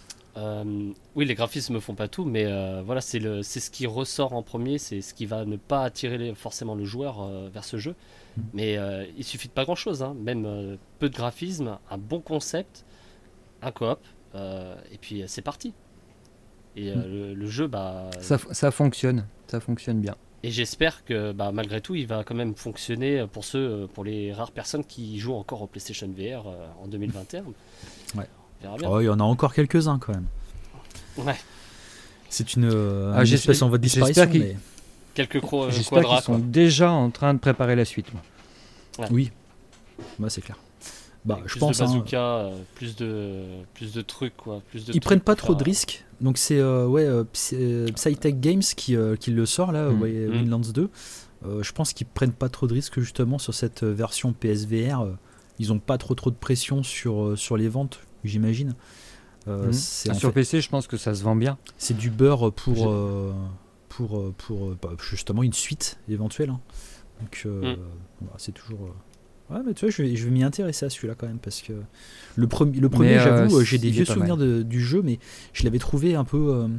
Euh, oui, les graphismes font pas tout, mais euh, voilà, c'est, le, c'est ce qui ressort en premier, c'est ce qui va ne pas attirer les, forcément le joueur euh, vers ce jeu. Mm. Mais euh, il suffit de pas grand-chose, hein. Même euh, peu de graphisme, un bon concept, un coop, euh, et puis c'est parti. Et euh, mm. le, le jeu, bah, ça, ça fonctionne, ça fonctionne bien. Et j'espère que bah, malgré tout, il va quand même fonctionner pour ceux, pour les rares personnes qui jouent encore au PlayStation V R euh, en deux mille vingt et un. Ouais. Oh, il y en a encore quelques-uns quand même. Ouais. C'est une, euh, ah, une espèce en voie de disparition. Mais... Quelques cro- euh, j'espère quadras. Qu'ils sont quoi. déjà en train de préparer la suite. Ouais. Oui, bah, c'est clair. Bah, Avec je plus pense, de bazooka, hein, euh, plus de plus de trucs quoi, plus de ils prennent pas trop de risques. Donc c'est euh, ouais euh, Psytech Games qui euh, qui le sort là, mmh. ouais, mmh. Windlands deux. Euh, je pense qu'ils prennent pas trop de risques justement sur cette version P S V R. Ils ont pas trop trop de pression sur euh, sur les ventes, j'imagine. Euh, mmh. c'est, sur fait, P C, je pense que ça se vend bien. C'est du beurre pour euh, pour pour bah, justement une suite éventuelle. Hein. Donc euh, mmh. bah, c'est toujours euh, ouais, mais tu vois, je vais, je vais m'y intéresser à celui-là quand même parce que le, pre- le premier, mais j'avoue, euh, j'ai des vieux souvenirs de, du jeu, mais je l'avais trouvé un peu, euh,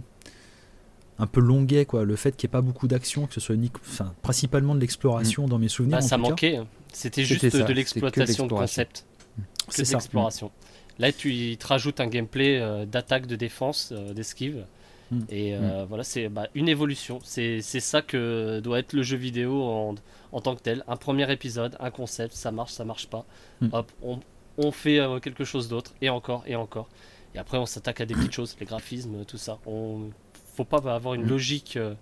un peu longuet, quoi. Le fait qu'il n'y ait pas beaucoup d'action, que ce soit unique, enfin, principalement de l'exploration mmh. dans mes souvenirs. Bah, ça en manquait. Cas. C'était juste C'était de l'exploitation de concept. Mmh. Que C'est de l'exploration. Mmh. Là, tu il te rajoutes un gameplay euh, d'attaque, de défense, euh, d'esquive. Mmh. Et euh, mmh. voilà, c'est bah, une évolution. C'est, c'est ça que doit être le jeu vidéo en, en tant que tel. Un premier épisode, un concept, ça marche, ça marche pas. Mmh. Hop, on, on fait euh, quelque chose d'autre, et encore, et encore. Et après, on s'attaque à des petites choses, les graphismes, tout ça. On faut pas avoir une logique euh,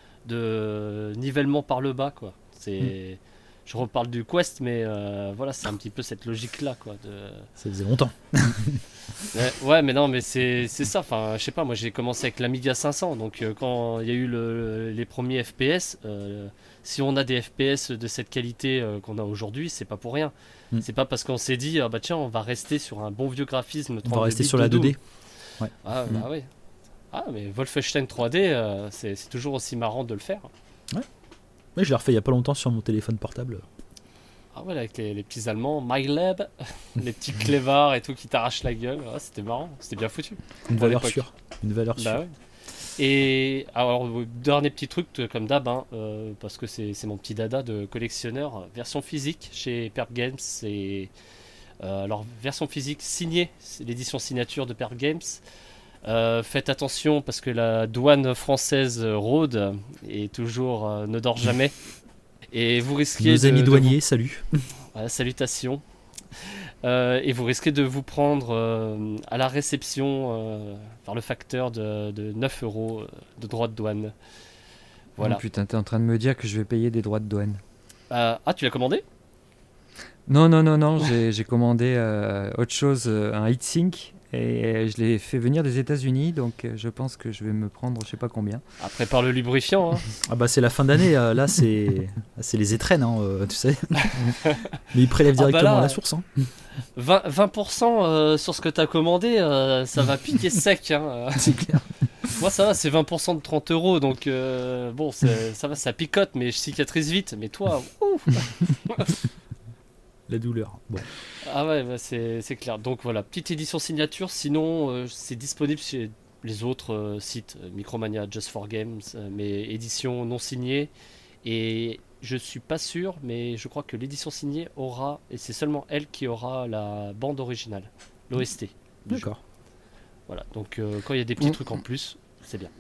de nivellement par le bas, quoi. C'est... Mmh. Je reparle du Quest, mais euh, voilà, c'est un petit peu cette logique-là, quoi. De... Ça faisait longtemps. ouais, ouais, mais non, mais c'est, c'est ça. Enfin, je sais pas, moi j'ai commencé avec l'Amiga cinq cents, donc euh, quand il y a eu le, les premiers F P S, euh, si on a des F P S de cette qualité euh, qu'on a aujourd'hui, c'est pas pour rien. Mm. C'est pas parce qu'on s'est dit, ah bah tiens, on va rester sur un bon vieux graphisme. On va rester sur la deux D. Ouais. Ah, bah mm. oui. Ah, mais Wolfenstein trois D, euh, c'est, c'est toujours aussi marrant de le faire. Ouais. Oui, je l'ai refait il y a pas longtemps sur mon téléphone portable. Ah ouais, avec les, les petits Allemands, MyLab, les petits clévards et tout qui t'arrachent la gueule. Ah, c'était marrant, c'était bien foutu. Une valeur sûre. Une valeur sûre. Bah ouais. Et alors, dernier petit truc, comme d'hab, hein, euh, parce que c'est, c'est mon petit dada de collectionneur, version physique chez Perp Games. Et, euh, alors, version physique signée, c'est l'édition signature de Perp Games. Euh, faites attention parce que la douane française rôde et toujours euh, ne dort jamais. Et vous risquez. Nos amis de, douaniers, de vous... salut. Voilà, salutations. Euh, et vous risquez de vous prendre euh, à la réception euh, par le facteur de, de neuf euros de droits de douane. Voilà. Oh putain, t'es en train de me dire que je vais payer des droits de douane. Euh, ah, tu l'as commandé ? Non, non, non, non, j'ai, j'ai commandé euh, autre chose, euh, un heatsink, et je l'ai fait venir des États-Unis, donc euh, je pense que je vais me prendre je sais pas combien. Après, par le lubrifiant. Hein. Ah bah c'est la fin d'année, euh, là c'est, c'est les étrennes, hein, euh, tu sais. Mais ils prélèvent directement ah bah là, à la source. Hein. vingt, vingt pour cent euh, sur ce que t'as commandé, euh, ça va piquer sec. Hein. C'est clair. Moi ça va, c'est vingt pour cent de trente euros, donc euh, bon, c'est, ça va, ça picote, mais je cicatrise vite. Mais toi, ouf. La douleur. Bon. Ah ouais, bah c'est, c'est clair. Donc voilà, petite édition signature. Sinon, euh, c'est disponible chez les autres euh, sites, Micromania, Just for Games, euh, mais édition non signée. Et je suis pas sûr, mais je crois que l'édition signée aura, et c'est seulement elle qui aura la bande originale, l'O S T. D'accord. Jeu. Voilà, donc euh, quand il y a des petits mmh. trucs en plus, c'est bien.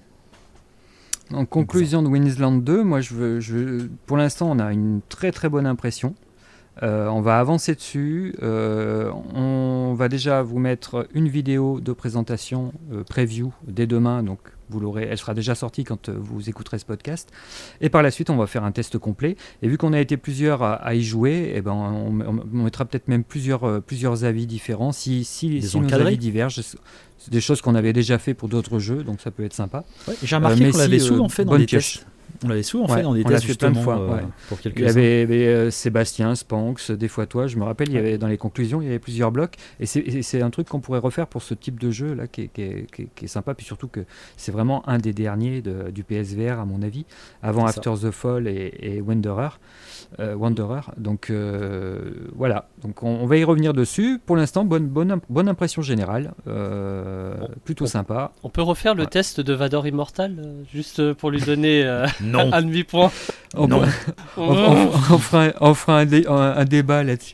En conclusion de Windsland deux, moi je veux, je veux, pour l'instant on a une très très bonne impression. Euh, on va avancer dessus. Euh, on va déjà vous mettre une vidéo de présentation euh, preview dès demain. Donc vous l'aurez, elle sera déjà sortie quand euh, vous écouterez ce podcast. Et par la suite, on va faire un test complet. Et vu qu'on a été plusieurs à, à y jouer, eh ben, on, on, on mettra peut-être même plusieurs, euh, plusieurs avis différents. Si, si, si nos avis divergent, c'est des choses qu'on avait déjà fait pour d'autres jeux, donc ça peut être sympa. Ouais, j'ai remarqué euh, qu'on l'avait si, souvent fait dans les tests. On l'avait souvent ouais, fait dans des on tests l'a fait plein de fois. Euh, ouais. Pour quelques il y avait, avait euh, Sébastien, Spanx, des fois toi, je me rappelle, il y avait dans les conclusions, il y avait plusieurs blocs. Et c'est, et c'est un truc qu'on pourrait refaire pour ce type de jeu là, qui est, qui est, qui est, qui est sympa. Puis surtout que c'est vraiment un des derniers de, du P S V R à mon avis, avant c'est After ça. The Fall et, et Wanderer. Euh, Wanderer. Donc euh, voilà. Donc on, on va y revenir dessus. Pour l'instant, bonne, bonne, bonne impression générale. Euh, bon, plutôt on, sympa. On peut refaire le ouais. test de Vador Immortal euh, juste pour lui donner euh, non. un demi-point. On, non. on, on, on, fera, un, on fera un, dé, un, un débat là-dessus.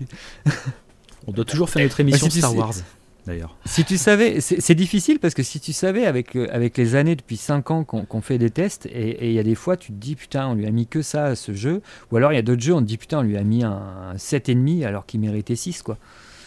On doit toujours faire notre émission si Star Wars. D'ailleurs. Si tu savais, c'est, c'est difficile parce que si tu savais, avec, avec les années, depuis cinq ans qu'on, qu'on fait des tests, et il y a des fois, tu te dis, putain, on lui a mis que ça à ce jeu, ou alors il y a d'autres jeux, on te dit, putain, on lui a mis un, un sept virgule cinq alors qu'il méritait six, quoi.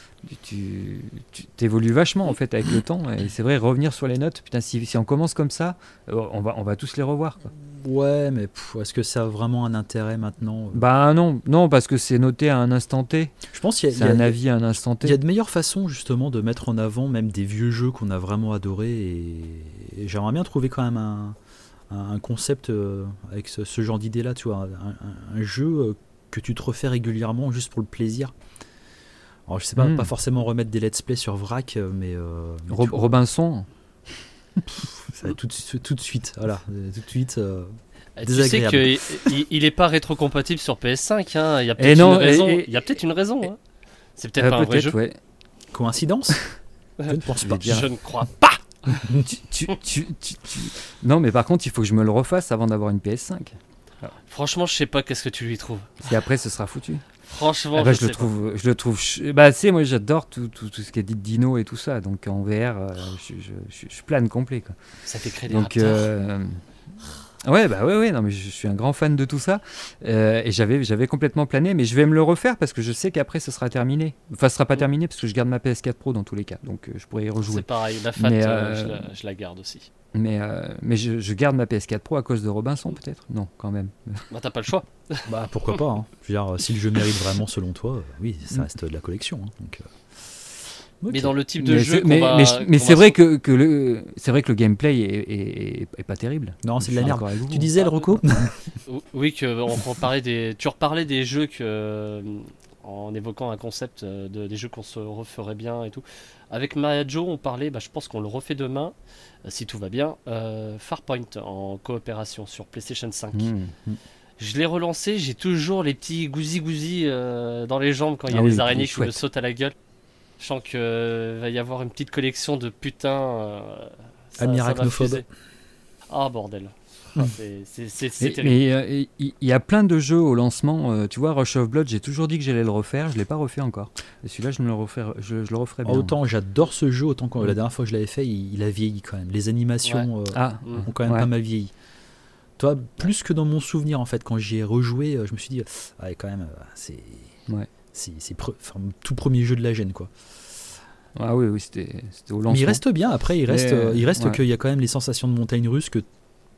Tu, tu t'évolues vachement en fait avec le temps, et c'est vrai, revenir sur les notes, putain, si, si on commence comme ça, on va, on va tous les revoir, quoi. Ouais, mais pff, est-ce que ça a vraiment un intérêt maintenant ? Bah non, non, parce que c'est noté à un instant T. Je pense qu'il y a, c'est il y a, un avis à un instant T. Il y a de meilleures façons justement de mettre en avant même des vieux jeux qu'on a vraiment adorés, et, et j'aimerais bien trouver quand même un, un concept euh, avec ce, ce genre d'idée-là, tu vois, un, un, un jeu euh, que tu te refais régulièrement juste pour le plaisir. Alors je sais pas, mmh. pas forcément remettre des let's play sur Vrac, mais... Euh, mais Rob- Robinson Pff, ça va tout, tout de suite, voilà, tout de suite. Euh, tu sais qu'il il est pas rétrocompatible sur P S cinq, hein. Il y a peut-être non, une raison. Et, et, Il y a peut-être une raison. Hein. C'est peut-être euh, pas peut-être, un vrai jeu. Ouais. Coïncidence ? Je ne pense pas. Je ne crois pas. tu, tu, tu, tu, tu... Non, mais par contre, il faut que je me le refasse avant d'avoir une P S cinq. Ah. Franchement, je sais pas qu'est-ce que tu lui trouves. Si après, ce sera foutu. Franchement, ah bah, je, je, le trouve, je le trouve. Bah, tu sais, moi, j'adore tout, tout, tout ce qui est dit Dino et tout ça. Donc, en V R, euh, je, je, je, je plane complet, quoi. Ça fait créer des donc, euh... ouais, bah ouais, ouais. Non, mais je suis un grand fan de tout ça. Euh, et j'avais, j'avais complètement plané, mais je vais me le refaire parce que je sais qu'après, ce sera terminé. Enfin, ce sera pas mmh. terminé parce que je garde ma P S quatre Pro dans tous les cas. Donc, euh, je pourrais y rejouer. C'est pareil. La F A T, mais, euh, euh... je, la, je la garde aussi. Mais, euh, mais je, je garde ma P S quatre Pro à cause de Robinson, peut-être ? Non, quand même. Bah, t'as pas le choix. Bah, pourquoi pas, hein. Je veux dire, si le jeu mérite vraiment, selon toi, euh, oui, ça reste de la collection. Hein, donc, euh... okay. Mais dans le type de mais jeu. Mais, va, mais, mais c'est, vrai que, que le, c'est vrai que le gameplay est, est, est, est pas terrible. Non, c'est de la merde. Tu disais, le Rocco ? Oui, que on reparlait des, tu reparlais des jeux que. En évoquant un concept de, des jeux qu'on se referait bien et tout. Avec Maria Joe, on parlait, bah, je pense qu'on le refait demain, euh, si tout va bien, euh, Farpoint en coopération sur PlayStation cinq. Mmh. Je l'ai relancé, j'ai toujours les petits gousi-gousi euh, dans les jambes quand il y a ah les oui, araignées qui me sautent à la gueule. Je sens qu'il euh, va y avoir une petite collection de putains. Euh, Amirachnophobe. Ah bordel. Ah, c'est, c'est, c'est, c'est mais, terrible. Mais il euh, y, y a plein de jeux au lancement. Euh, tu vois, Rush of Blood, j'ai toujours dit que j'allais le refaire. Je l'ai pas refait encore. Et celui-là, je, me le, refaire, je, je le referai bien. Autant j'adore ce jeu, autant que mmh. la dernière fois que je l'avais fait, il, il a vieilli quand même. Les animations ouais. euh, ah, mmh. ont quand même ouais. pas mal vieilli. Toi, plus que dans mon souvenir en fait, quand j'y ai rejoué, je me suis dit, ouais, quand même, c'est, ouais. c'est, c'est pre- tout premier jeu de la gêne quoi. Ah oui, oui, c'était, c'était au lancement. Mais il reste bien. Après, il reste, Mais, il reste ouais. qu'il y a quand même les sensations de montagne russe que,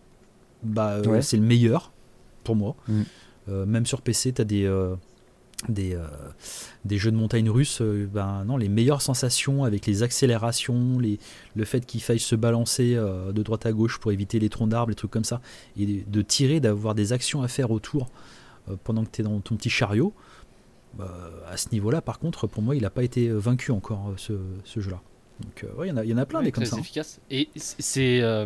bah, euh, ouais. c'est le meilleur pour moi. Mm. Euh, même sur P C, t'as des euh, des euh, des jeux de montagne russe. Euh, ben non, les meilleures sensations avec les accélérations, les le fait qu'il faille se balancer euh, de droite à gauche pour éviter les troncs d'arbres, les trucs comme ça, et de tirer, d'avoir des actions à faire autour euh, pendant que t'es dans ton petit chariot. Bah, à ce niveau-là, par contre, pour moi, il n'a pas été vaincu encore, ce, ce jeu-là. Donc, euh, ouais, il y en a, il y en a plein ouais, des comme très ça. Efficace. Et c'est, euh,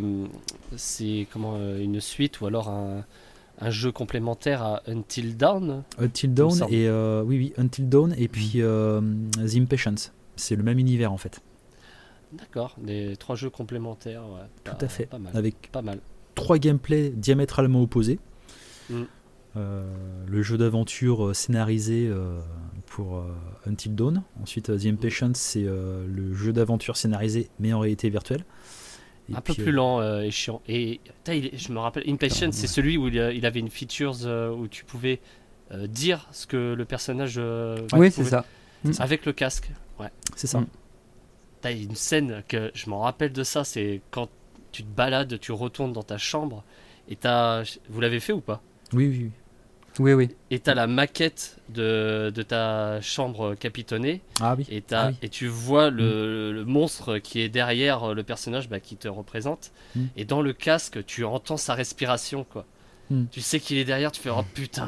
c'est comment euh, une suite ou alors un, un jeu complémentaire à Until Dawn. Until Dawn et euh, oui, oui, Until Dawn et puis euh, The Impatience. C'est le même univers en fait. D'accord, des trois jeux complémentaires. Ouais, Tout pas, à fait. Pas mal. Avec pas mal. trois gameplays diamétralement opposés. Mm. Euh, le jeu d'aventure scénarisé euh, pour euh, Until Dawn. Ensuite, euh, The Impatience, c'est euh, le jeu d'aventure scénarisé mais en réalité virtuelle. Et un puis, peu plus euh... lent euh, et chiant. Et il, je me rappelle, Impatience, c'est ouais. celui où il, il avait une feature euh, où tu pouvais euh, dire ce que le personnage. Euh, oui, c'est ça. Avec le casque. Ouais. C'est ça. Mm. T'as une scène que je m'en rappelle de ça, c'est quand tu te balades, tu retournes dans ta chambre et t'as. Vous l'avez fait ou pas ? Oui, oui, oui. Oui, oui. Et t'as la maquette de, de ta chambre capitonnée. Ah oui. Et, ah oui. et tu vois le, mmh. le monstre qui est derrière le personnage bah, qui te représente. Mmh. Et dans le casque, tu entends sa respiration, quoi. Mmh. Tu sais qu'il est derrière, tu fais oh putain.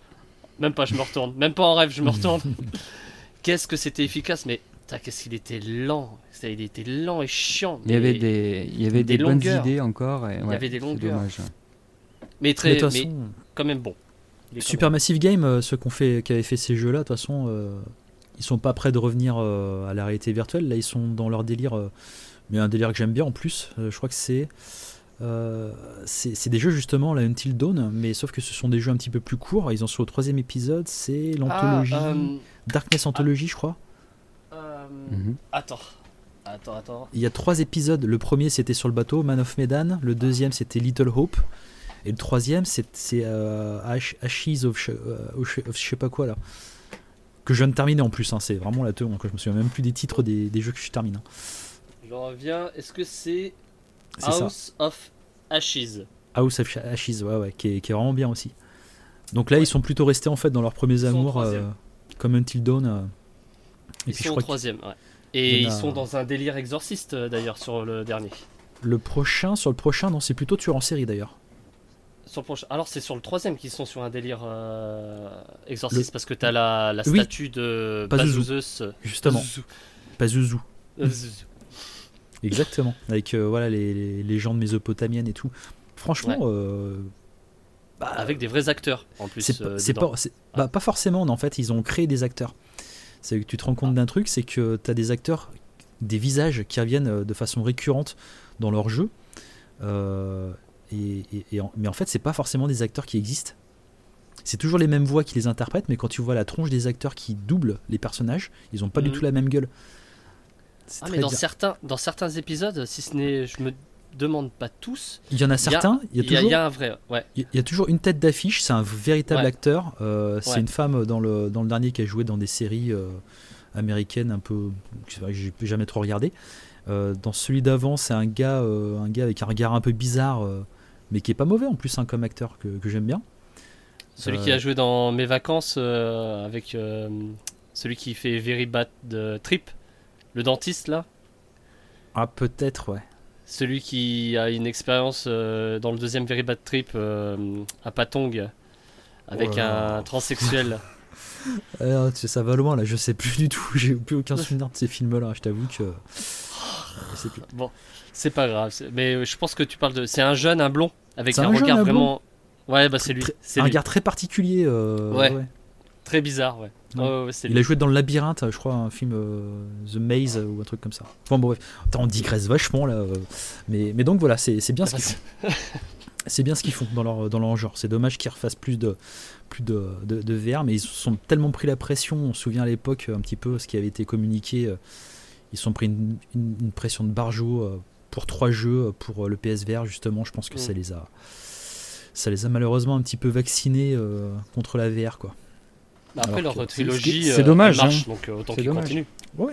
Même pas, je me retourne. Même pas en rêve, je me retourne. Qu'est-ce que c'était efficace, mais putain, qu'est-ce qu'il était lent. Il était lent et chiant. Il y avait des, il y avait des, des bonnes idées encore. Et, ouais, il y avait des longueurs. Dommage. Mais très, mais, façon, mais quand même bon. Supermassive Games, euh, ceux qu'on fait, qui avaient fait ces jeux-là, de toute façon, euh, ils sont pas prêts de revenir euh, à la réalité virtuelle. Là, ils sont dans leur délire, euh, mais un délire que j'aime bien en plus. Euh, je crois que c'est, euh, c'est, c'est des jeux justement, la Until Dawn, mais sauf que ce sont des jeux un petit peu plus courts. Ils en sont au troisième épisode. C'est l'anthologie, ah, euh, Darkness Anthology, ah, je crois. Euh, mm-hmm. Attends. Attends, attends. Il y a trois épisodes. Le premier, c'était sur le bateau, Man of Medan. Le deuxième, c'était Little Hope. Et le troisième, c'est, c'est euh, Ashes of, euh, of je sais pas quoi là. Que je viens de terminer en plus, hein, c'est vraiment la teuf, donc je me souviens même plus des titres des, des jeux que je termine. Hein. Je reviens, est-ce que c'est, c'est House ça. of Ashes House of Ashes, ouais, ouais, qui est, qui est vraiment bien aussi. Donc là, ouais. Ils sont plutôt restés en fait dans leurs premiers amours, euh, comme Until Dawn. Euh, et ils puis, sont je crois au troisième, ouais. Et ils a... sont dans un délire exorciste d'ailleurs sur le dernier. Le prochain, sur le prochain, non, c'est plutôt tueur en série d'ailleurs. Sur le prochain. Alors c'est sur le troisième qu'ils sont sur un délire euh, exorciste le... parce que t'as la, la statue oui. de Pazuzu. Justement. Pazuzu. Exactement. Avec euh, voilà les, les légendes mésopotamiennes et tout. Franchement. Ouais. Euh, bah, avec des vrais acteurs en plus. C'est, euh, c'est pas, c'est, ah. bah, pas forcément. En fait, ils ont créé des acteurs. C'est que tu te rends compte ah. d'un truc, c'est que t'as des acteurs, des visages qui reviennent de façon récurrente dans leur jeu. Euh, Et, et, et en, mais en fait c'est pas forcément des acteurs qui existent, c'est toujours les mêmes voix qui les interprètent, mais quand tu vois la tronche des acteurs qui doublent les personnages, ils ont pas mmh. du tout la même gueule. C'est ah mais dans certains, dans certains épisodes, si ce n'est, je me demande pas tous, il y en a certains, il y a, il y a, toujours, il y a un vrai, ouais. il y a toujours une tête d'affiche, c'est un véritable ouais. acteur, euh, c'est ouais. une femme dans le, dans le dernier qui a joué dans des séries euh, américaines un peu, que j'ai jamais trop regardé. Euh, dans celui d'avant, c'est un gars, euh, un gars avec un regard un peu bizarre, euh, mais qui est pas mauvais en plus hein, comme acteur que, que j'aime bien. Celui euh... qui a joué dans Mes Vacances euh, avec euh, celui qui fait Very Bad Trip, le dentiste là. Ah peut-être ouais. Celui qui a une expérience euh, dans le deuxième Very Bad Trip euh, à Patong avec oh un transsexuel. Alors, ça va loin là, je sais plus du tout, j'ai plus aucun souvenir de ces films là, je t'avoue que je sais plus. Bon, c'est pas grave, c'est... mais je pense que tu parles de, c'est un jeune, un blond avec c'est un, un regard vraiment Ouais, bah c'est lui. Très, c'est un lui. regard très particulier. Euh, ouais. ouais. Très bizarre, ouais. ouais. Oh, ouais c'est il lui. a joué dans le Labyrinthe, je crois, un film euh, The Maze ou un truc comme ça. Enfin bon, bref, attends, on digresse vachement là. Euh, mais, mais donc voilà, c'est, c'est bien ce qu'ils font. C'est bien ce qu'ils font dans leur, dans leur genre. C'est dommage qu'ils refassent plus de, plus de, de, de V R, mais ils se sont tellement pris la pression. On se souvient à l'époque un petit peu ce qui avait été communiqué. Ils se sont pris une, une, une pression de barjo pour trois jeux pour le P S V R, justement. Je pense que mmh. ça les a, ça les a malheureusement un petit peu vaccinés euh, contre la V R, quoi. Après, Alors leur que, trilogie, c'est, c'est dommage, marche, hein. donc autant c'est qu'ils dommage. continuent. Ouais.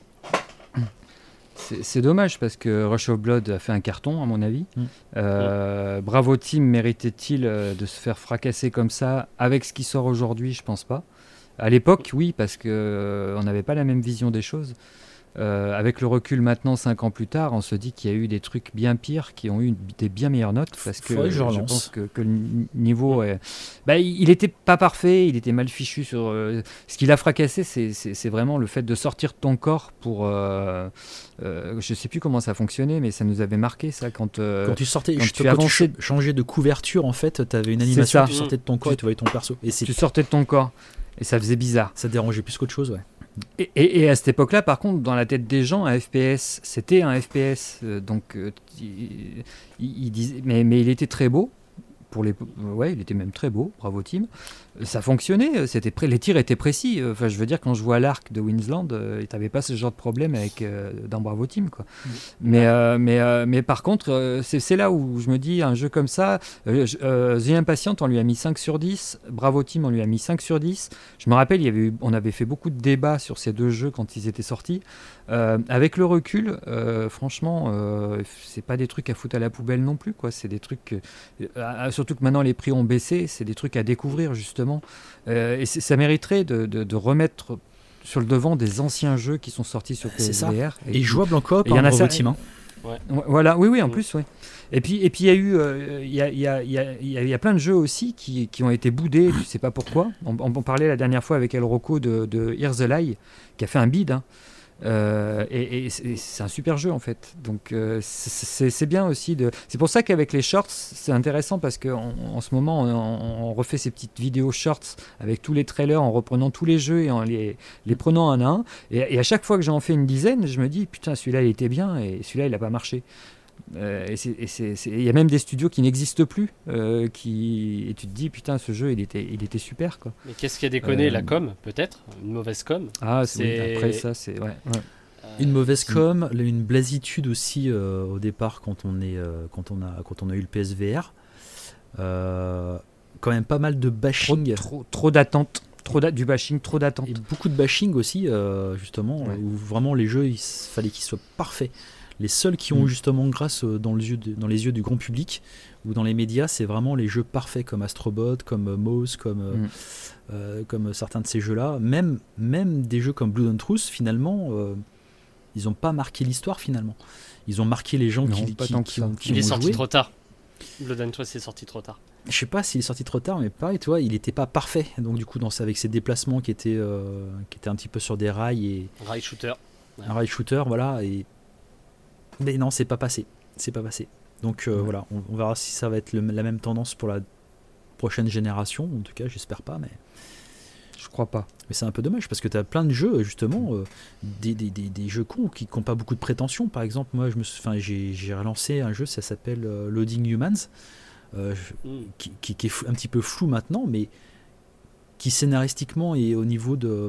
C'est, c'est dommage parce que Rush of Blood a fait un carton, à mon avis. Mm. Euh, mm. Bravo Team, méritait-il de se faire fracasser comme ça avec ce qui sort aujourd'hui? Je pense pas. À l'époque, oui, parce qu'on euh, n'avait pas la même vision des choses. Euh, avec le recul maintenant, cinq ans plus tard, on se dit qu'il y a eu des trucs bien pires qui ont eu des bien meilleures notes parce que je, je pense que, que le niveau, est... bah, il n'était pas parfait, il était mal fichu. Sur, euh... Ce qui l'a fracassé, c'est, c'est, c'est vraiment le fait de sortir de ton corps pour. Euh... Euh, je ne sais plus comment ça fonctionnait, mais ça nous avait marqué ça quand. Euh... Quand tu sortais, quand je, tu, quand avançais... tu changeais de couverture, en fait, tu avais une animation, tu sortais de ton corps et tu voyais ton perso. Et c'est... Tu sortais de ton corps et ça faisait bizarre. Ça dérangeait plus qu'autre chose, ouais. Et, et, et à cette époque-là, par contre, dans la tête des gens, un F P S, c'était un F P S. Euh, donc, euh, il, il disait, mais, mais il était très beau. Pour les, ouais, il était même très beau. Bravo Team. Ça fonctionnait. C'était pré, les tirs étaient précis. Enfin, je veux dire, quand je vois l'arc de Winsland, euh, tu n'avais pas ce genre de problème avec euh, dans Bravo Team, quoi. Mmh. Mais, euh, mais, euh, mais par contre, euh, c'est, c'est là où je me dis, un jeu comme ça, euh, euh, The Impatient, on lui a mis cinq sur dix. Bravo Team, on lui a mis cinq sur dix. Je me rappelle, il y avait eu, on avait fait beaucoup de débats sur ces deux jeux quand ils étaient sortis. Euh, avec le recul, euh, franchement, euh, c'est pas des trucs à foutre à la poubelle non plus, quoi. C'est des trucs, euh, surtout que maintenant les prix ont baissé, c'est des trucs à découvrir justement. Euh, et ça mériterait de, de, de remettre sur le devant des anciens jeux qui sont sortis sur P S V R. Et, et jouable en coop, il y en a ça. Team, hein. Ouais. Voilà, oui, oui, en ouais. plus, oui. Et puis, et puis il y a eu, il euh, y, a, y, a, y, a, y a plein de jeux aussi qui, qui ont été boudés, je sais pas pourquoi. On, on parlait la dernière fois avec El Rocco de, de Here's the Lie, qui a fait un bid. Hein. Euh, et, et, c'est, c'est un super jeu en fait, donc euh, c'est, c'est, c'est bien aussi de... c'est pour ça qu'avec les shorts c'est intéressant parce qu'en en ce moment on, on refait ces petites vidéos shorts avec tous les trailers en reprenant tous les jeux et en les, les prenant un à un et, et à chaque fois que j'en fais une dizaine je me dis putain celui-là il était bien et celui-là il a pas marché. Euh, et c'est, et c'est, c'est, il y a même des studios qui n'existent plus euh, qui, et tu te dis putain ce jeu il était, il était super quoi. Mais qu'est-ce qui a déconné euh, la com peut-être une mauvaise com. Ah c'est... Oui, après ça c'est ouais, ouais. Une mauvaise com, une blasitude aussi euh, au départ quand on, est, euh, quand, on a, quand on a eu le P S V R. Euh, quand même pas mal de bashing. Trop, trop, trop d'attentes. Trop d'a- du bashing, trop d'attentes. Et beaucoup de bashing aussi, euh, justement, ouais. Où vraiment les jeux, il fallait qu'ils soient parfaits. Les seuls qui ont mmh. justement grâce dans, le yeux de, dans les yeux du grand public ou dans les médias, c'est vraiment les jeux parfaits comme Astrobot, comme euh, Mouse, comme, mmh. euh, comme certains de ces jeux-là. Même, même des jeux comme Blood and Truth, finalement... Euh, ils n'ont pas marqué l'histoire finalement. Ils ont marqué les gens non, qui, qui, qui, ont, qui il ont est sorti joué. trop tard. Blood and Truth c'est sorti trop tard. Je sais pas s'il est sorti trop tard, mais pareil, tu vois, il n'était pas parfait. Donc du coup, dans, avec ses déplacements qui étaient, euh, qui étaient un petit peu sur des rails et rail shooter. Ouais. Un rail shooter, voilà. Et mais non, c'est pas passé. C'est pas passé. Donc euh, ouais. voilà, on, on verra si ça va être le, la même tendance pour la prochaine génération. En tout cas, j'espère pas, mais. Je crois pas. Mais c'est un peu dommage parce que tu as plein de jeux, justement, euh, des, des, des, des jeux cons qui n'ont pas beaucoup de prétention. Par exemple, moi, je me suis, j'ai, j'ai relancé un jeu, ça s'appelle euh, Loading Humans, euh, mm. qui, qui, qui est fou, un petit peu flou maintenant, mais qui scénaristiquement et au niveau de,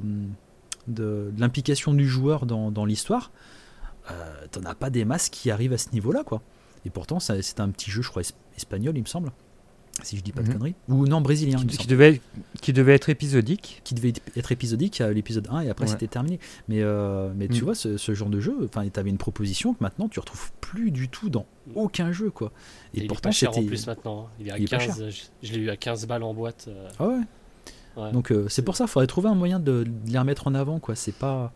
de, de l'implication du joueur dans, dans l'histoire, euh, tu n'en as pas des masses qui arrivent à ce niveau-là, quoi. Et pourtant, ça, c'est un petit jeu, je crois, espagnol, il me semble. Si je dis pas de mmh. conneries. Ou non, brésilien. Qui, qui, devait, qui devait être épisodique. Qui devait être épisodique à l'épisode un et après ouais. c'était terminé. Mais, euh, mais mmh. tu vois, ce, ce genre de jeu, tu avais une proposition que maintenant tu retrouves plus du tout dans aucun jeu, quoi. Et, et pourtant, il est pas cher en plus maintenant. Il est à il quinze, est je, je l'ai eu à quinze balles en boîte. Euh... Ah ouais, ouais. Donc euh, c'est pour ça, il faudrait trouver un moyen de, de les remettre en avant, quoi. C'est pas.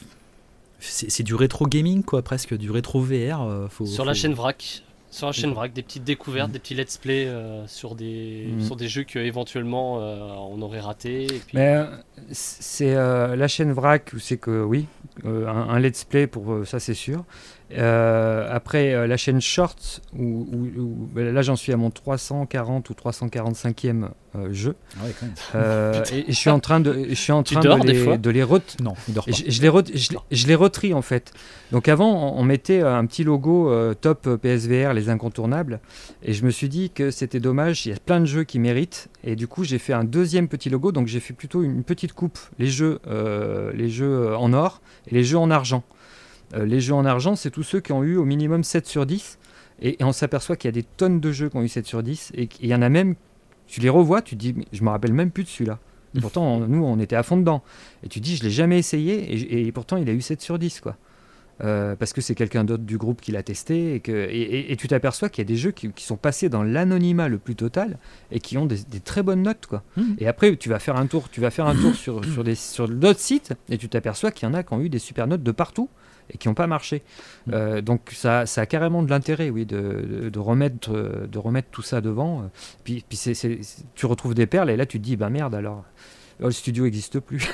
C'est, c'est du rétro gaming, quoi, presque, du rétro V R. Euh, faut, Sur faut... la chaîne Vrac. Sur la chaîne Vrac, des petites découvertes, mmh. des petits let's play euh, sur, des, mmh. sur des jeux qu'éventuellement euh, on aurait raté. Et puis... Mais euh, c'est euh, la chaîne Vrac où c'est que oui, euh, un, un let's play pour euh, ça c'est sûr. Euh, après, euh, la chaîne Short, où, où, où, là j'en suis à mon trois cent quarante ou trois cent quarante-cinquième euh, jeu. Ah ouais, quand même. Euh, et, et je suis en train de, je suis en train dors de, des les, fois de les ret... Non, il dort pas. Je, je, les re... je, les, je les retrie en fait. Donc avant, on, on mettait un petit logo euh, top P S V R, les incontournables. Et je me suis dit que c'était dommage, il y a plein de jeux qui méritent. Et du coup, j'ai fait un deuxième petit logo. Donc j'ai fait plutôt une petite coupe, les jeux, euh, les jeux en or et les jeux en argent. Euh, les jeux en argent, c'est tous ceux qui ont eu au minimum sept sur dix. Et, et on s'aperçoit qu'il y a des tonnes de jeux qui ont eu sept sur dix. Et il y en a même, tu les revois, tu te dis, je me rappelle même plus de celui-là. Et pourtant, on, nous, on était à fond dedans. Et tu te dis, je l'ai jamais essayé. Et, et pourtant, il a eu sept sur dix, quoi. Euh, parce que c'est quelqu'un d'autre du groupe qui l'a testé. Et, que, et, et, et tu t'aperçois qu'il y a des jeux qui, qui sont passés dans l'anonymat le plus total et qui ont des, des très bonnes notes, quoi. Mmh. Et après, tu vas faire un tour, tu vas faire un tour sur, sur, des, sur d'autres sites et tu t'aperçois qu'il y en a qui ont eu des super notes de partout et qui n'ont pas marché. Mmh. Euh, donc ça, ça a carrément de l'intérêt, oui, de, de, de, remettre, de remettre tout ça devant. Puis, puis c'est, c'est, c'est, tu retrouves des perles et là tu te dis, bah merde, alors, alors le studio n'existe plus.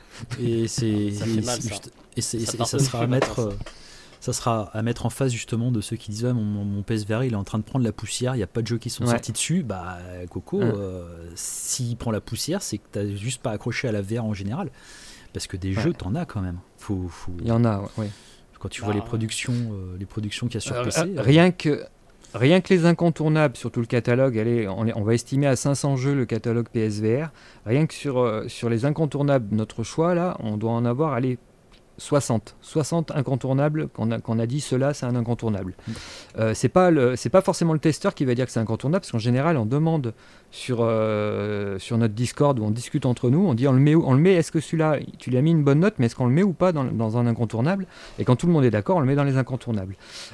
Et c'est, ça fait mal, ça. Et, c'est, ça, et ça sera à mettre... Euh, ça sera à mettre en face justement de ceux qui disent ouais, mon, mon P S V R il est en train de prendre la poussière, il n'y a pas de jeux qui sont ouais. sortis dessus. Bah Coco, ouais. euh, s'il prend la poussière, c'est que tu n'as juste pas accroché à la V R en général. Parce que des ouais. jeux, t'en as quand même. Faut, faut... Il y en a, oui. Quand tu bah, vois les productions, euh, les productions qu'il y a sur euh, P C. Euh, rien, que, rien que les incontournables sur tout le catalogue, allez, on, on va estimer à cinq cents jeux le catalogue P S V R. Rien que sur, euh, sur les incontournables, notre choix, là, on doit en avoir, allez, soixante. soixante incontournables qu'on a, qu'on a dit, cela c'est un incontournable. Mmh. Euh, c'est pas le, c'est pas forcément le testeur qui va dire que c'est incontournable, parce qu'en général, on demande sur, euh, sur notre Discord où on discute entre nous, on dit on le met où, on le met, est-ce que celui-là, tu lui as mis une bonne note, mais est-ce qu'on le met ou pas dans, dans un incontournable? Et quand tout le monde est d'accord, on le met dans les incontournables.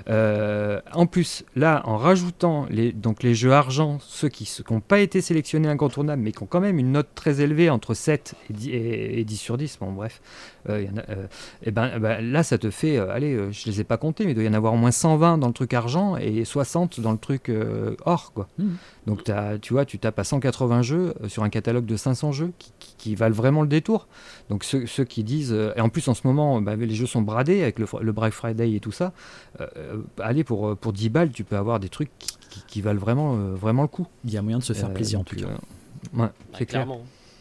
Euh, en plus, là, en rajoutant les, donc les jeux argent, ceux qui n'ont pas été sélectionnés incontournables, mais qui ont quand même une note très élevée, entre sept et dix, et, et dix sur dix, bon bref, euh, y en a, euh, et ben, ben là, ça te fait, euh, allez, euh, je les ai pas comptés, mais il doit y en avoir au moins cent vingt dans le truc argent et soixante dans le truc euh, or, quoi. Mmh. Donc, t'as, tu vois, tu tapes à cent quatre-vingts jeux euh, sur un catalogue de cinq cents jeux qui, qui, qui valent vraiment le détour. Donc, ceux, ceux qui disent... Euh, et en plus, en ce moment, bah, les jeux sont bradés avec le, le Black Friday et tout ça. Euh, allez, pour, pour dix balles, tu peux avoir des trucs qui, qui, qui valent vraiment, euh, vraiment le coup. Il y a moyen de se faire euh, plaisir, donc, en tout cas. Euh, ouais, c'est bah, clair.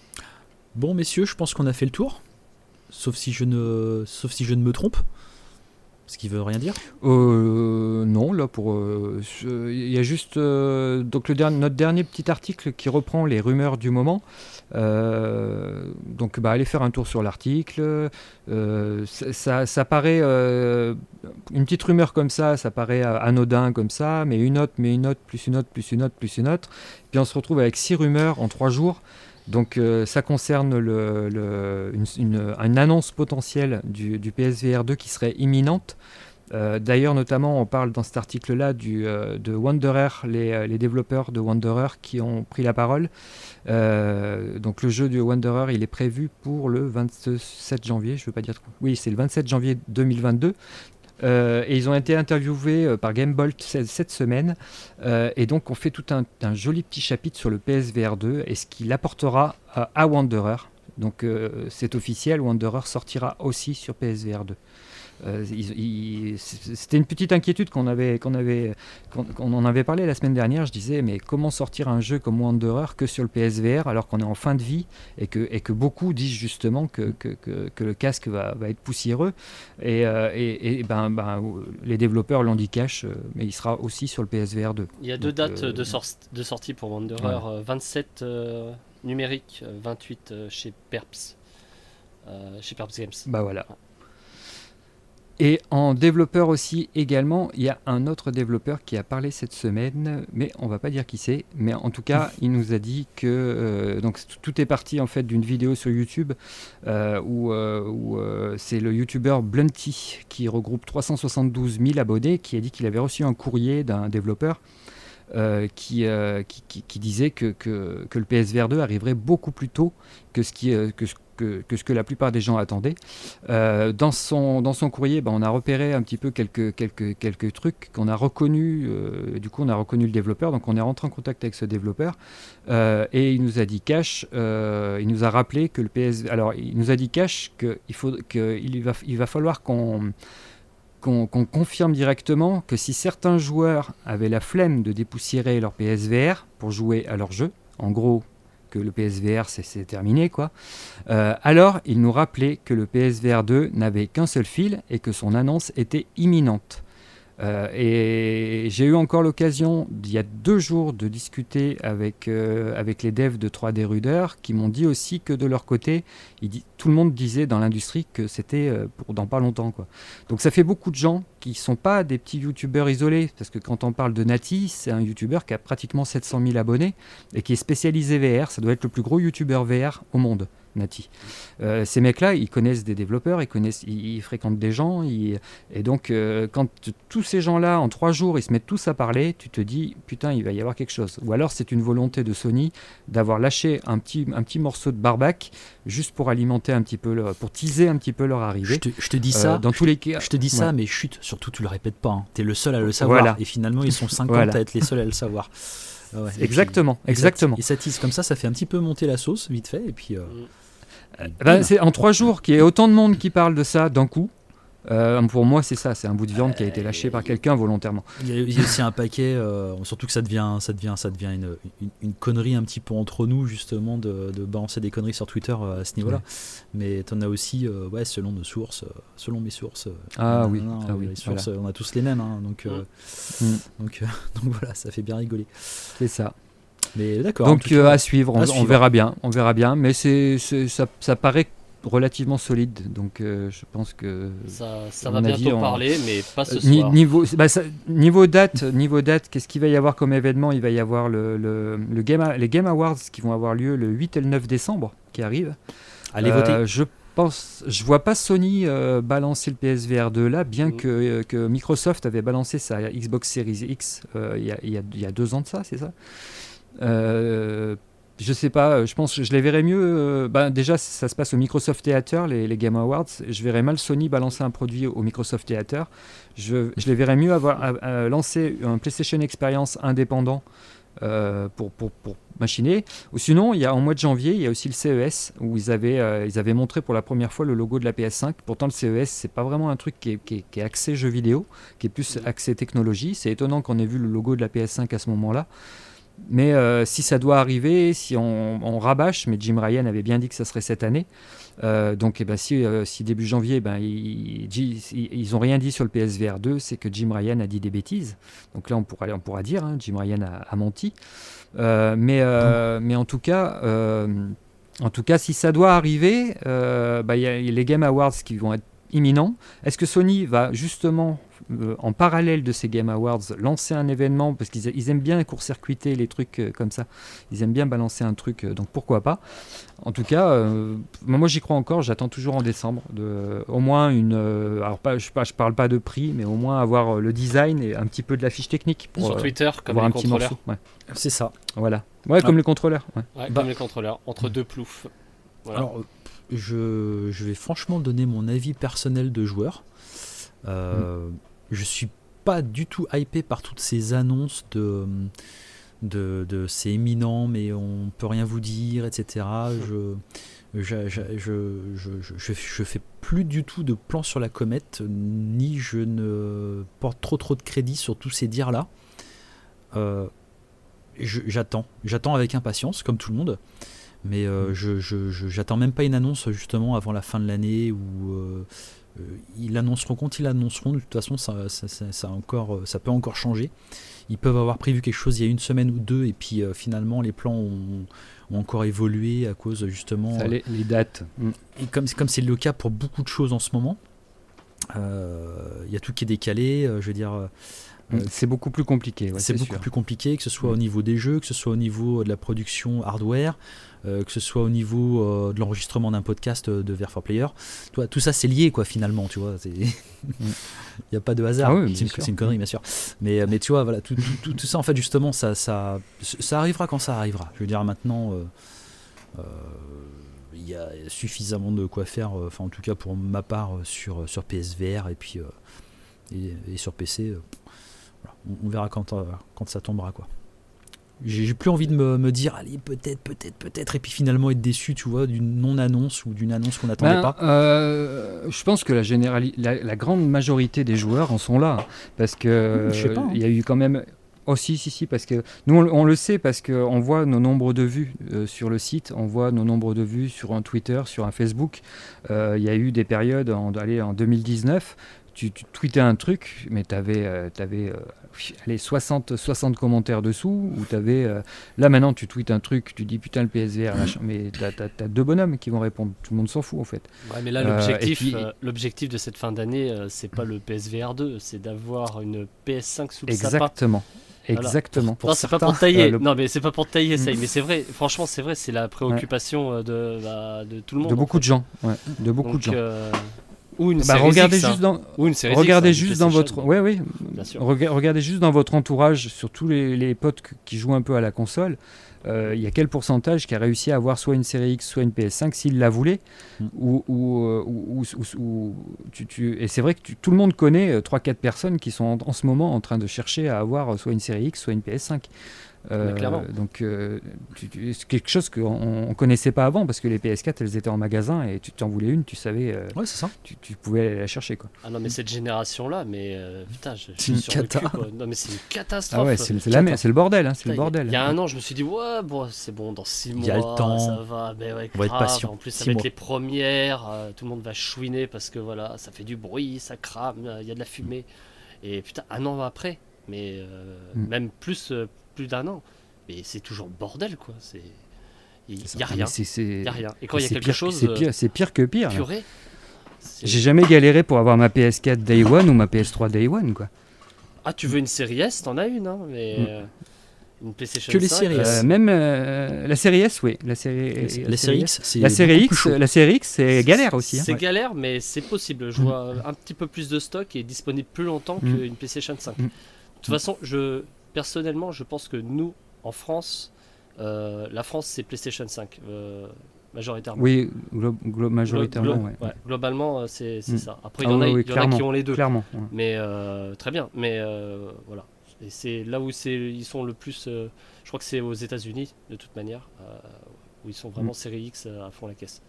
Bon, messieurs, je pense qu'on a fait le tour. Sauf si je ne, sauf si je ne me trompe. Ce qui veut rien dire euh, Non, là, pour... Il euh, y a juste euh, donc le dernier, notre dernier petit article qui reprend les rumeurs du moment. Euh, donc, bah, allez faire un tour sur l'article. Euh, ça, ça, ça paraît... Euh, une petite rumeur comme ça, ça paraît anodin comme ça, mais une note, mais une note, plus une note, plus une note, plus une note. Puis on se retrouve avec six rumeurs en trois jours. Donc euh, ça concerne le, le, une, une, une annonce potentielle du, du P S V R deux qui serait imminente. Euh, d'ailleurs, notamment, on parle dans cet article-là du, euh, de Wanderer, les, les développeurs de Wanderer qui ont pris la parole. Euh, donc le jeu de Wanderer, il est prévu pour le vingt-sept janvier, je ne veux pas dire... Oui, c'est le vingt-sept janvier deux mille vingt-deux. Euh, et ils ont été interviewés euh, par Gamebolt cette semaine euh, et donc on fait tout un, un joli petit chapitre sur le P S V R deux et ce qu'il apportera à, à Wanderer. Donc euh, c'est officiel, Wanderer sortira aussi sur P S V R deux. Euh, il, il, c'était une petite inquiétude qu'on avait, qu'on avait, qu'on, qu'on en avait parlé la semaine dernière. Je disais, mais comment sortir un jeu comme Wanderer que sur le P S V R alors qu'on est en fin de vie et que, et que beaucoup disent justement que, que, que, que le casque va, va être poussiéreux. Et, euh, et, et ben, ben, les développeurs l'ont dit cash, mais il sera aussi sur le P S V R deux. Il y a deux Donc, dates euh, de, sor- de sortie pour Wanderer, ouais. vingt-sept euh, numérique, vingt-huit euh, chez Perps, euh, chez Perps Games. Bah voilà. Et en développeur aussi également, il y a un autre développeur qui a parlé cette semaine, mais on va pas dire qui c'est. Mais en tout cas, il nous a dit que euh, donc tout est parti en fait d'une vidéo sur YouTube euh, où, euh, où euh, c'est le YouTuber Blunty qui regroupe trois cent soixante-douze mille abonnés qui a dit qu'il avait reçu un courrier d'un développeur euh, qui, euh, qui, qui, qui disait que, que, que le P S V R deux arriverait beaucoup plus tôt que ce qui euh, que ce Que, que ce que la plupart des gens attendaient. Euh, dans, son, dans son courrier, ben, on a repéré un petit peu quelques, quelques, quelques trucs qu'on a reconnus. Euh, du coup, on a reconnu le développeur, donc on est rentré en contact avec ce développeur. Euh, et il nous a dit cash, euh, il nous a rappelé que le P S... Alors, il nous a dit cash qu'il faut, qu'il va, il va falloir qu'on... qu'on, qu'on confirme directement que si certains joueurs avaient la flemme de dépoussiérer leur P S V R pour jouer à leur jeu, en gros que le P S V R c'est, c'est terminé quoi, euh, alors ils nous rappelaient que le P S V R deux n'avait qu'un seul fil et que son annonce était imminente. Euh, et j'ai eu encore l'occasion, il y a deux jours, de discuter avec, euh, avec les devs de trois D Ruder qui m'ont dit aussi que de leur côté, il dit, tout le monde disait dans l'industrie que c'était euh, pour dans pas longtemps, quoi. Donc ça fait beaucoup de gens qui ne sont pas des petits youtubeurs isolés, parce que quand on parle de Nati, c'est un youtubeur qui a pratiquement sept cent mille abonnés et qui est spécialisé V R. Ça doit être le plus gros youtubeur V R au monde. Nati. Euh, ces mecs-là, ils connaissent des développeurs, ils, connaissent, ils, ils fréquentent des gens, ils, et donc euh, quand t- tous ces gens-là, en trois jours, ils se mettent tous à parler, tu te dis, putain, il va y avoir quelque chose. Ou alors c'est une volonté de Sony d'avoir lâché un petit, un petit morceau de barbac juste pour alimenter un petit peu, leur, pour teaser un petit peu leur arrivée. Je te, je te dis ça, euh, dans tous les cas. Je te dis ça, ouais. mais chut, surtout tu le répètes pas. Hein. T'es le seul à le savoir, voilà. Et finalement ils sont cinquante voilà. à être les seuls à le savoir. Ouais, exactement, puis, exactement. Et ça tease comme ça, ça fait un petit peu monter la sauce, vite fait, et puis. Euh... Euh, ben, c'est en trois jours qu'il y ait autant de monde qui parle de ça d'un coup. Euh, pour moi, c'est ça, c'est un bout de viande euh, qui a été lâché par quelqu'un volontairement. Il y, y a aussi un paquet, euh, surtout que ça devient, ça devient, ça devient une, une, une connerie un petit peu entre nous justement de, de balancer des conneries sur Twitter euh, à ce niveau-là. Ouais. Mais t'en as aussi, euh, ouais, selon nos sources, euh, selon mes sources. Euh, ah non, oui, non, ah oui les sources, voilà. On a tous les mêmes, hein, donc, euh, mm. donc, euh, donc voilà, ça fait bien rigoler. C'est ça. Mais d'accord. Donc euh, à suivre, on, à suivre, on verra bien, on verra bien. Mais c'est, c'est ça, ça paraît relativement solide, donc euh, je pense que ça, ça va bientôt on... parler, mais pas ce Ni, soir. Niveau, bah ça, niveau date, niveau date, qu'est-ce qu'il va y avoir comme événement ? Il va y avoir le, le, le Game, les Game Awards qui vont avoir lieu le huit et le neuf décembre, qui arrivent. Allez euh, voter. Je pense, je vois pas Sony euh, balancer le P S V R deux là, bien mmh. que, euh, que Microsoft avait balancé sa Xbox Series X euh, il y, a, il, y a, il y a deux ans de ça, c'est ça. Euh, je sais pas, je pense que je les verrais mieux. Euh, bah déjà, ça se passe au Microsoft Theater, les, les Game Awards. Je verrais mal Sony balancer un produit au Microsoft Theater. Je, je les verrais mieux avoir à, à lancer un PlayStation Experience indépendant euh, pour, pour, pour machiner. Ou sinon, il y a, en mois de janvier, il y a aussi le C E S où ils avaient, euh, ils avaient montré pour la première fois le logo de la P S cinq. Pourtant, le C E S, c'est pas vraiment un truc qui est, qui est, qui est axé jeux vidéo, qui est plus axé technologie. C'est étonnant qu'on ait vu le logo de la P S cinq à ce moment-là. Mais euh, si ça doit arriver, si on, on rabâche, mais Jim Ryan avait bien dit que ça serait cette année, euh, donc eh ben, si, euh, si début janvier, ben, ils, ils, ils ont rien dit sur le P S V R deux, c'est que Jim Ryan a dit des bêtises. Donc là, on pourra, on pourra dire, hein, Jim Ryan a, a menti. Euh, mais, euh, mais en tout cas, euh, en tout cas, si ça doit arriver, euh, ben, y a les Game Awards qui vont être imminents. Est-ce que Sony va justement Euh, en parallèle de ces Game Awards, lancer un événement, parce qu'ils ils aiment bien court-circuiter les trucs euh, comme ça, ils aiment bien balancer un truc, euh, donc pourquoi pas. En tout cas, euh, moi j'y crois encore, j'attends toujours en décembre, de, au moins une, euh, alors pas, je, pas, je parle pas de prix, mais au moins avoir le design et un petit peu de la fiche technique. Pour, sur Twitter, euh, comme les contrôleurs. Ouais. C'est ça. Voilà. Ouais, comme ah. les contrôleurs. Ouais. Ouais, bah. Comme les contrôleurs, entre deux ploufs. Voilà. Alors, je, je vais franchement donner mon avis personnel de joueur. Euh, mm. Je suis pas du tout hypé par toutes ces annonces de, de, de c'est éminent mais on peut rien vous dire, et cetera. Je, je, je, je, je, je, je fais plus du tout de plan sur la comète, ni je ne porte trop trop de crédit sur tous ces dires là. Euh, je, j'attends, j'attends avec impatience comme tout le monde. Mais euh, je, je, je, j'attends même pas une annonce justement avant la fin de l'année où euh, Euh, ils l'annonceront quand ils l'annonceront. De toute façon, ça, ça, ça, ça, encore, ça peut encore changer. Ils peuvent avoir prévu quelque chose il y a une semaine ou deux, et puis euh, finalement, les plans ont, ont encore évolué à cause justement. Ça, les, les dates. Et comme, comme c'est le cas pour beaucoup de choses en ce moment, il euh, y a tout qui est décalé. Euh, je veux dire. Euh, c'est beaucoup plus compliqué. Ouais, c'est, c'est beaucoup sûr. plus compliqué, que ce soit mmh. au niveau des jeux, que ce soit au niveau de la production hardware, euh, que ce soit au niveau euh, de l'enregistrement d'un podcast de V R four Player. Toi, tout ça, c'est lié, quoi, finalement, tu vois. Il n'y mmh. a pas de hasard. Ah oui, c'est, une, c'est une connerie, bien sûr. Mais, mais tu vois, voilà, tout, tout, tout, tout ça, en fait, justement, ça, ça, ça arrivera quand ça arrivera. Je veux dire, maintenant, il euh, euh, y a suffisamment de quoi faire, enfin, en tout cas, pour ma part, sur, sur P S V R et puis euh, et, et sur P C. Euh, On verra quand, euh, quand ça tombera, quoi. J'ai, j'ai plus envie de me, me dire allez peut-être, peut-être, peut-être, et puis finalement être déçu, tu vois, d'une non-annonce ou d'une annonce qu'on n'attendait ben, pas. Euh, je pense que la, générali- la, la grande majorité des joueurs en sont là, parce que je sais pas. Il Hein. y a eu quand même. Oh si, si, si, parce que nous on, on le sait, parce qu'on voit nos nombres de vues euh, sur le site, on voit nos nombres de vues sur un Twitter, sur un Facebook. Euh, il y a eu des périodes, en, allez, en deux mille dix-neuf, tu, tu tweetais un truc, mais tu avais euh, euh, allez, soixante, soixante commentaires dessous, ou t'avais, euh, là maintenant tu tweets un truc, tu dis putain le P S V R, machin, mais t'as, t'as, t'as deux bonhommes qui vont répondre, tout le monde s'en fout en fait. Ouais, mais là l'objectif, euh, puis, euh, l'objectif de cette fin d'année, euh, c'est pas le P S V R deux, c'est d'avoir une P S cinq sous le sapin. Exactement. Exactement. Voilà. Pour non, c'est certains, pas pour tailler. Euh, le... Non, mais c'est pas pour tailler, ça. Mais c'est vrai. Franchement, c'est vrai. C'est la préoccupation ouais. de, bah, de tout le monde. De beaucoup de gens. Ouais. De beaucoup Donc, de gens. Euh... Ou une bah, série regardez X, juste dans. Ou une série regardez X, juste dans votre. Oui, oui. Rega- regardez juste dans votre entourage, sur tous les, les potes qui jouent un peu à la console. Il euh, y a quel pourcentage qui a réussi à avoir soit une série X, soit une P S cinq s'il la voulait, mm. ou, ou, ou, ou, ou tu, tu... Et c'est vrai que tu, tout le monde connaît trois quatre personnes qui sont en, en ce moment en train de chercher à avoir soit une série X, soit une P S cinq. Euh, donc euh, tu, tu, c'est quelque chose qu'on ne connaissait pas avant, parce que les P S quatre elles étaient en magasin et tu t'en voulais une, tu savais, euh, ouais, c'est ça. Tu, tu pouvais aller la chercher quoi. Ah non mais cette génération là, mais euh, putain, je, je c'est suis une sur cata. le cul, quoi. Non mais c'est une catastrophe. Ah ouais, c'est, c'est, la, c'est le bordel, hein, c'est putain, le bordel. Il y a un an, je me suis dit ouais, bon, c'est bon, dans six mois, y a le temps. Ça va, mais ouais, on va être patient. En plus, ça va être les premières, euh, tout le monde va chouiner parce que voilà, ça fait du bruit, ça crame, il euh, y a de la fumée. Et putain, un an après, mais euh, mm. même plus, euh, plus d'un an. Mais c'est toujours bordel quoi, c'est il y a rien. C'est, c'est... Y a rien. Et quand il y a quelque pire, chose c'est pire, c'est pire que pire. Purée, j'ai jamais galéré pour avoir ma P S quatre Day One ou ma P S trois Day One quoi. Ah, tu veux une série S, t'en as une hein, mais mm. euh, une PlayStation que les cinq, séries S. Euh, même euh, la série S, oui, la série la, la, la série X, c'est la série X, la série X, c'est galère aussi. C'est hein. galère, mais c'est possible. Je vois mm. un petit peu plus de stock et disponible plus longtemps mm. qu'une PlayStation cinq. Mm. De toute façon, je personnellement, je pense que nous en France, euh, la France c'est PlayStation cinq euh, majoritairement. Oui, glo- glo- majoritairement. Glo- ouais. Ouais, globalement, c'est, c'est mm. ça. Après, il ah, y en a, oui, il y en a qui ont les deux. Clairement. Ouais. Mais euh, très bien. Mais euh, voilà. Et c'est là où c'est, ils sont le plus. Euh, je crois que c'est aux États-Unis de toute manière, euh, où ils sont vraiment mm. série X à fond la caisse.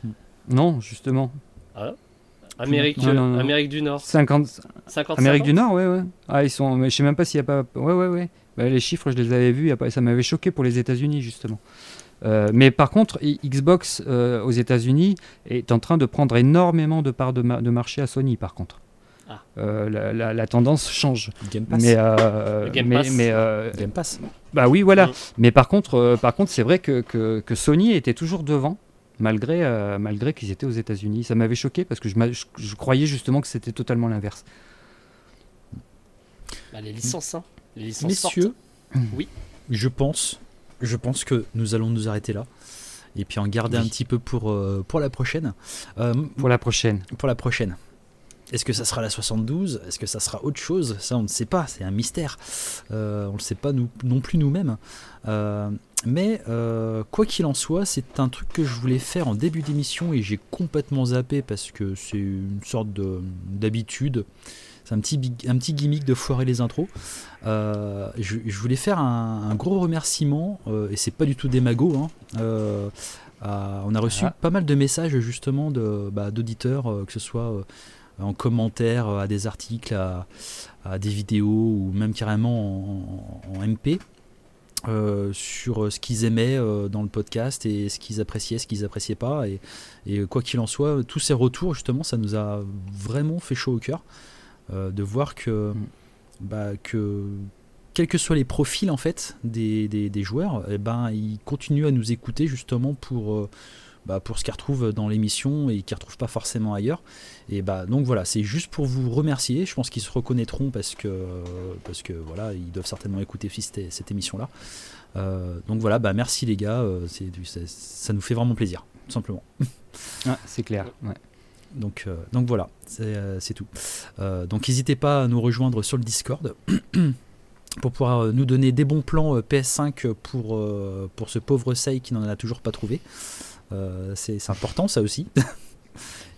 Non, justement. Ah, Amérique, non, non, non. Amérique du Nord. cinquante cinquante Amérique du Nord, ouais, ouais. Ah, ils sont. Mais je sais même pas s'il y a pas. Ouais, ouais, ouais. Bah, les chiffres, je les avais vus. Pas... Ça m'avait choqué pour les États-Unis justement. Euh, mais par contre, Xbox euh, aux États-Unis est en train de prendre énormément de parts de, ma- de marché à Sony. Par contre, ah. euh, la, la, la tendance change. Game Pass. Mais, euh, Game mais, Pass. mais euh, Game Pass. Bah oui, voilà. Mmh. Mais par contre, euh, par contre, c'est vrai que, que, que Sony était toujours devant. Malgré, euh, malgré qu'ils étaient aux États-Unis. Ça m'avait choqué parce que je, je, je croyais justement que c'était totalement l'inverse. Bah, les licences, hein. Les licences Messieurs, sortent. Oui. Je pense, je pense que nous allons nous arrêter là. Et puis en garder oui. un petit peu pour, euh, pour la prochaine. Euh, pour la prochaine. Pour la prochaine. Est-ce que ça sera la soixante-douze ? Est-ce que ça sera autre chose ? Ça, on ne sait pas. C'est un mystère. Euh, on ne le sait pas nous, non plus nous-mêmes. Euh, mais euh, quoi qu'il en soit, c'est un truc que je voulais faire en début d'émission et j'ai complètement zappé parce que c'est une sorte de, d'habitude. C'est un petit, un petit gimmick de foirer les intros. Euh, je, je voulais faire un, un gros remerciement, euh, et c'est pas du tout des magots. Hein, euh, à, on a reçu ah. pas mal de messages justement de, bah, d'auditeurs, euh, que ce soit euh, en commentaire à des articles, à, à des vidéos ou même carrément en, en, en M P. Euh, sur ce qu'ils aimaient euh, dans le podcast et ce qu'ils appréciaient, ce qu'ils appréciaient pas et, et quoi qu'il en soit, tous ces retours justement, ça nous a vraiment fait chaud au cœur euh, de voir que, bah, que quels que soient les profils en fait des, des, des joueurs, et ben, ils continuent à nous écouter justement pour, euh, bah, pour ce qu'ils retrouvent dans l'émission et qu'ils ne retrouvent pas forcément ailleurs. Et bah, donc voilà, c'est juste pour vous remercier. Je pense qu'ils se reconnaîtront parce que, parce que voilà, ils doivent certainement écouter aussi cette, cette émission-là. Euh, donc voilà, bah, merci les gars, euh, c'est, c'est, ça nous fait vraiment plaisir, tout simplement. Ah, c'est clair, ouais. Donc, euh, donc voilà, c'est, euh, c'est tout. Euh, donc n'hésitez pas à nous rejoindre sur le Discord pour pouvoir nous donner des bons plans P S cinq pour, euh, pour ce pauvre Sei qui n'en a toujours pas trouvé. Euh, c'est, c'est important ça aussi.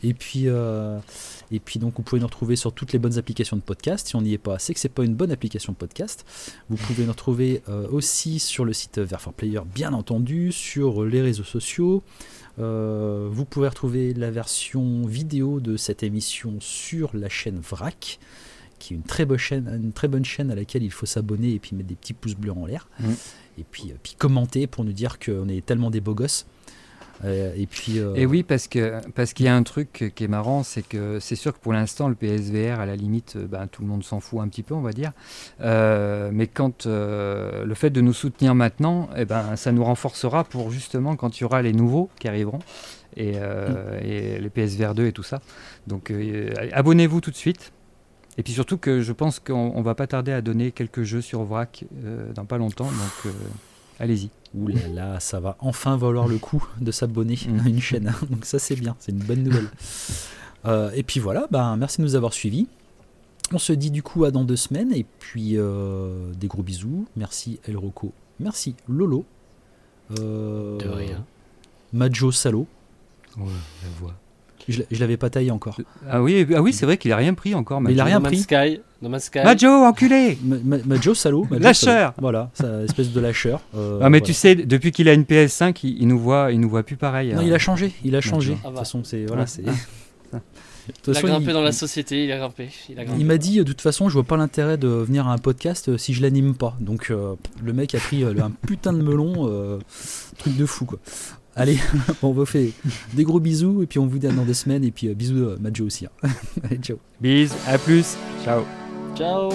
Et puis, euh, et puis donc vous pouvez nous retrouver sur toutes les bonnes applications de podcast. Si on n'y est pas, c'est que c'est pas une bonne application de podcast. Vous pouvez nous retrouver euh, aussi sur le site Vert for Player, bien entendu, sur les réseaux sociaux. Euh, vous pouvez retrouver la version vidéo de cette émission sur la chaîne Vrac, qui est une très bonne chaîne, une très bonne chaîne à laquelle il faut s'abonner et puis mettre des petits pouces bleus en l'air. Mmh. Et puis, euh, puis commenter pour nous dire qu'on est tellement des beaux gosses. Euh, et puis. Euh... Et oui, parce que parce qu'il y a un truc qui est marrant, c'est que c'est sûr que pour l'instant le P S V R, à la limite, ben, tout le monde s'en fout un petit peu, on va dire. Euh, mais quand euh, le fait de nous soutenir maintenant, eh ben, ça nous renforcera pour justement quand il y aura les nouveaux qui arriveront et, euh, mmh. et les P S V R deux et tout ça. Donc euh, abonnez-vous tout de suite. Et puis surtout que je pense qu'on ne va pas tarder à donner quelques jeux sur Vrac euh, dans pas longtemps, donc euh, allez-y. Ouh là là, ça va enfin valoir le coup de s'abonner à une chaîne. Donc ça c'est bien, c'est une bonne nouvelle. Euh, et puis voilà, ben, merci de nous avoir suivis. On se dit du coup à dans deux semaines. Et puis euh, des gros bisous. Merci El Rocco. Merci Lolo. Euh, de rien. Majo Salo. Ouais, la voix. Je, je l'avais pas taillé encore. Ah oui, ah oui c'est vrai qu'il a rien pris encore. Mais il a rien no pris. Sky, no Man's Sky. Majo, enculé. Ma, ma, Majo salaud. Majo, lâcheur. Voilà, c'est espèce de lâcheur. Euh, ah mais voilà. Tu sais, depuis qu'il a une P S cinq, il, il nous voit, il nous voit plus pareil. Non, hein. il a changé, il a changé. Ah bah. De toute façon, c'est voilà, c'est. Ah. Il a grimpé il, dans la société, il a grimpé. Il, a grimpé. il m'a dit, de toute façon, je vois pas l'intérêt de venir à un podcast si je l'anime pas. Donc, euh, le mec a pris euh, un putain de melon, euh, truc de fou, quoi. Allez, on vous fait des gros bisous, et puis on vous dit à dans des semaines, et puis euh, bisous à Majo aussi. Hein. Allez, ciao. Bisous, à plus. Ciao. Ciao.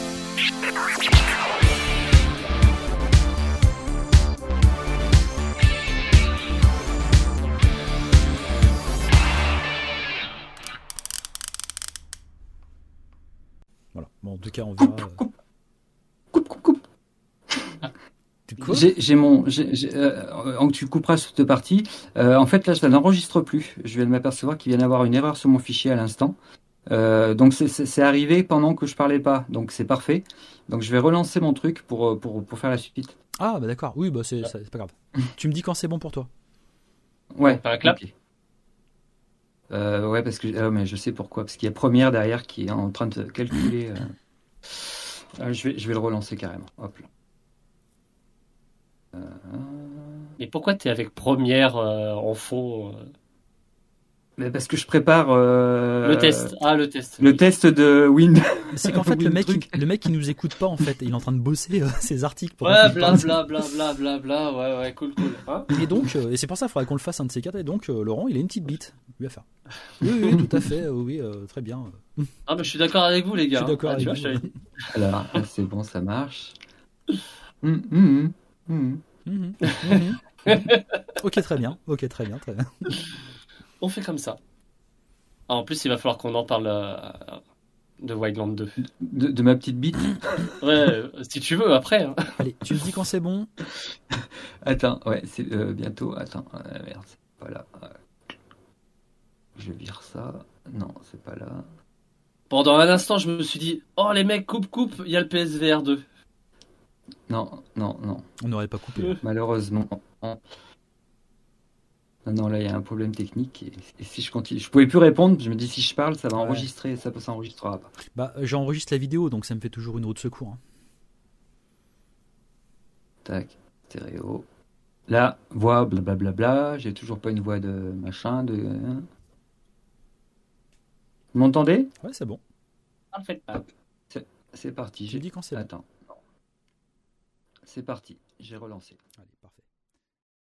Voilà. Bon, en tout cas, on verra. Coupe, coupe, coupe, coupe. J'ai, j'ai mon, j'ai, j'ai, euh, tu couperas cette partie. Euh, en fait, là, ça n'enregistre plus. Je viens de m'apercevoir qu'il vient d'avoir une erreur sur mon fichier à l'instant. Euh, donc, c'est, c'est, c'est arrivé pendant que je parlais pas. Donc, c'est parfait. Donc, je vais relancer mon truc pour, pour, pour faire la suite. Ah, bah d'accord. Oui, bah c'est, c'est, c'est pas grave. Tu me dis quand c'est bon pour toi. Ouais. Par la clap. Okay. Euh, ouais, parce que euh, mais je sais pourquoi. Parce qu'il y a Première derrière qui est en train de calculer. Euh... Euh, je vais, je vais le relancer carrément. Hop là. Mais pourquoi tu es avec Première euh, en fond euh... Mais parce que je prépare euh, le test. Ah, le test. Le oui. test de Wind. C'est qu'en fait le mec, il, le mec il nous écoute pas en fait. Il est en train de bosser euh, ses articles. Pour ouais, bla bla bla bla bla bla. Ouais ouais, cool cool. Hein et donc, euh, et c'est pour ça qu'il faudrait qu'on le fasse un de ces quatre. Et donc, euh, Laurent, il a une petite bite. Lui à faire. Oui oui, tout à fait. Euh, oui, euh, très bien. Ah mais je suis d'accord avec vous les gars. Je suis d'accord ah, avec tu vois, vous. Je Alors là, c'est bon, ça marche. Mmh, mmh, mmh. Mmh, mmh. Ok, très bien. Ok, très bien, très bien. On fait comme ça. Ah, en plus, il va falloir qu'on en parle euh, de Wildland deux. De, de ma petite bite. Ouais, si tu veux, après. Hein. Allez, tu me dis quand c'est bon. Attends, ouais, c'est euh, bientôt. Attends, euh, merde, c'est pas là. Je vire ça. Non, c'est pas là. Pendant un instant, je me suis dit, oh les mecs, coupe, coupe, il y a le P S V R deux. Non, non, non. On n'aurait pas coupé. Hein. Malheureusement. Non, non, là, il y a un problème technique. Et, et si je continue, je pouvais plus répondre. Je me dis, si je parle, ça va ouais. enregistrer. Ça ne s'enregistrera pas. Bah, j'enregistre la vidéo, donc ça me fait toujours une roue de secours. Hein. Tac, stéréo. Là, voix, blablabla. Bla, bla, j'ai toujours pas une voix de machin. De... Vous m'entendez ? Ouais, c'est bon. En fait pas. C'est, c'est parti. J'ai dit quand c'est bon. Attends. C'est parti. J'ai relancé. Allez, parfait.